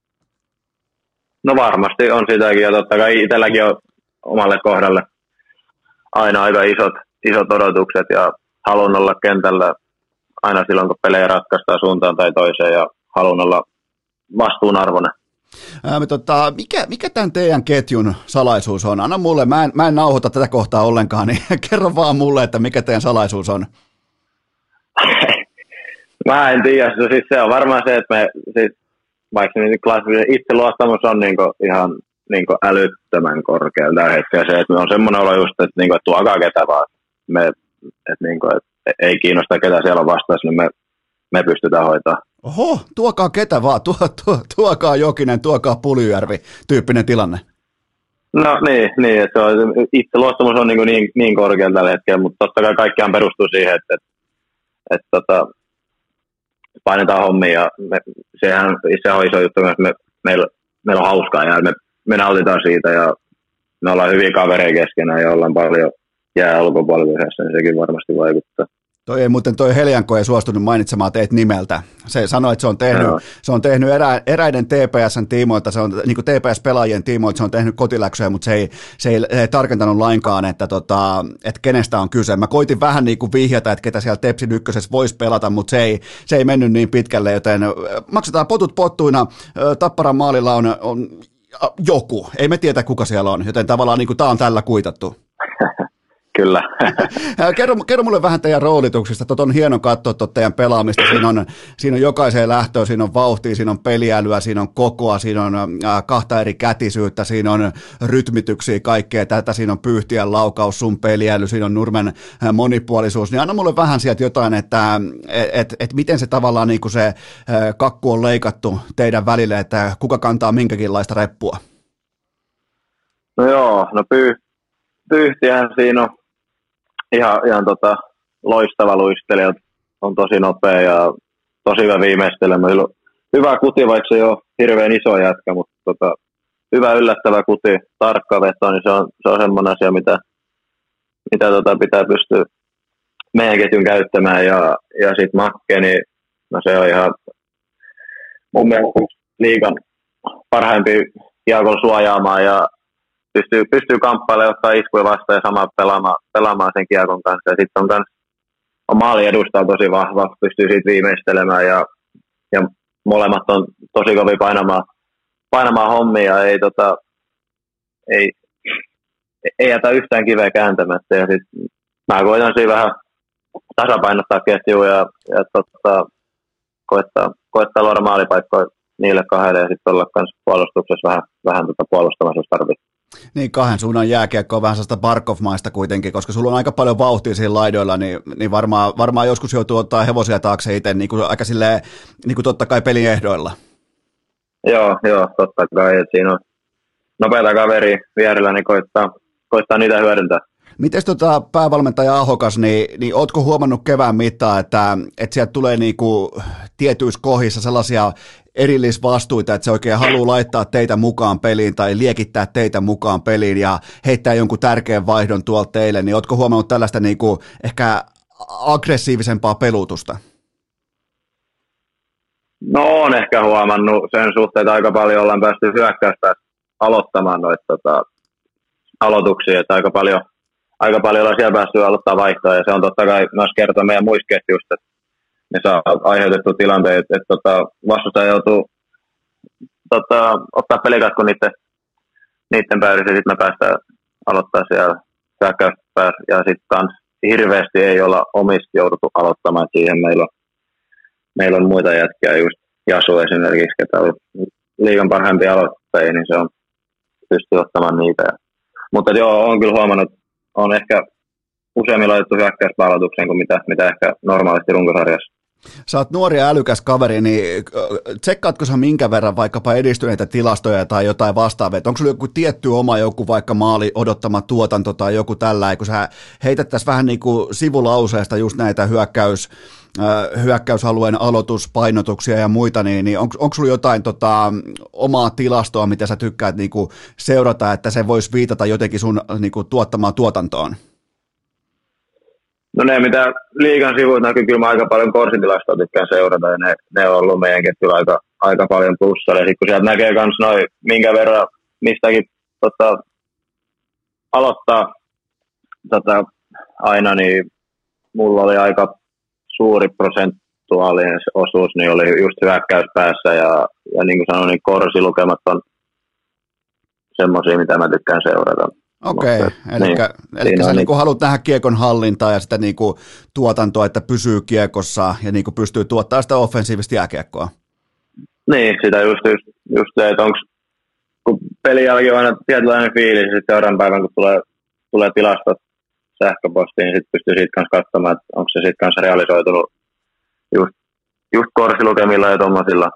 No varmasti on sitäkin ja totta kai itselläkin on omalle kohdalle aina aika isot, isot odotukset ja haluan olla kentällä aina silloin, kun pelejä ratkaistaan suuntaan tai toiseen ja haluan olla vastuunarvoinen. Ää, tota, mikä, mikä tämän teidän ketjun salaisuus on? Anna mulle, mä en, mä en nauhoita tätä kohtaa ollenkaan, niin kerro vaan mulle, että mikä teidän salaisuus on. Mä en tiedä, siis se on varmaan se, että me, siis, vaikka niin klassinen itseluottamus on niin ihan niin älyttömän korkealla tällä hetkellä se, että me on semmoinen olo just, että, niin kuin, että tuokaa ketä vaan. Me, että, niin kuin, että ei kiinnosta ketä siellä on vastaus, niin me, me pystytään hoitamaan. Oho, tuokaa ketä vaan, tuo, tuo, tuokaa Jokinen, tuokaa Puljujärvi, tyyppinen tilanne. No niin, niin että itseluottamus on niin, niin, niin korkealla tällä hetkellä, mutta totta kai kaikkiaan perustuu siihen, että, että, että, että painetaan hommia ja me, sehän se on iso juttu, että me, meillä, meillä on hauskaa ja me Me nautitaan siitä ja me ollaan hyvin kavereja keskenään ja ollaan paljon jää ulkopuolella yhdessä, niin sekin varmasti vaikuttaa. Toi ei muuten, toi Helianko ei suostunut mainitsemaan teet nimeltä. Se sanoi, että se on tehnyt, no. se on tehnyt erä, eräiden T P S:n tiimoilta, se on niin kuin T P S-pelaajien tiimoilta, se on tehnyt kotiläksyjä, mutta se ei, se ei, ei tarkentanut lainkaan, että, tota, että kenestä on kyse. Mä koitin vähän niin kuin vihjata, että ketä siellä Tepsin ykkösessä voisi pelata, mutta se ei, se ei mennyt niin pitkälle, joten maksetaan potut pottuina. Tapparan maalilla on, on joku, ei me tiedä kuka siellä on, joten tavallaan niin kuin tämä on tällä kuitattu. Kyllä. kerro, kerro mulle vähän teidän roolituksista, tot on hieno katsoa tot teidän pelaamista, siinä on, siinä on jokaiseen lähtöön, siinä on vauhtia, siinä on peliälyä, siinä on kokoa, siinä on äh, kahta eri kätisyyttä, siinä on rytmityksiä, kaikkea tätä, siinä on pyyhtiän laukaus, sun peliäly, siinä on nurmen äh, monipuolisuus, niin anna mulle vähän sieltä jotain, että et, et, et miten se tavallaan niin kuin se äh, kakku on leikattu teidän välille, että kuka kantaa minkäkinlaista reppua? No joo, no pyy, pyyhtiähän siinä on ihan, ihan tota, loistava luistelija, on tosi nopea ja tosi hyvä viimeistelemä. Hyvä kuti, vaikka se ei ole hirveän iso jätkä, mutta tota, hyvä yllättävä kuti, tarkka veto, niin se on, se on semmoinen asia, mitä, mitä tota, pitää pystyä meidän ketjun käyttämään. Ja, ja sitten Makke, niin no se on ihan mun mielestä liigan parhaimpi kiekon suojaamaan ja Pystyy, pystyy kamppailemaan, ottaa iskuja vastaan ja samaa pelaamaan, pelaamaan sen kiekon kanssa. Ja sitten on, kans, on maali edustaa tosi vahva, pystyy siitä viimeistelemään ja, ja molemmat on tosi kovin painamaan, painamaan hommia ja ei, tota, ei, ei jätä yhtään kiveä kääntämättä. Ja sit mä koitan siinä vähän tasapainottaa ketjua ja, ja tota, koettaa, koettaa luoda maalipaikkoja niille kahdelle ja sitten olla myös puolustuksessa vähän, vähän tota puolustamassa, jos tarvitsee. Niin, kahden suunnan jääkiekko on vähän sellaista Barkov-maista kuitenkin, koska sulla on aika paljon vauhtia siinä laidoilla, niin, niin varmaan, varmaan joskus joutuu ottaa hevosia taakse itse niin kuin aika silleen, niin kuin totta kai pelin ehdoilla. Joo, joo, totta kai, että siinä on nopeata kaveri vierellä, niin koittaa, koittaa niitä hyödyntää. Mites tota päävalmentaja Ahokas, niin, niin ootko huomannut kevään mittaan, että, että sieltä tulee niinku tietyissä kohdissa sellaisia erillisvastuita, että se oikein haluaa laittaa teitä mukaan peliin tai liekittää teitä mukaan peliin ja heittää jonkun tärkeän vaihdon tuolta teille, niin ootko huomannut tällaista niinku ehkä aggressiivisempaa pelutusta? No on ehkä huomannut sen suhteen, että aika paljon ollaan päästy hyökkäystä aloittamaan noita tota, aloituksia, että aika paljon, aika paljon ollaan siellä päästy aloittaa vaihtoa, ja se on totta kai myös kertoa meidän muista ketjuista, että ne saa aiheutettu tilanteet, että, että, että vastustaja joutuu tota, ottaa pelikatko niiden, niiden päädyssä, ja sitten me päästään aloittaa siellä hyökkäyspäässä, ja sitten kans hirveästi ei olla omista jouduttu aloittamaan, siihen meillä on, meillä on muita jätkiä, just Jasu esimerkiksi, ketä on liigan parhaimpia aloittajia, niin se on pystyy ottamaan niitä. Mutta joo, on kyllä huomannut, on ehkä useammin laitettu hyökkäyspääaloitukseen kuin mitä, mitä ehkä normaalisti runkosarjassa. Sä oot nuori ja älykäs kaveri, niin tsekkaatko sä minkä verran vaikkapa edistyneitä tilastoja tai jotain vastaavaa? Onko sulla joku tietty oma joku vaikka maali odottama tuotanto tai joku tällä, kun sä heität tässä vähän niin kuin sivulauseesta just näitä hyökkäys, äh, hyökkäysalueen aloituspainotuksia ja muita, niin, niin onko, onko sulla jotain tota, omaa tilastoa, mitä sä tykkäät niin kuin seurata, että se voisi viitata jotenkin sun niin kuin tuottamaan tuotantoon? No ne, mitä liigan sivuilta näkyy, kyllä mä aika paljon korsitilastoa tykkään seurata, ja ne, ne on ollut meidän ketjulla aika, aika paljon plussalla. Ja sitten kun sieltä näkee myös noin, minkä verran mistäkin tota, aloittaa tota, aina, niin mulla oli aika suuri prosentuaalinen osuus, niin oli just hyökkäyspäässä, ja, ja niin kuin sanoin, niin korsilukemat on semmoisia, mitä mä tykkään seurata. Okei, okay. eli, niin, eli sä niin kuin haluat nähdä kiekon hallintaa ja sitä niin kuin tuotantoa, että pysyy kiekossa ja niin kuin pystyy tuottamaan sitä offensiivista jääkiekkoa. Niin, sitä just, just, just se, että onko, kun pelin jälkeen on aina tietynlainen fiilis, ja sitten seuraavan päivän, kun tulee, tulee tilastot sähköpostiin, niin sitten pystyy siitä kanssa katsomaan, että onko se sitten kanssa realisoitunut just, just korsilukemilla ja tuommoisilla.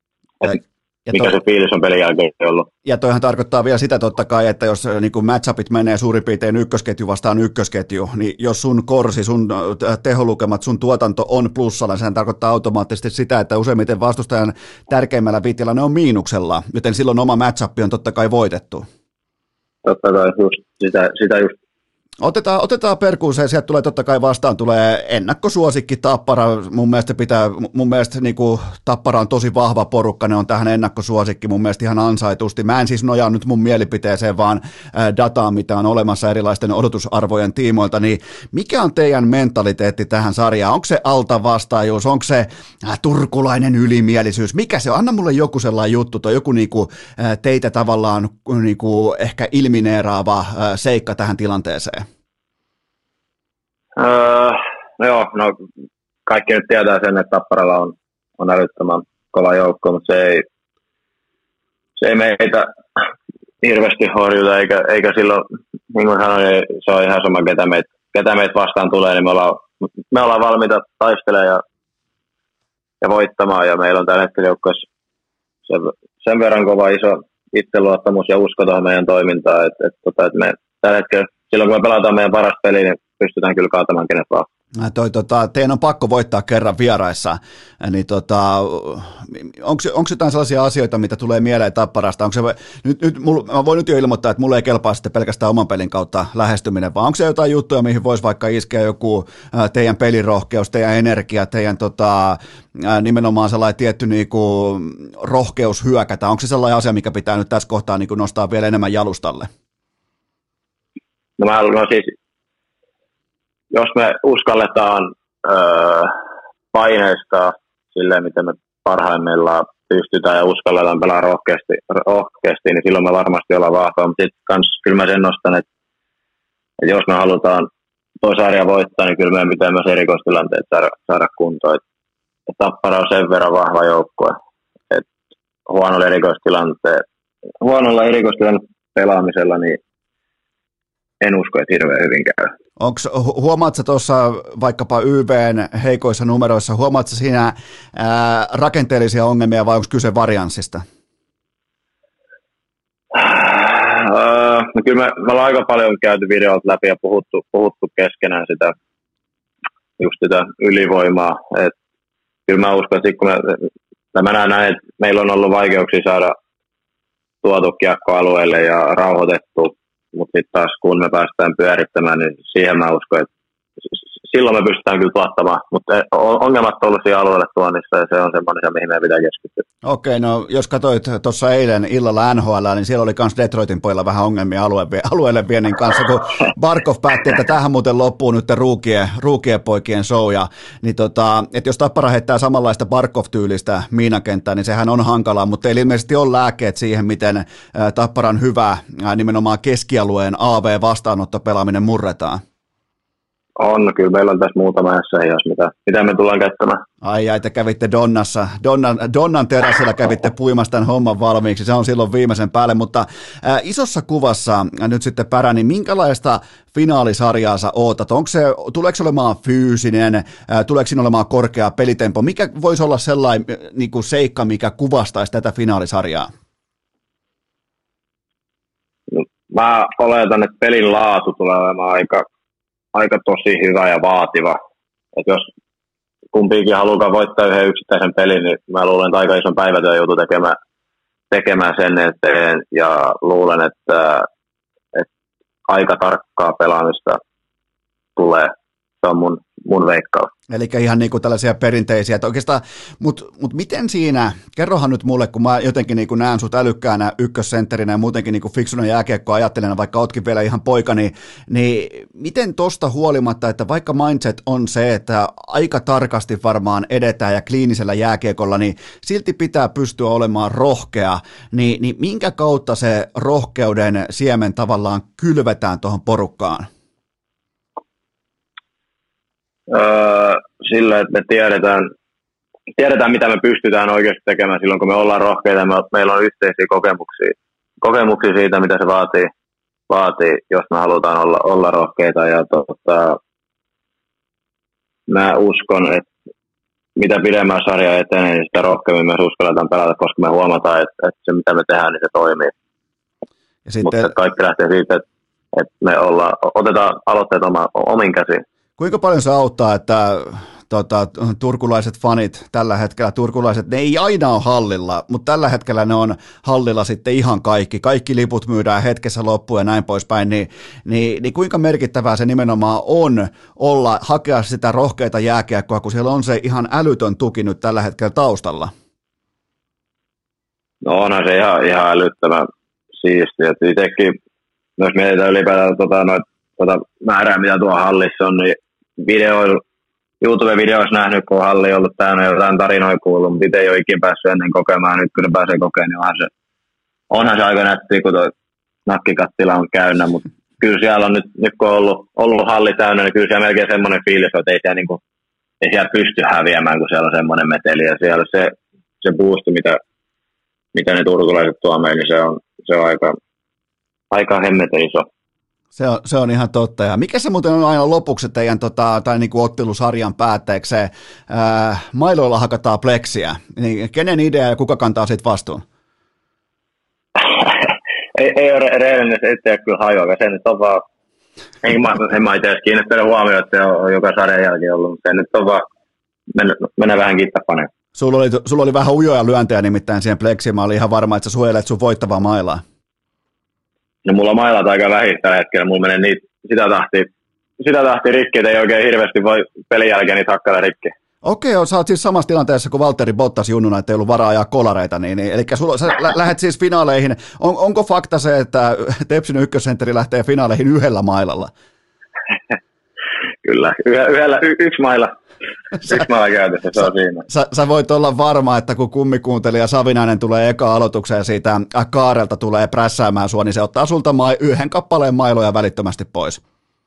Ja mikä toi, se fiilis on pelin jälkeen ollut. Ja toihan tarkoittaa vielä sitä totta kai, että jos niin kuin matchupit menee suurin piirtein ykkösketju vastaan ykkösketju, niin jos sun korsi, sun teholukemat, sun tuotanto on plussalla, sehän tarkoittaa automaattisesti sitä, että useimmiten vastustajan tärkeimmällä viitillä ne on miinuksella, joten silloin oma matchup on totta kai voitettu. Totta kai, just sitä, sitä just. Otetaan, otetaan perkuuseen, sieltä tulee totta kai vastaan, tulee ennakkosuosikki Tappara, mun mielestä pitää, mun mielestä niin kuin Tappara on tosi vahva porukka, ne on tähän ennakkosuosikki mun mielestä ihan ansaitusti. Mä en siis nojaa nyt mun mielipiteeseen, vaan dataan, mitä on olemassa erilaisten odotusarvojen tiimoilta, niin mikä on teidän mentaliteetti tähän sarjaan? Onko se altavastaajuus, onko se turkulainen ylimielisyys, mikä se on? Anna mulle joku sellainen juttu tai joku niin kuin teitä tavallaan niin kuin ehkä ilmineeraava seikka tähän tilanteeseen. Öö, no joo, no kaikki nyt tietää sen, että Tapparalla on, on älyttömän kova joukko, mutta se ei, se ei meitä hirveästi horjuta, eikä, eikä silloin, niin kuin sanoin, se on ihan sama, ketä meitä, ketä meitä vastaan tulee, niin me ollaan, me ollaan valmiita taistelemaan ja, ja voittamaan, ja meillä on tällä hetkellä joukkueessa sen, sen verran kova iso itseluottamus ja usko tuohon meidän toimintaan, että, että, että, että me tällä hetkellä, silloin kun me pelataan meidän paras peli, niin pystytään kyllä kaatamaan kenet vaan. Toi, tota, teidän on pakko voittaa kerran vieraissa, niin tota, onko jotain sellaisia asioita, mitä tulee mieleen Tapparasta? Onko se, nyt, nyt, mul, mä voin nyt jo ilmoittaa, että mulle ei kelpaa sitten pelkästään oman pelin kautta lähestyminen, vaan onko se jotain juttuja, mihin voisi vaikka iskeä joku teidän pelirohkeus, teidän energia, teidän tota, nimenomaan sellainen tietty niinku, rohkeus hyökätä? Onko se sellainen asia, mikä pitää nyt tässä kohtaa niinku, nostaa vielä enemmän jalustalle? No mä haluan siis, jos me uskalletaan öö, paineistaa silleen, miten me parhaimmillaan pystytään ja uskalletaan pelaa rohkeasti, rohkeasti niin silloin me varmasti ollaan vahvaa. Mutta sitten kans kyllä mä sen nostan, että, että jos me halutaan toi sarja voittaa, niin kyllä meidän pitää myös erikoistilanteet saada, saada kuntoon. Et, et Tappara on sen verran vahva joukkue, että huonolla erikoistilanteella, huonolla erikoistilanteella pelaamisella, niin en usko, että hirveän hyvin käy. Onks, huomaatko tuossa vaikkapa Y V:n heikoissa numeroissa, huomaatko siinä ää, rakenteellisia ongelmia vai onko kyse varianssista? Öö, no kyllä me, me ollaan aika paljon käyty videot läpi ja puhuttu, puhuttu keskenään sitä, just sitä ylivoimaa. Et kyllä mä uskon, että kun me, mä näen näin, että meillä on ollut vaikeuksia saada tuotu kiekko alueelle ja rauhoitettu, mutta sitten taas kun me päästään pyörittämään, niin siihen mä uskon, että silloin me pystytään kyllä tuottamaan, mutta ongelmat on ollut siinä alueelle tuonnissa ja se on semmoinen, mihin meidän pitää keskittyä. Okei, no jos katsoit tuossa eilen illalla N H L, niin siellä oli myös Detroitin pojilla vähän ongelmia alue, alueelle viennin kanssa, kun Barkov päätti, että tähän muuten loppuu nyt ruukien, ruukien poikien show, ja, niin tota, että jos Tappara heittää samanlaista Barkov-tyylistä miinakenttää, niin sehän on hankalaa, mutta teillä ilmeisesti on lääkkeet siihen, miten Tapparan hyvä nimenomaan keskialueen A V-vastaanottopelaaminen murretaan. On, kyllä meillä on tässä muutama ässä, jos mitä, mitä me tullaan käyttämään. Ai ai, te kävitte Donnassa, Donnan, Donnan terassilla kävitte puimassa tämän homman valmiiksi, se on silloin viimeisen päälle, mutta ää, isossa kuvassa nyt sitten Pärä, niin minkälaista finaalisarjaa sä ootat? Onko se, tuleeko se olemaan fyysinen, ää, tuleeko siinä olemaan korkea pelitempo? Mikä voisi olla sellainen niin kuin seikka, mikä kuvastaisi tätä finaalisarjaa? No, mä oletan, että pelin laatu tulee olemaan aika aika tosi hyvä ja vaativa. Et jos kumpikin haluaa voittaa yhden yksittäisen pelin, niin mä luulen, että aika ison päivätyön joutuu tekemään, tekemään sen eteen, ja luulen, että, että aika tarkkaa pelaamista tulee. Se on mun, mun veikkaus. Eli ihan niin kuin tällaisia perinteisiä, että oikeastaan, mutta mut miten siinä, kerrohan nyt mulle, kun mä jotenkin niin kuin näen sut älykkäänä ykkössentterinä ja muutenkin niin kuin fiksuna jääkiekkoa ajattelen, vaikka ootkin vielä ihan poika, niin, niin miten tosta huolimatta, että vaikka mindset on se, että aika tarkasti varmaan edetään ja kliinisellä jääkiekolla, niin silti pitää pystyä olemaan rohkea, niin, niin minkä kautta se rohkeuden siemen tavallaan kylvetään tuohon porukkaan? Öö, sillä, että me tiedetään, tiedetään, mitä me pystytään oikeasti tekemään silloin, kun me ollaan rohkeita. Me, meillä on yhteisiä kokemuksia, kokemuksia siitä, mitä se vaatii, vaatii jos me halutaan olla, olla rohkeita. Ja tota, mä uskon, että mitä pidemmän sarja etenee, niin sitä rohkeammin me uskalletaan pelata, koska me huomataan, että, että se, mitä me tehdään, niin se toimii. Ja sitten, mutta kaikki lähtee siitä, että, että me ollaan, otetaan aloitteet oma, omin käsiin. Kuinka paljon se auttaa, että tota, turkulaiset fanit tällä hetkellä, turkulaiset, ne ei aina ole hallilla, mutta tällä hetkellä ne on hallilla sitten ihan kaikki. Kaikki liput myydään hetkessä loppuun ja näin poispäin, niin, niin, niin kuinka merkittävää se nimenomaan on olla, hakea sitä rohkeita jääkiekkoa, kun siellä on se ihan älytön tuki nyt tällä hetkellä taustalla? No onhan se ihan, ihan älyttömän siistiä, että itsekin, jos mietitään ylipäätään tota, noita tota määrää, mitä tuo hallissa on, niin videoilla, YouTube-videoissa nähnyt, kun halli on ollut täynnä jotain tarinoja kuullut, mutta itse ei ole ikinä päässyt ennen kokemaan, nyt kun ne pääsee kokemaan, niin onhan se, onhan se aika nättiä, kun tuo nakkikattila on käynnä, mutta kyllä siellä on nyt, nyt kun on ollut, ollut halli täynnä, niin kyllä siellä melkein semmoinen fiilis, että ei siellä, niin kuin, ei siellä pysty häviämään, kun siellä on semmoinen meteli, ja siellä se, se boosti, mitä, mitä ne turkulaiset tuo meille, niin se on, se on aika, aika hemmeten iso. Se on, se on ihan totta. Ja mikä se muuten on aina lopuksi teidän tota, tai niin kuin ottelusarjan päätteeksi se, ää, mailoilla hakataan pleksiä. Niin kenen idea ja kuka kantaa siitä vastuun? ei, ei ole reellinen, se ettei kyllä hajoa. Se nyt on vaan, en mä, en mä itse edes kiinnittänyt huomioon, että se on joka sarjan jälkeen ollut. Se nyt on vaan, mennä, mennä vähän kittapaneen. Sulla oli, sulla oli vähän ujoja lyöntejä nimittäin siihen pleksiin. Mä olin ihan varma, että sä suojelet sun voittavaa mailaa. No mulla on mailat aika vähin tällä hetkellä, mulla menee niitä, sitä tahtia, sitä tahtia rikki, että ei oikein hirveästi voi pelin jälkeen niitä hakkailla rikki. Okei, sä oot siis samassa tilanteessa kuin Valtteri Bottas junnuna, että ei ollut varaa ajaa kolareita, niin, niin eli sulla, sä lä- lähdet siis finaaleihin. On, onko fakta se, että Tepsin ykkössentteri lähtee finaaleihin yhdellä mailalla? Kyllä, Yh- yhdellä, y- yksi maila. Yksi maila käytössä, se on siinä. Sä, sä voit olla varma, että kun kummikuuntelija Savinainen tulee eka aloitukseen ja siitä Kaarelta tulee prässäämään sua, niin se ottaa sulta ma- yhden kappaleen mailoja välittömästi pois.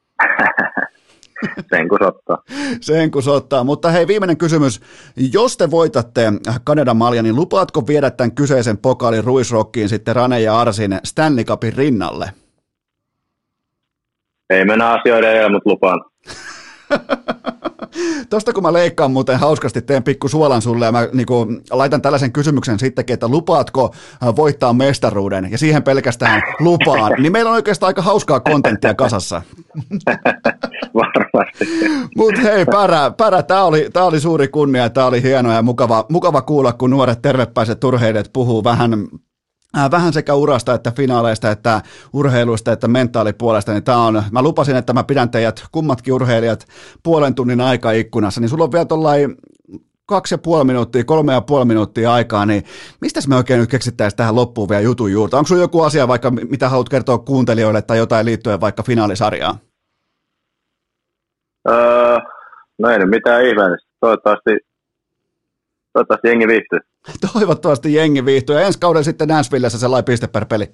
Sen kun sottaa. Sen kun sottaa. Mutta hei, viimeinen kysymys. Jos te voitatte Kanadan malja, niin lupaatko viedä tämän kyseisen pokaalin Ruisrockiin sitten Rane ja Arsin Stanley Cupin rinnalle? Ei mennä asioiden edellä, mutta lupaan. Tosta kun mä leikkaan muuten hauskasti, teen pikku suolan sulle ja mä niinku, laitan tällaisen kysymyksen sittenkin, että lupaatko voittaa mestaruuden ja siihen pelkästään lupaan, niin meillä on oikeastaan aika hauskaa kontenttia kasassa. Varmasti. Mut hei Pärä, Pärä tää oli, tää oli suuri kunnia, tää oli hienoa ja mukava, mukava kuulla, kun nuoret tervepäiset urheilijat puhuu vähän Vähän sekä urasta että finaaleista, että urheilusta, että mentaalipuolesta, niin tää on, mä lupasin, että mä pidän teidät kummatkin urheilijat puolen tunnin aikaikkunassa, niin sulla on vielä tollain kaksi ja puoli minuuttia, kolme ja puoli minuuttia aikaa, niin mistäs me oikein nyt keksittäisiin tähän loppuun vielä jutun juurta? Onko sulla joku asia vaikka, mitä haluat kertoa kuuntelijoille tai jotain liittyen vaikka finaalisarjaan? Öö, no ei nyt mitään ihmeellistä. Toivottavasti, toivottavasti jengi viihtyy. Toivottavasti jengi viihtyy. Ja ensi kauden sitten Nashvillessä sellainen piste per peli.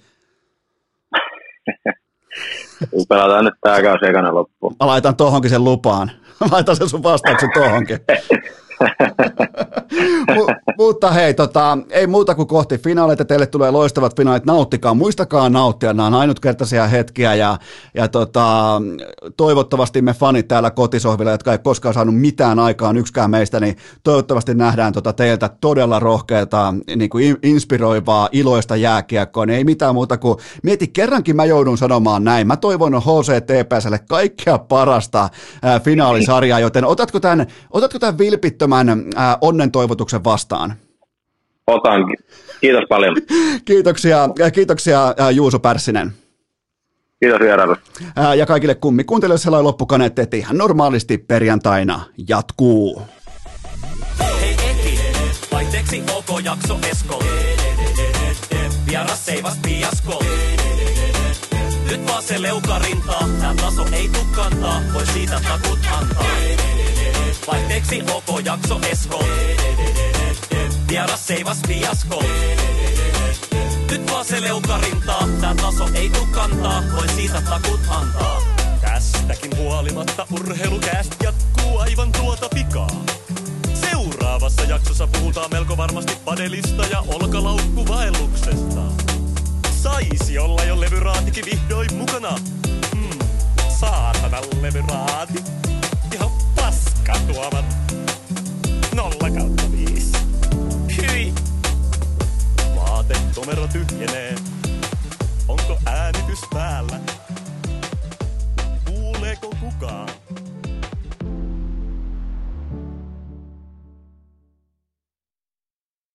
Pelataan nyt tämä kausi ekana loppuun. Mä laitan tohonkin sen lupaan. Mä laitan sen sun vastauksen tohonkin. M- mutta hei, tota, ei muuta kuin kohti finaaleita. Teille tulee loistavat finaalit. Nauttikaa, muistakaa nauttia. Nämä on ainutkertaisia hetkiä ja, ja tota, toivottavasti me fanit täällä kotisohvilla, jotka ei koskaan saanut mitään aikaan yksikään meistä, niin toivottavasti nähdään tota teiltä todella rohkeata, niin kuin inspiroivaa, iloista jääkiekkoa. Niin ei mitään muuta kuin, mieti, kerrankin mä joudun sanomaan näin. Mä toivon H C T P S:lle kaikkea parasta ää, finaalisarjaa, joten otatko tämän, otatko tämän vilpittömän ää, onnen toivotuksen vastaan? Otan. Kiitos paljon. Kiitoksia, kiitoksia Juuso Pärssinen. Kiitos vierailu. Ja kaikille kummikuuntelijoille sellainen loppukaneetti, että ihan normaalisti perjantaina jatkuu. Hei Eki, vaihteeksi OK jakso Esko. Vieras seivas piasko. Nyt vaan se leuka rintaa, tää taso ei tuu kantaa, voi siitä takut antaa. Vaihteeksi OK jakso Esko. Vieras seivas fiasko. Nyt vaan se leuka rintaa, tää taso ei tuu kantaa, voi siitä takut antaa. Tästäkin huolimatta urheilukääst jatkuu aivan tuota pikaa. Seuraavassa jaksossa puhutaan melko varmasti padelista ja olkalaukkuvaelluksesta. Saisi olla jo levyraatikin vihdoin mukana. Hmm, saatana levyraati. Ihan paska tuomat. Nolla kautta viisi. Hyi. Vaatekomero tyhjenee. Onko äänitys päällä? Kuuleeko kukaan?